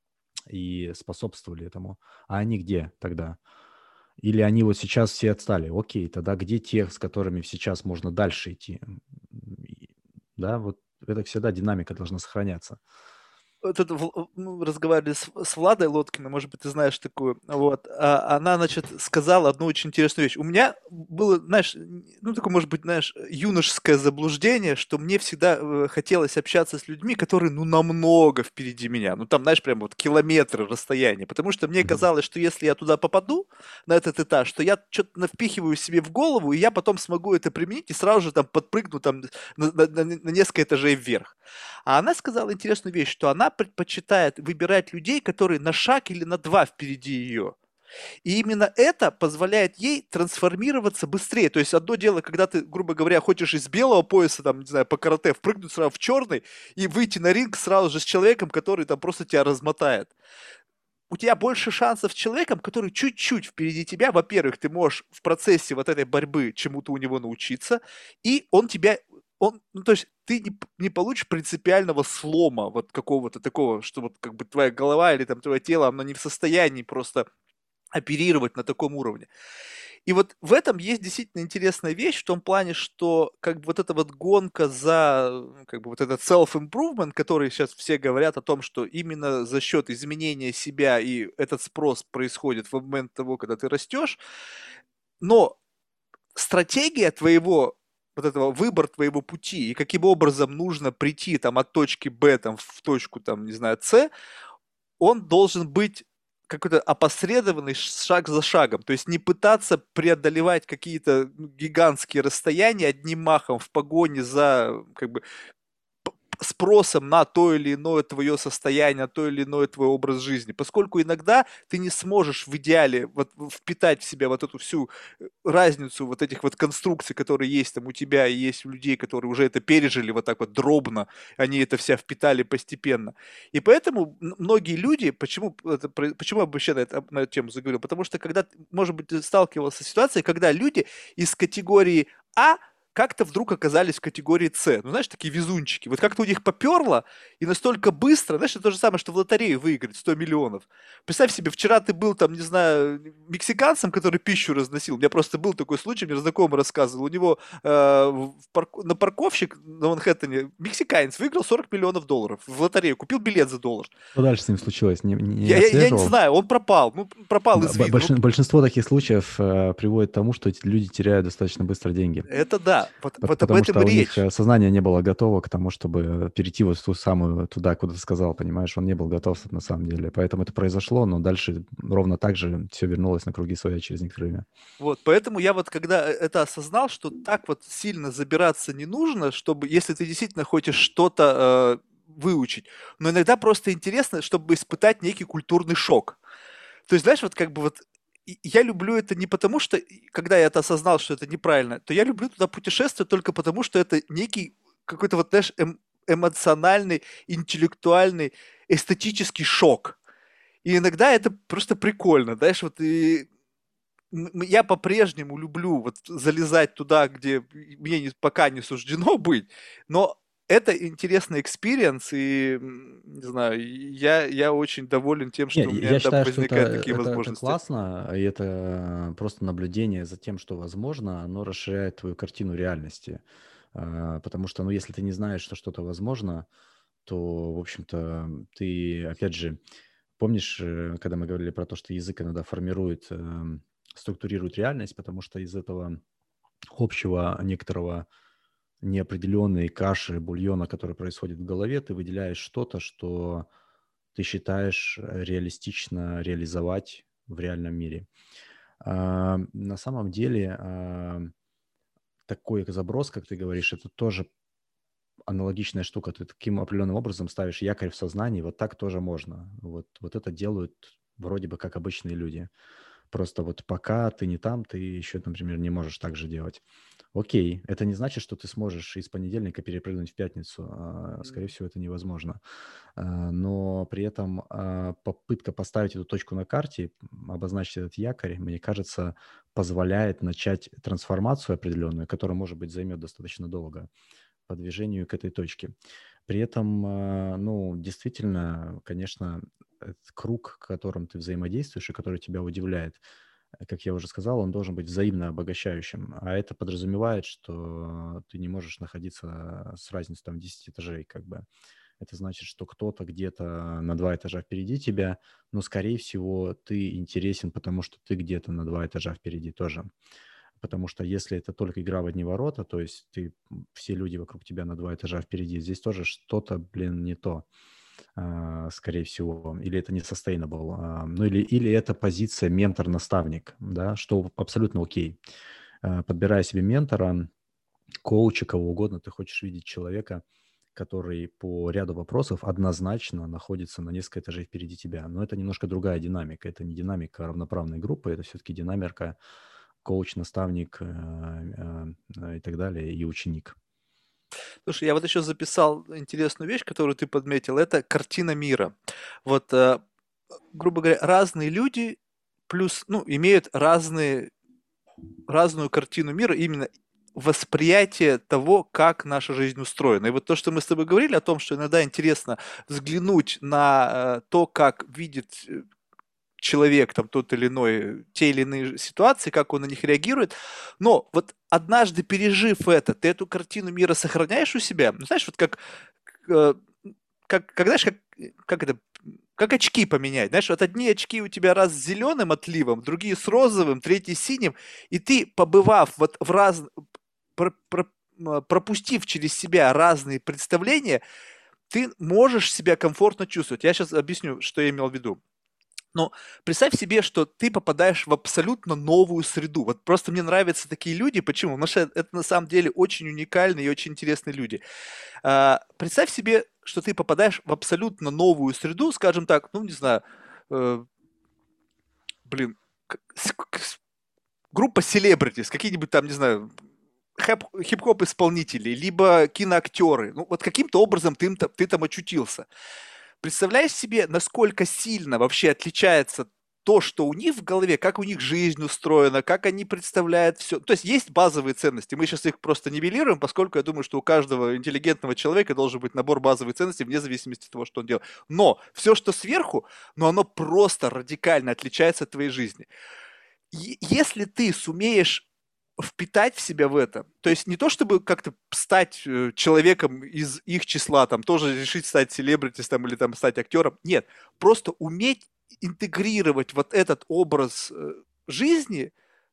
и способствовали этому. А они где тогда? Или они вот сейчас все отстали? Окей, тогда где те, с которыми сейчас можно дальше идти? М, и- Да, вот это всегда динамика должна сохраняться. Вот это Вл- мы разговаривали с, с Владой Лоткиной, может быть, ты знаешь такую, вот, а она, значит, сказала одну очень интересную вещь. У меня было, знаешь, н- ну, такое, может быть, знаешь, юношеское заблуждение, что мне всегда э, хотелось общаться с людьми, которые, ну, намного впереди меня, ну, там, знаешь, прям вот километры расстояния, потому что мне Мгм. казалось, что если я туда попаду, на этот этаж, то я что-то впихиваю себе в голову, и я потом смогу это применить и сразу же там подпрыгну там на, на- на- на несколько этажей вверх. А она сказала интересную вещь, что она предпочитает выбирать людей, которые на шаг или на два впереди ее. И именно это позволяет ей трансформироваться быстрее. То есть одно дело, когда ты, грубо говоря, хочешь из белого пояса, там, не знаю, по карате, впрыгнуть сразу в черный и выйти на ринг сразу же с человеком, который там просто тебя размотает. У тебя больше шансов с человеком, который чуть-чуть впереди тебя. Во-первых, ты можешь в процессе вот этой борьбы чему-то у него научиться, и он тебя, он, ну, то есть ты не, не получишь принципиального слома вот какого-то такого, что вот как бы твоя голова или там твое тело, оно не в состоянии просто оперировать на таком уровне. И вот в этом есть действительно интересная вещь в том плане, что как бы вот эта вот гонка за как бы вот этот self-improvement, который сейчас все говорят о том, что именно за счет изменения себя и этот спрос происходит в момент того, когда ты растешь, но стратегия твоего вот этого выбор твоего пути и каким образом нужно прийти там от точки Б там в точку там не знаю С, он должен быть какой-то опосредованный шаг за шагом. То есть не пытаться преодолевать какие-то ну, гигантские расстояния одним махом в погоне за как бы спросом на то или иное твое состояние, на то или иное твой образ жизни. Поскольку иногда ты не сможешь в идеале вот впитать в себя вот эту всю разницу вот этих вот конструкций, которые есть там у тебя и есть у людей, которые уже это пережили вот так вот дробно, они это все впитали постепенно. И поэтому многие люди, почему, это, почему я вообще на, это, на эту тему заговорил? Потому что когда, может быть, ты сталкивался с ситуацией, когда люди из категории А как-то вдруг оказались в категории С. Ну, знаешь, такие везунчики. Вот как-то у них поперло, и настолько быстро, знаешь, это то же самое, что в лотерею выиграть сто миллионов. Представь себе, вчера ты был там, не знаю, мексиканцем, который пищу разносил. У меня просто был такой случай, мне знакомый рассказывал. У него э, в парк... на парковщик на Манхэттене мексиканец выиграл сорок миллионов долларов в лотерею, купил билет за доллар. Что дальше с ним случилось? Не, не Я, я, я не отслеживал? знаю, он пропал. Ну, пропал из вида. Больш... Ну, Большинство таких случаев э, приводит к тому, что эти люди теряют достаточно быстро деньги. это да. Вот, вот об Потому этом что и у них речь. э, сознание не было готово к тому, чтобы перейти вот в ту самую, туда, куда ты сказал, понимаешь? Он не был готов на самом деле. Поэтому это произошло, но дальше ровно так же все вернулось на круги своя через некоторое время. Вот, поэтому я вот когда э, это осознал, что так вот сильно забираться не нужно, чтобы, если ты действительно хочешь что-то э, выучить, но иногда просто интересно, чтобы испытать некий культурный шок. То есть, знаешь, вот как бы вот и- я люблю это не потому, что, и когда я это осознал, что это неправильно, то я люблю туда путешествовать только потому, что это некий какой-то вот, знаешь, эм- эмоциональный, интеллектуальный, эстетический шок. И иногда это просто прикольно, знаешь, вот и м, я по-прежнему люблю вот залезать туда, где мне не- пока не суждено быть, но это интересный экспириенс, и, м, не знаю, я, я очень доволен тем, Не, что у меня я иногда считаю, что это, возникают такие это, это возможности. классно, и это просто наблюдение за тем, что возможно, оно расширяет твою картину реальности. А, Потому что, ну, если ты не знаешь, что что-то возможно, то, в общем-то, ты, опять же, помнишь, э, когда мы говорили про то, что язык иногда формирует, эм, структурирует реальность, потому что из этого общего некоторого неопределенной каши, бульона, который происходит в голове, ты выделяешь что-то, что ты считаешь э, реалистично реализовать в реальном мире. А, на самом деле, а, такой заброс, как ты говоришь, это тоже аналогичная штука. Ты таким определенным образом ставишь якорь в сознании, вот так тоже можно. Вот, вот это делают вроде бы как обычные люди. Просто вот пока ты не там, ты еще, например, не можешь так же делать. Окей, это не значит, что ты сможешь из понедельника перепрыгнуть в пятницу. А, Скорее М, всего, это невозможно. А, Но при этом а, попытка поставить эту точку на карте, м, обозначить этот якорь, мне кажется, позволяет начать трансформацию определенную, которая, может быть, займет достаточно долго по движению к этой точке. При этом, а, ну, действительно, конечно, этот круг, в котором ты взаимодействуешь и который тебя удивляет, э, как я уже сказал, он должен быть взаимно обогащающим. А это подразумевает, что ты не можешь находиться с разницей там десять этажей, как бы. Это значит, что кто-то где-то на два этажа впереди тебя, но, скорее всего, ты интересен, потому что ты где-то на два этажа впереди тоже. Потому что если это только игра в одни ворота, то есть ты, м, все люди вокруг тебя на два этажа впереди, здесь тоже что-то, блин, не то, а, скорее всего. Или это не sustainable, а, ну или, или это позиция ментор-наставник, да, что абсолютно окей. А, Подбирая себе ментора, коуча, кого угодно, ты хочешь видеть человека, который по ряду вопросов однозначно находится на несколько этажей впереди тебя. Но это немножко другая динамика. Это не динамика равноправной группы, это все-таки динамика коуч, наставник э, э, э, и так далее, и ученик. Слушай, я вот еще записал интересную вещь, которую ты подметил. Это картина мира. Вот, э, грубо говоря, разные люди плюс, ну, имеют разные, разную картину мира, именно восприятие того, как наша жизнь устроена. И вот то, что мы с тобой говорили о том, что иногда интересно взглянуть на э, то, как видит э, человек, там, тот или иной, те или иные ситуации, как он на них реагирует. Но вот однажды пережив это, ты эту картину мира сохраняешь у себя. Ну, знаешь, вот как, э, как, как знаешь, как, как это, как очки поменять. Знаешь, вот одни очки у тебя раз с зеленым отливом, другие с розовым, третий с синим, и ты, побывав вот в раз, про- про- м, пропустив через себя разные представления, ты можешь себя комфортно чувствовать. Я сейчас объясню, что я имел в виду. Но представь себе, что ты попадаешь в абсолютно новую среду. Вот просто мне нравятся такие люди. Почему? Потому что это на самом деле очень уникальные и очень интересные люди. А, представь себе, что ты попадаешь в абсолютно новую среду, скажем так, ну, не знаю, э, блин, к- с- к- с- группа селебритис, какие-нибудь там, не знаю, хэп- хип-хоп исполнители, либо киноактеры. Ну, вот каким-то образом ты, им та- ты там очутился. Представляешь себе, насколько сильно вообще отличается то, что у них в голове, как у них жизнь устроена, как они представляют все. То есть есть базовые ценности. Мы сейчас их просто нивелируем, поскольку я думаю, что у каждого интеллигентного человека должен быть набор базовых ценностей вне зависимости от того, что он делает. Но все, что сверху, но оно просто радикально отличается от твоей жизни. И если ты сумеешь впитать в себя в это, то есть не то чтобы как-то стать э, человеком из их числа, там тоже решить стать селебритис там или там стать актером, нет, просто уметь интегрировать вот этот образ э, жизни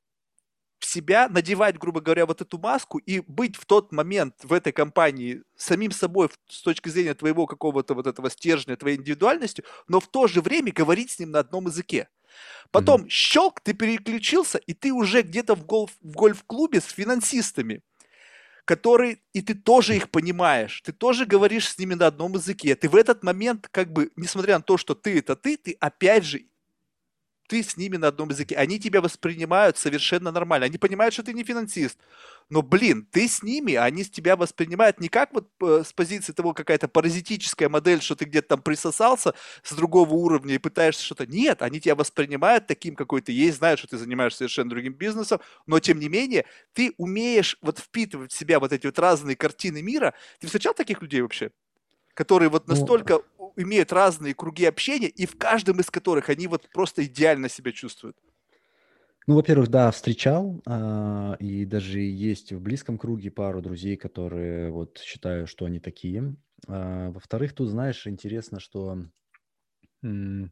в себя, надевать, грубо говоря, вот эту маску и быть в тот момент в этой компании самим собой в- с точки зрения твоего какого-то вот этого стержня, твоей индивидуальностью, но в то же время говорить с ним на одном языке. Мгм. Потом щелк, ты переключился, и ты уже где-то в, гольф, в гольф-клубе с финансистами, которые, и ты тоже их понимаешь, ты тоже говоришь с ними на одном языке. Ты в этот момент, как бы, несмотря на то, что ты это ты, ты опять же ты с ними на одном языке. Они тебя воспринимают совершенно нормально. Они понимают, что ты не финансист. Но, блин, ты с ними, а они с тебя воспринимают не как вот э, с позиции того какая-то паразитическая модель, что ты где-то там присосался с другого уровня и пытаешься что-то. Нет, они тебя воспринимают таким, какой ты есть, знают, что ты занимаешься совершенно другим бизнесом, но, тем не менее, ты умеешь вот впитывать в себя вот эти вот разные картины мира. Ты встречал таких людей вообще? Которые вот Ну, настолько имеют разные круги общения, и в каждом из которых они вот просто идеально себя чувствуют. ну, во-первых, да, встречал, а, и даже есть в близком круге пару друзей, которые вот считаю, что они такие. А, во-вторых, тут, знаешь, интересно, что м,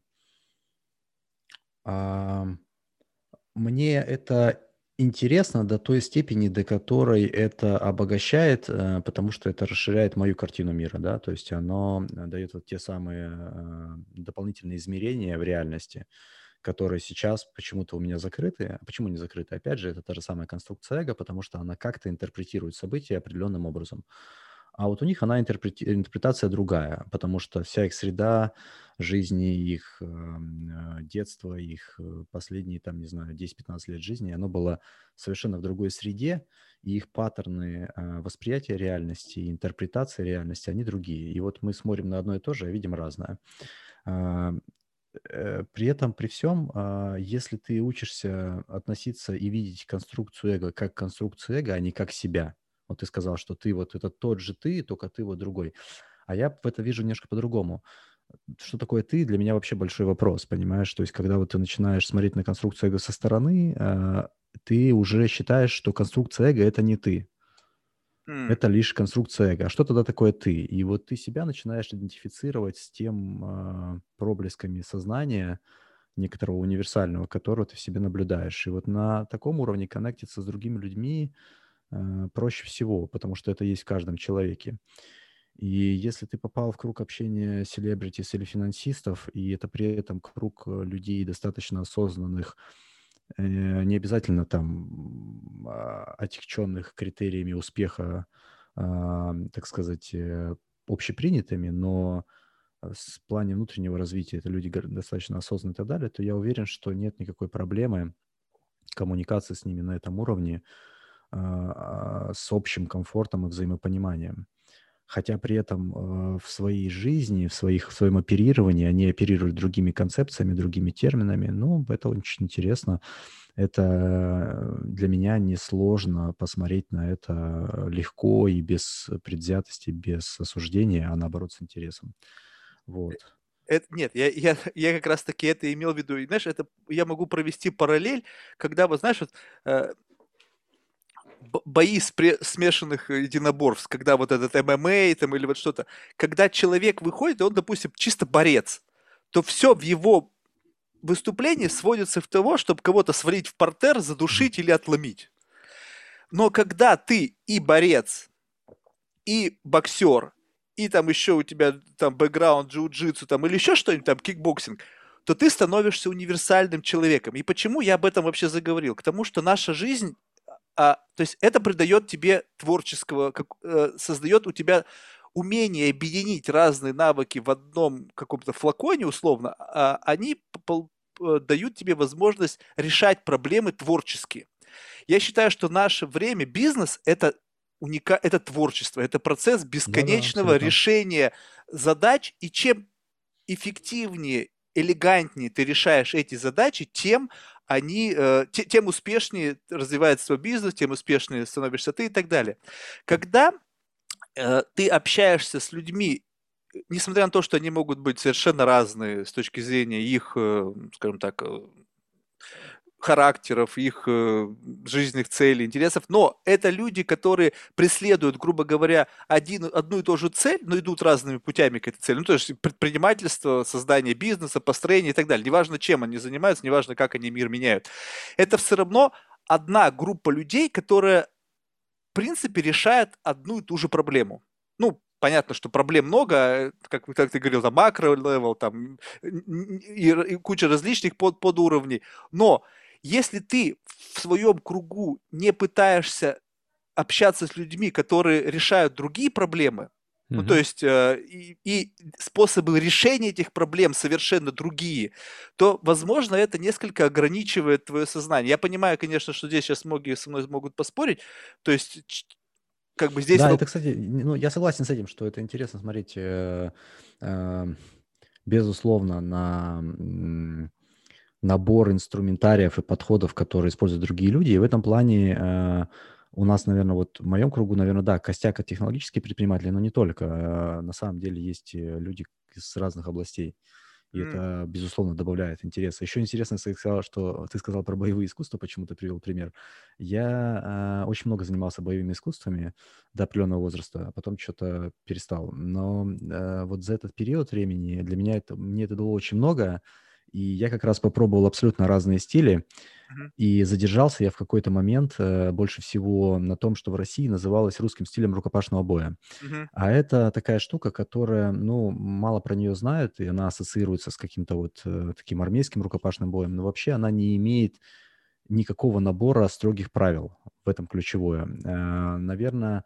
а, мне это интересно до той степени, до которой это обогащает, э, потому что это расширяет мою картину мира, да, то есть оно э, дает вот те самые э, дополнительные измерения в реальности, которые сейчас почему-то у меня закрыты. А почему не закрыты? Опять же, это та же самая конструкция эго, потому что она как-то интерпретирует события определенным образом. А вот у них она интерпрети- интерпретация другая, потому что вся их среда жизни, их эм, э, детство, их э, последние, там, не знаю, десять-пятнадцать лет жизни, оно было совершенно в другой среде, и их паттерны э, восприятия реальности, интерпретации реальности, они другие. И вот мы смотрим на одно и то же, а видим разное. А, э, При этом, при всем, а, если ты учишься относиться и видеть конструкцию эго как конструкцию эго, а не как себя, вот ты сказал, что ты вот это тот же ты, только ты вот другой. А я в это вижу немножко по-другому. Что такое ты, для меня вообще большой вопрос, понимаешь? То есть, когда вот ты начинаешь смотреть на конструкцию эго со стороны, а, ты уже считаешь, что конструкция эго– это не ты. М. Это лишь конструкция эго. А что тогда такое ты? И вот ты себя начинаешь идентифицировать с тем а, проблесками сознания некоторого универсального, которого ты в себе наблюдаешь. И вот на таком уровне коннектиться с другими людьми а, проще всего, потому что это есть в каждом человеке. И если ты попал в круг общения селебритис или финансистов, и это при этом круг э, людей достаточно осознанных, э, не обязательно там м, а, отягченных критериями успеха, а, так сказать, э, общепринятыми, но в плане внутреннего развития это люди достаточно осознанные и так далее, то я уверен, что нет никакой проблемы коммуникации с ними на этом уровне а, с общим комфортом и взаимопониманием. Хотя при этом э, в своей жизни, в, своих, в своем оперировании они оперируют другими концепциями, другими терминами. Ну, это очень интересно. Это для меня несложно посмотреть на это легко и без предвзятости, без осуждения, а наоборот с интересом. Вот. Это, нет, я, я, я как раз таки это имел в виду. И, знаешь, это я могу провести параллель, когда, вот, знаешь, вот, э, бои спре- смешанных единоборств, когда вот этот эм эм а там, или вот что-то, когда человек выходит, и он, допустим, чисто борец, то все в его выступлении сводится в того, чтобы кого-то свалить в партер, задушить или отломить. Но когда ты и борец, и боксер, и там еще у тебя там бэкграунд джиу-джитсу там, или еще что-нибудь там, кикбоксинг, то ты становишься универсальным человеком. И почему я об этом вообще заговорил? К тому, что наша жизнь, а, то есть это придает тебе творческого, как, э, создает у тебя умение объединить разные навыки в одном каком-то флаконе, условно, а, они пол- э, дают тебе возможность решать проблемы творчески. Я считаю, что наше время, бизнес– это уника... это творчество, это процесс Да-да, бесконечного абсолютно. решения задач, и чем эффективнее, элегантнее ты решаешь эти задачи, тем они, э, те- тем успешнее развивается твой бизнес, тем успешнее становишься ты и так далее. Когда э, ты общаешься с людьми, несмотря на то, что они могут быть совершенно разные с точки зрения их, э, скажем так, э, характеров, их э, жизненных целей, интересов, но это люди, которые преследуют, грубо говоря, один, одну и ту же цель, но идут разными путями к этой цели. Ну, то есть предпринимательство, создание бизнеса, построение и так далее. Неважно, чем они занимаются, неважно, как они мир меняют. Это все равно одна группа людей, которая, в принципе, решает одну и ту же проблему. Ну, понятно, что проблем много, э, как, как ты говорил, там макро-левел, там и, и куча различных под, подуровней, но если ты в своем кругу не пытаешься общаться с людьми, которые решают другие проблемы, ну, то Мгм. есть э, и, и способы решения этих проблем совершенно другие, то, возможно, это несколько ограничивает твое сознание. Я понимаю, конечно, что здесь сейчас многие со мной могут поспорить, то есть ч- как бы здесь Да, оно... это, кстати, ну, я согласен с этим, что это интересно смотреть, э, э, безусловно, на м, набор инструментариев и подходов, которые используют другие люди. И в этом плане э, у нас, наверное, вот в моем кругу, наверное, да, костяк — это технологические предприниматели, но не только. Э, на самом деле есть э, люди из разных областей. И М, это, безусловно, добавляет интереса. Еще интересно, ты сказал, что ты сказал про боевые искусства, почему ты привел пример. Я а, очень много занимался боевыми искусствами до определенного возраста, а потом что-то перестал. Но а, вот за этот период времени для меня это, мне это дало очень много, и я как раз попробовал абсолютно разные стили. мгм, И задержался я в какой-то момент э, больше всего на том, что в России называлось русским стилем рукопашного боя. мгм, А это такая штука, которая, ну, мало про нее знают, и она ассоциируется с каким-то вот э, таким армейским рукопашным боем, но вообще она не имеет никакого набора строгих правил. В этом ключевое. Наверное,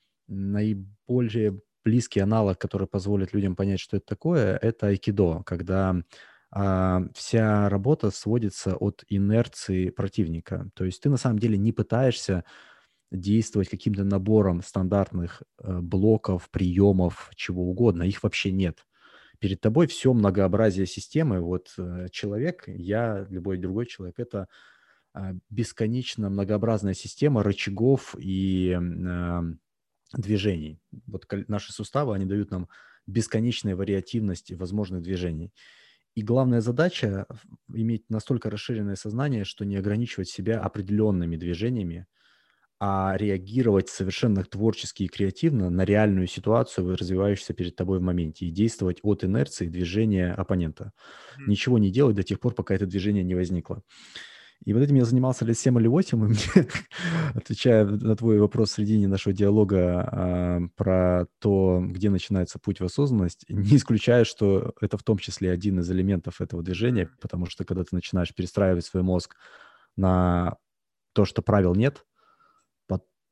наиболее близкий аналог, который позволит людям понять, что это такое, это айкидо, когда а, вся работа сводится от инерции противника. То есть ты на самом деле не пытаешься действовать каким-то набором стандартных э, блоков, приемов, чего угодно. Их вообще нет. Перед тобой все многообразие системы. Вот э, человек, я, любой другой человек, это а, бесконечно многообразная система рычагов и м, а, движений. Вот кол- наши суставы, они дают нам бесконечную вариативность возможных движений. И главная задача в- иметь настолько расширенное сознание, что не ограничивать себя определенными движениями, а реагировать совершенно творчески и креативно на реальную ситуацию, развивающуюся перед тобой в моменте, и действовать от инерции движения оппонента. мгм. Ничего не делать до тех пор, пока это движение не возникло. И вот этим я занимался лет семь или восемь, и мне, отвечая на твой вопрос в середине нашего диалога а, про то, где начинается путь в осознанность, не исключаю, что это в том числе один из элементов этого движения, М, потому что когда ты начинаешь перестраивать свой мозг на то, что правил нет,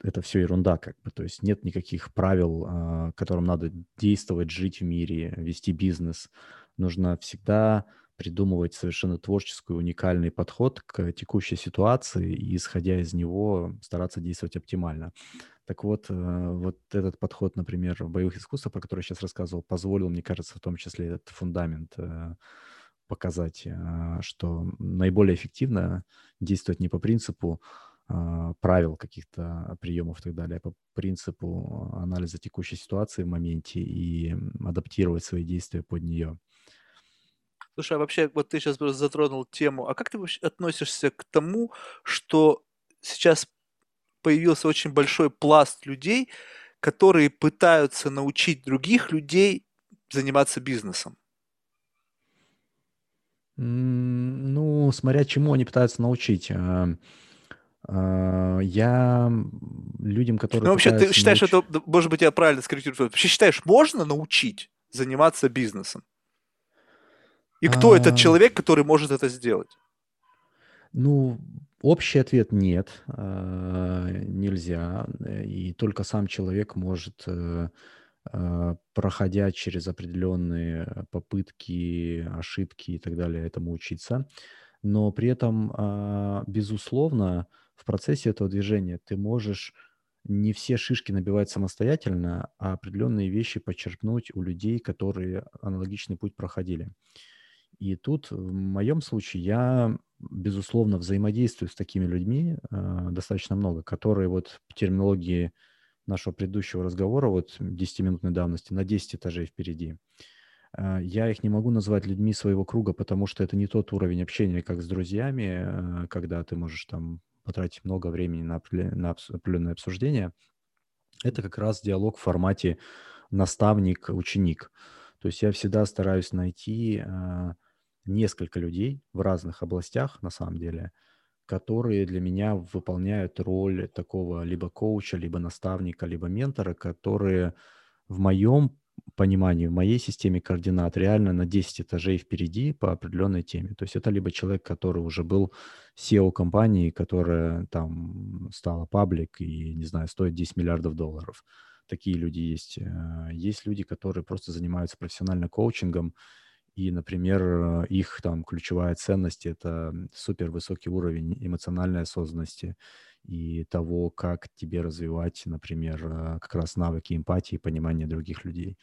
это все ерунда как бы. То есть нет никаких правил, а, которым надо действовать, жить в мире, вести бизнес. Нужно всегда придумывать совершенно творческий, уникальный подход к текущей ситуации и, исходя из него, стараться действовать оптимально. Так вот, э, вот этот подход, например, в боевых искусствах, про который я сейчас рассказывал, позволил, мне кажется, в том числе этот фундамент э, показать, э, что наиболее эффективно действовать не по принципу а, правил каких-то приемов и так далее, а по принципу анализа текущей ситуации в моменте и м, адаптировать свои действия под нее. Слушай, а вообще, вот ты сейчас просто затронул тему, а как ты вообще относишься к тому, что сейчас появился очень большой пласт людей, которые пытаются научить других людей заниматься бизнесом? М, Ну, смотря чему они пытаются научить. А, а, Я м, людям, которые Ну, вообще, ты пытаются считаешь, научить... это, д- может быть, я правильно скорректирую, вообще считаешь, можно научить заниматься бизнесом? И кто этот человек, который может это сделать? Ну, общий ответ нет, а, нельзя. э, И только сам человек может, э, а, проходя через определенные попытки, ошибки и так далее, этому учиться. Но при этом, а, безусловно, в процессе этого движения ты можешь не все шишки набивать самостоятельно, а определенные вещи почерпнуть у людей, которые аналогичный путь проходили. И тут в моем случае я, безусловно, взаимодействую с такими людьми э, достаточно много, которые вот в терминологии нашего предыдущего разговора, вот десятиминутной давности, на десять этажей впереди. Э, Я их не могу назвать людьми своего круга, потому что это не тот уровень общения, как с друзьями, э, когда ты можешь там потратить много времени на определен- на обс- определенное обсуждение. Это как раз диалог в формате наставник-ученик. То есть я всегда стараюсь найти а, несколько людей в разных областях, на самом деле, которые для меня выполняют роль такого либо коуча, либо наставника, либо ментора, которые в моем понимании, в моей системе координат реально на десять этажей впереди по определенной теме. То есть это либо человек, который уже был си и о компании, которая там стала паблик и, не знаю, стоит десять миллиардов долларов. Такие люди есть. Э, Есть люди, которые просто занимаются профессионально коучингом, и, например, э, их там ключевая ценность — это супер высокий уровень эмоциональной осознанности и того, как тебе развивать, например, э, как раз навыки эмпатии и понимания других людей.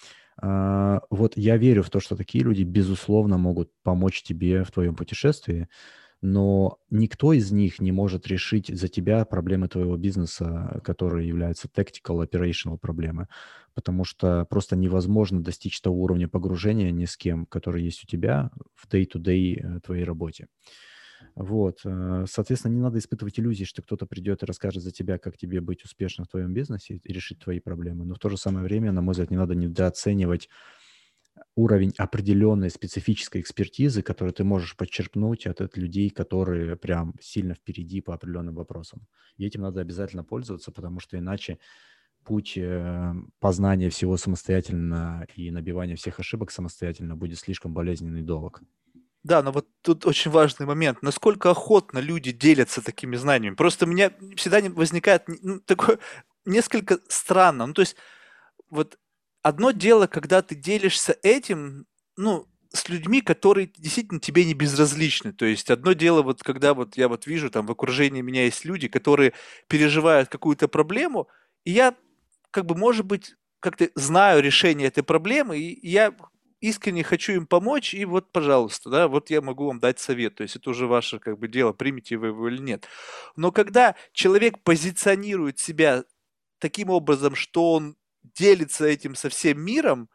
А, Вот я верю в то, что такие люди, безусловно, могут помочь тебе в твоем путешествии, но никто из них не может решить за тебя проблемы твоего бизнеса, которые являются tactical, operational проблемы, потому что просто невозможно достичь того уровня погружения ни с кем, который есть у тебя в day-to-day э, твоей работе. Вот, э, соответственно, не надо испытывать иллюзий, что кто-то придет и расскажет за тебя, как тебе быть успешным в твоем бизнесе и решить твои проблемы. Но в то же самое время, на мой взгляд, не надо недооценивать уровень определенной специфической экспертизы, которую ты можешь подчерпнуть от, от людей, которые прям сильно впереди по определенным вопросам. И этим надо обязательно пользоваться, потому что иначе путь э, познания всего самостоятельно и набивания всех ошибок самостоятельно будет слишком болезненный и долг. Да, но вот тут очень важный момент. Насколько охотно люди делятся такими знаниями? Просто у меня всегда не- возникает н- ну, такое несколько странно. Ну, то есть вот одно дело, когда ты делишься этим, ну, с людьми, которые действительно тебе не безразличны. То есть одно дело, вот когда вот я вот вижу, там в окружении меня есть люди, которые переживают какую-то проблему, и я как бы, может быть, как-то знаю решение этой проблемы, и я искренне хочу им помочь, и вот, пожалуйста, да, вот я могу вам дать совет. То есть это уже ваше как бы дело, примете вы его или нет. Но когда человек позиционирует себя таким образом, что он делится этим со всем миром,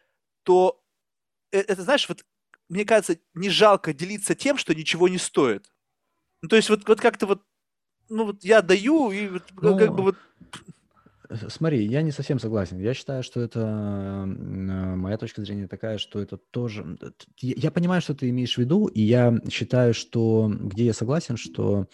то э- это, знаешь, вот мне кажется, не жалко делиться тем, что ничего не стоит. Ну, то есть вот, вот как-то вот, ну вот я даю, и вот как как бы Ну, вот, С смотри, я не совсем согласен. Я считаю, что это, м, э, моя точка зрения такая, что это тоже, м, т т я я понимаю, что ты имеешь в виду, и я считаю, что где я согласен, что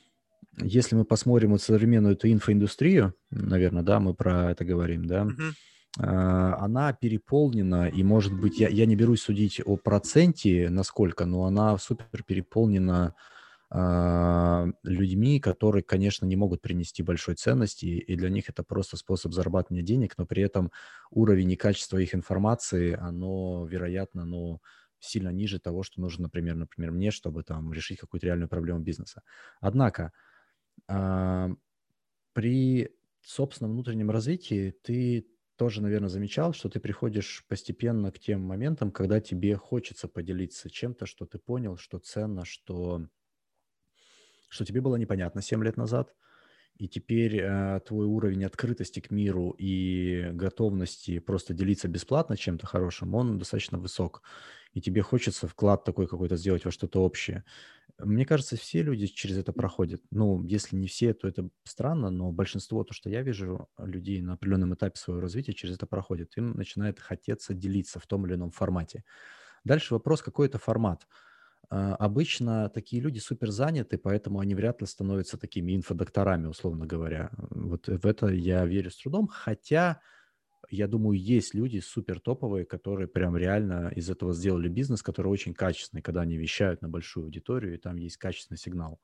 если мы посмотрим вот современную эту инфоиндустрию, наверное, да, мы про это говорим, да, мгм. а, она переполнена, и, может быть, я я не берусь судить о проценте, насколько, но она супер переполнена а, людьми, которые, конечно, не могут принести большой ценности, и для них это просто способ зарабатывания денег, но при этом уровень и качество их информации, оно, вероятно, ну, сильно ниже того, что нужно, например, например, мне, чтобы там решить какую-то реальную проблему бизнеса. Однако, а, при собственном внутреннем развитии ты тоже, наверное, замечал, что ты приходишь постепенно к тем моментам, когда тебе хочется поделиться чем-то, что ты понял, что ценно, что, что тебе было непонятно семь лет назад, и теперь э, твой уровень открытости к миру и готовности просто делиться бесплатно чем-то хорошим, он достаточно высок. И тебе хочется вклад такой какой-то сделать во что-то общее. Мне кажется, все люди через это проходят. Ну, если не все, то это странно, но большинство, то, что я вижу, людей на определенном этапе своего развития через это проходит. Им начинает хотеться делиться в том или ином формате. Дальше вопрос, какой это формат. А, Обычно такие люди супер заняты, поэтому они вряд ли становятся такими инфодокторами, условно говоря. Вот в это я верю с трудом, хотя я думаю, есть люди супер топовые, которые прям реально из этого сделали бизнес, который очень качественный, когда они вещают на большую аудиторию, и там есть качественный сигнал.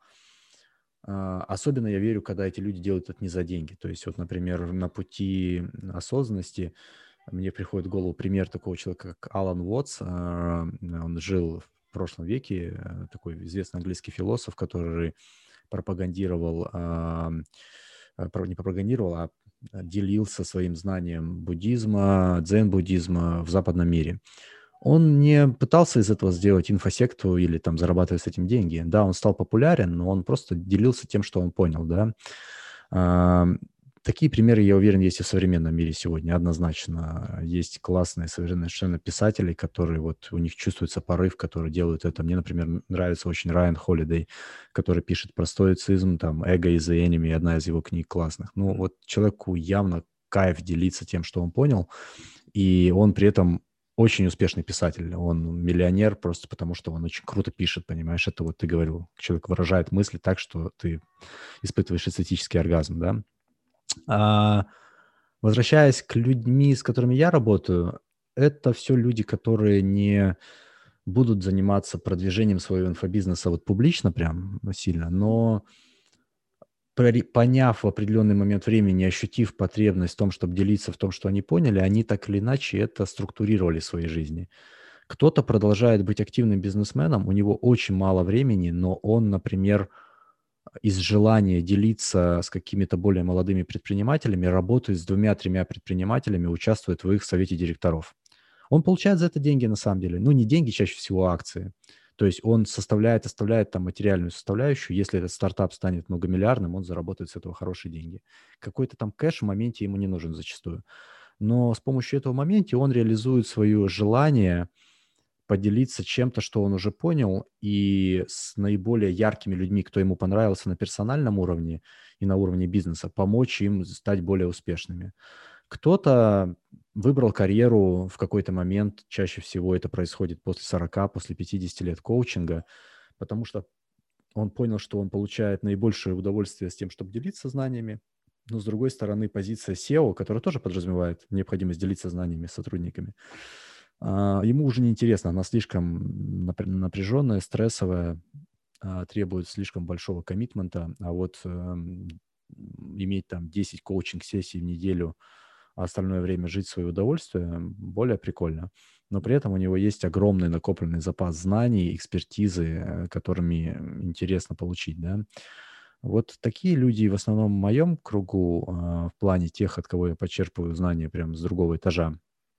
А, Особенно я верю, когда эти люди делают это не за деньги. То есть вот, например, на пути осознанности мне приходит в голову пример такого человека, как Алан Уотс. А, Он жил в прошлом веке, э, такой известный английский философ, который пропагандировал, а, а, про- не пропагандировал, а делился своим знанием буддизма, дзен-буддизма в западном мире. Он не пытался из этого сделать инфосекту или там зарабатывать с этим деньги. Да, он стал популярен, но он просто делился тем, что он понял, да. А, Такие примеры, я уверен, есть и в современном мире сегодня, однозначно. Есть классные совершенно писатели, которые вот у них чувствуется порыв, которые делают это. Мне, например, нравится очень Райан Холидей, который пишет про стоицизм, там, «Эго is the enemy», одна из его книг классных. Ну, вот человеку явно кайф делиться тем, что он понял, и он при этом очень успешный писатель. Он миллионер просто потому, что он очень круто пишет, понимаешь? Это вот ты говорил, человек выражает мысли так, что ты испытываешь эстетический оргазм, да? А, Возвращаясь к людьми, с которыми я работаю, это все люди, которые не будут заниматься продвижением своего инфобизнеса вот публично прям сильно, но Пори поняв в определенный момент времени, ощутив потребность в том, чтобы делиться в том, что они поняли, они так или иначе это структурировали в своей жизни. Кто-то продолжает быть активным бизнесменом, у него очень мало времени, но он, например, из желания делиться с какими-то более молодыми предпринимателями, работает с двумя-тремя предпринимателями, участвует в их совете директоров. Он получает за это деньги на самом деле. Ну, не деньги, чаще всего акции. То есть он составляет, оставляет там материальную составляющую. Если этот стартап станет многомиллиардным, он заработает с этого хорошие деньги. Какой-то там кэш в моменте ему не нужен зачастую. Но с помощью этого момента он реализует свое желание поделиться чем-то, что он уже понял, и с наиболее яркими людьми, кто ему понравился на персональном уровне и на уровне бизнеса, помочь им стать более успешными. Кто-то выбрал карьеру в какой-то момент, чаще всего это происходит после сорока, после пятидесяти лет коучинга, потому что он понял, что он получает наибольшее удовольствие с тем, чтобы делиться знаниями. Но, с другой стороны, позиция сео, которая тоже подразумевает необходимость делиться знаниями с сотрудниками, а, ему уже неинтересно, она слишком напр- напряженная, стрессовая, а, требует слишком большого коммитмента, а вот эм, иметь там десять коучинг-сессий в неделю, а остальное время жить в свое удовольствие, более прикольно. Но при этом у него есть огромный накопленный запас знаний, экспертизы, э, которыми интересно получить, да. Вот такие люди в основном в моем кругу, а, в плане тех, от кого я почерпываю знания прямо с другого этажа.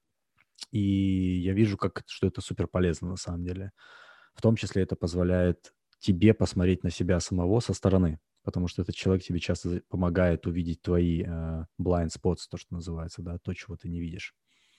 И я вижу, как, это- что это супер полезно на самом деле. В том числе это позволяет тебе посмотреть на себя самого со стороны, потому что этот человек тебе часто за- помогает увидеть твои э, blind spots, то, что называется, да, то, чего ты не видишь.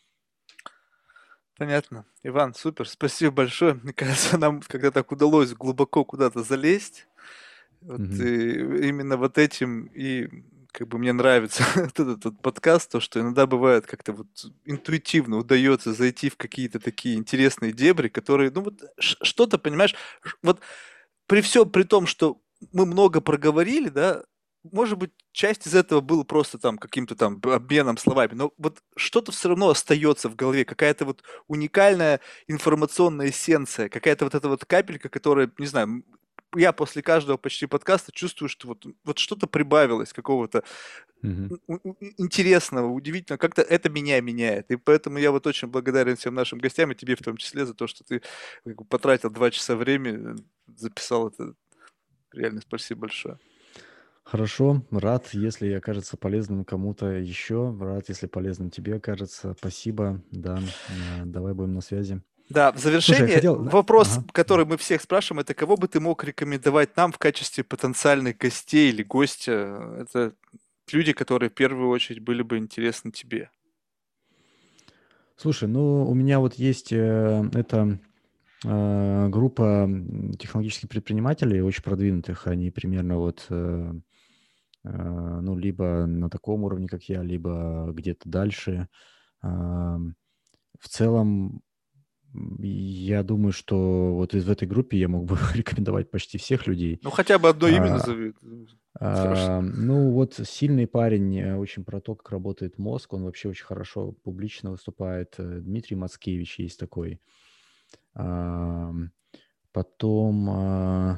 Понятно. Иван, супер, спасибо большое. Мне кажется, нам когда так удалось глубоко куда-то залезть. Вот Мгм. и именно вот этим и как бы мне нравится вот этот вот подкаст, то, что иногда бывает как-то вот интуитивно удается зайти в какие-то такие интересные дебри, которые, ну вот ш- что-то, понимаешь, ш- вот при всем при том, что мы много проговорили, да, может быть, часть из этого было просто там каким-то там б- обменом словами, но вот что-то все равно остается в голове, какая-то вот уникальная информационная эссенция, какая-то вот эта вот капелька, которая, не знаю, я после каждого почти подкаста чувствую, что вот, вот что-то прибавилось, какого-то Мгм. у- у- интересного, удивительного, как-то это меня меняет. И поэтому я вот очень благодарен всем нашим гостям, и тебе в том числе, за то, что ты как бы потратил два часа времени, записал это. Реально спасибо большое. Хорошо, рад, если окажется полезным кому-то еще, рад, если полезным тебе окажется. Спасибо, да, э, давай будем на связи. Да, в Слушай, я завершение хотел... зна- вопрос, Ага. который мы всех спрашиваем, это кого бы ты мог рекомендовать нам в качестве потенциальных гостей или гостя? Это люди, которые в первую очередь были бы интересны тебе. Слушай, ну, у меня вот есть э, эта э, группа м, технологических предпринимателей, очень продвинутых, они примерно вот, э, э, ну, либо на таком уровне, как я, либо где-то дальше. Ам, В целом, м, я думаю, что вот из в этой группе я мог бы рекомендовать почти всех людей. Ну, хотя бы одно имя А, назови. Страшно. а, Ну, вот сильный парень, э, очень про то, как работает мозг, он вообще очень хорошо публично выступает. э, Дмитрий Мацкевич есть такой. Ам, Потом а,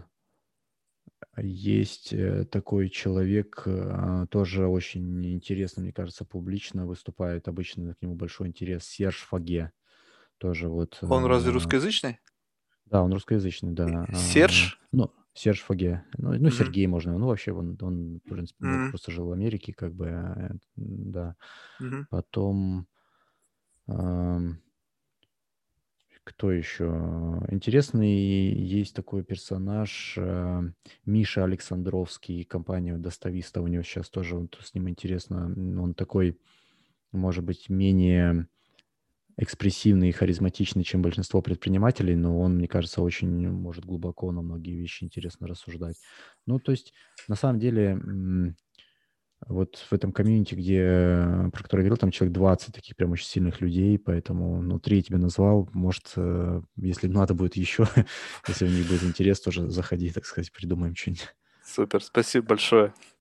есть э, такой человек, а, тоже очень интересно, мне кажется, публично выступает. Обычно к нему большой интерес. Серж Фаге. Тоже вот... Он разве э, русскоязычный? Да, он русскоязычный, да. а, Серж? Ну, Серж Фаге. Ну, ну, Мгм. Сергей можно. Ну, вообще, он, он, в принципе, много Мгм. просто жил в Америке, как бы, э, да. Мгм. Потом, ам, кто еще? Интересный есть такой персонаж, э, Миша Александровский, компания Достависта. У него сейчас тоже, вот с ним интересно. м, Он такой, может быть, менее экспрессивный и харизматичный, чем большинство предпринимателей, но он, мне кажется, очень может глубоко на многие вещи интересно рассуждать. Ну, то есть, на самом деле, м, вот в этом комьюнити, где, э, про который я говорил, там человек двадцать таких прям очень сильных людей, поэтому, ну, три я тебе назвал. Может, э, если надо будет еще, если у них будет интерес, тоже заходи, так сказать, придумаем что-нибудь. Супер, спасибо большое.